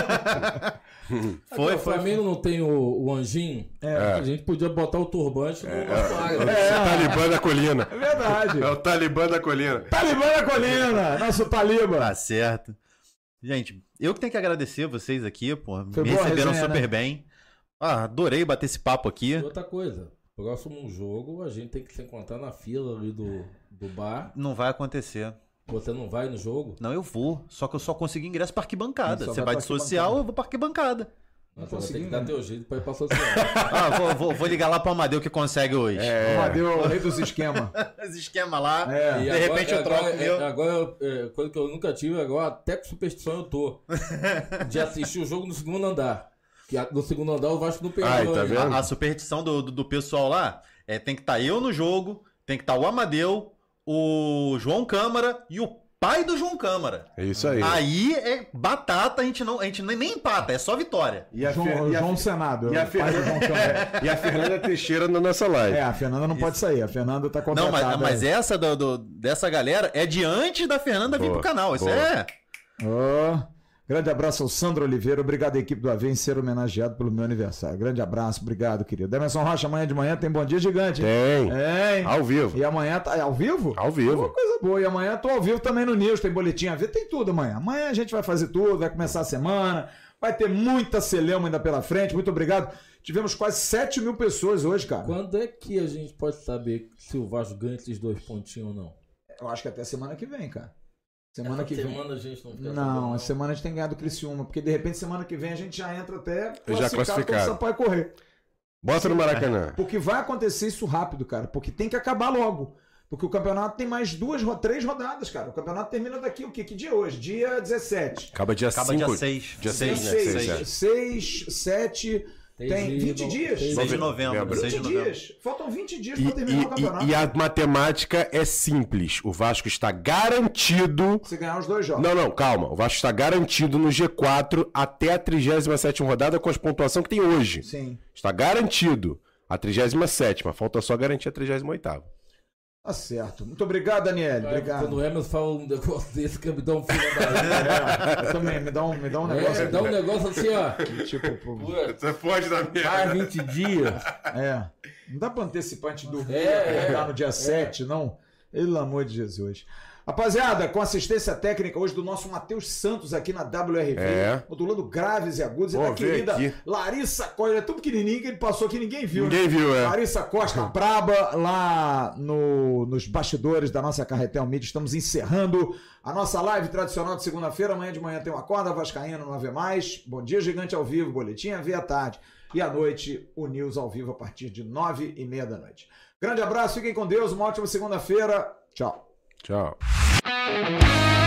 O Flamengo não tem o anjinho? A gente podia botar o turbante no O Talibã da colina. É verdade. É o Talibã da colina. Talibã da colina, nosso Talibã. Tá certo. Gente, eu que tenho que agradecer vocês aqui, pô. Foi Me boa a receberam resenha, super né? bem. Adorei bater esse papo aqui. Outra coisa, próximo jogo a gente tem que se encontrar na fila ali do bar. Não vai acontecer. Você não vai no jogo? Não, eu vou. Só que eu só consegui ingresso pra arquibancada. Só Você vai vai pra de social, eu vou pra arquibancada. Você vai ter que dar teu jeito pra ir pra social. Vou ligar lá pro Amadeu que consegue hoje. O Amadeu, o rei dos esquemas. Os esquemas lá. E De agora, repente eu troco o meu. Agora, coisa que eu nunca tive, agora até com superstição eu tô. De assistir o jogo no segundo andar. Que no segundo andar o Vasco não perdeu. Tá vendo? A superstição do pessoal lá tem que estar eu no jogo, tem que estar o Amadeu, o João Câmara e o pai do João Câmara. É isso aí. Aí é batata, a gente nem empata, é só vitória. E a João Senado. E a Fernanda Teixeira na nossa live. A Fernanda não pode sair. A Fernanda tá contratada. Não, mas essa dessa galera é de antes da Fernanda vir pro canal. Isso é... Grande abraço ao Sandro Oliveira. Obrigado, equipe do AV, em ser homenageado pelo meu aniversário. Grande abraço, obrigado, querido. Emerson Rocha, amanhã de manhã tem Bom Dia Gigante. Tem. Ao vivo. E amanhã tá ao vivo? Ao vivo. Uma coisa boa. E amanhã tô ao vivo também no News. Tem boletim AV, tem tudo amanhã. Amanhã a gente vai fazer tudo, vai começar a semana. Vai ter muita celeuma ainda pela frente. Muito obrigado. Tivemos quase 7 mil pessoas hoje, cara. Quando é que a gente pode saber se o Vasco ganha esses 2 pontinhos ou não? Eu acho que até semana que vem, cara. Semana que vem. A gente não fica Não, a semana a gente tem ganhado o Criciúma, porque de repente semana que vem a gente já entra até classificado para o Sampaio correr. Bota no Maracanã. Porque vai acontecer isso rápido, cara, porque tem que acabar logo. Porque o campeonato tem mais 3 rodadas, cara. O campeonato termina daqui o quê? Que dia é hoje? Dia 17. Acaba dia 5. Dia 6. Dia 6, né? 6, 7... Tem 20 dias. 6 de novembro. 20 dias. Faltam 20 dias para terminar o campeonato. E a matemática é simples. O Vasco está garantido... Se ganhar os 2 jogos. Não, calma. O Vasco está garantido no G4 até a 37ª rodada com as pontuação que tem hoje. Sim. Está garantido. A 37ª. Falta só garantir a 38ª. Tá certo. Muito obrigado, Daniel. Obrigado. Quando o Emerson fala um negócio desse, que me dá um fio na barriga. Eu também, me dá um negócio. Me dá um negócio assim, ó. Tipo, você pode dar merda. Mais 20 dias. Não dá pra antecipar antes de dormir no dia 7, não? Pelo amor de Jesus. Rapaziada, com assistência técnica hoje do nosso Matheus Santos aqui na WRV, modulando graves e agudos, e da querida Larissa Costa, é tão pequenininho que ele passou aqui, ninguém viu. Larissa Costa braba, lá nos bastidores da nossa Carretel Mídia. Estamos encerrando a nossa live tradicional de segunda-feira. Amanhã de manhã tem uma Acorda Vascaína no AV+. Bom Dia Gigante ao vivo, boletim AV à tarde. E à noite, o News ao vivo a partir de 9h30 da noite. Grande abraço, fiquem com Deus, uma ótima segunda-feira. Tchau. Tchau.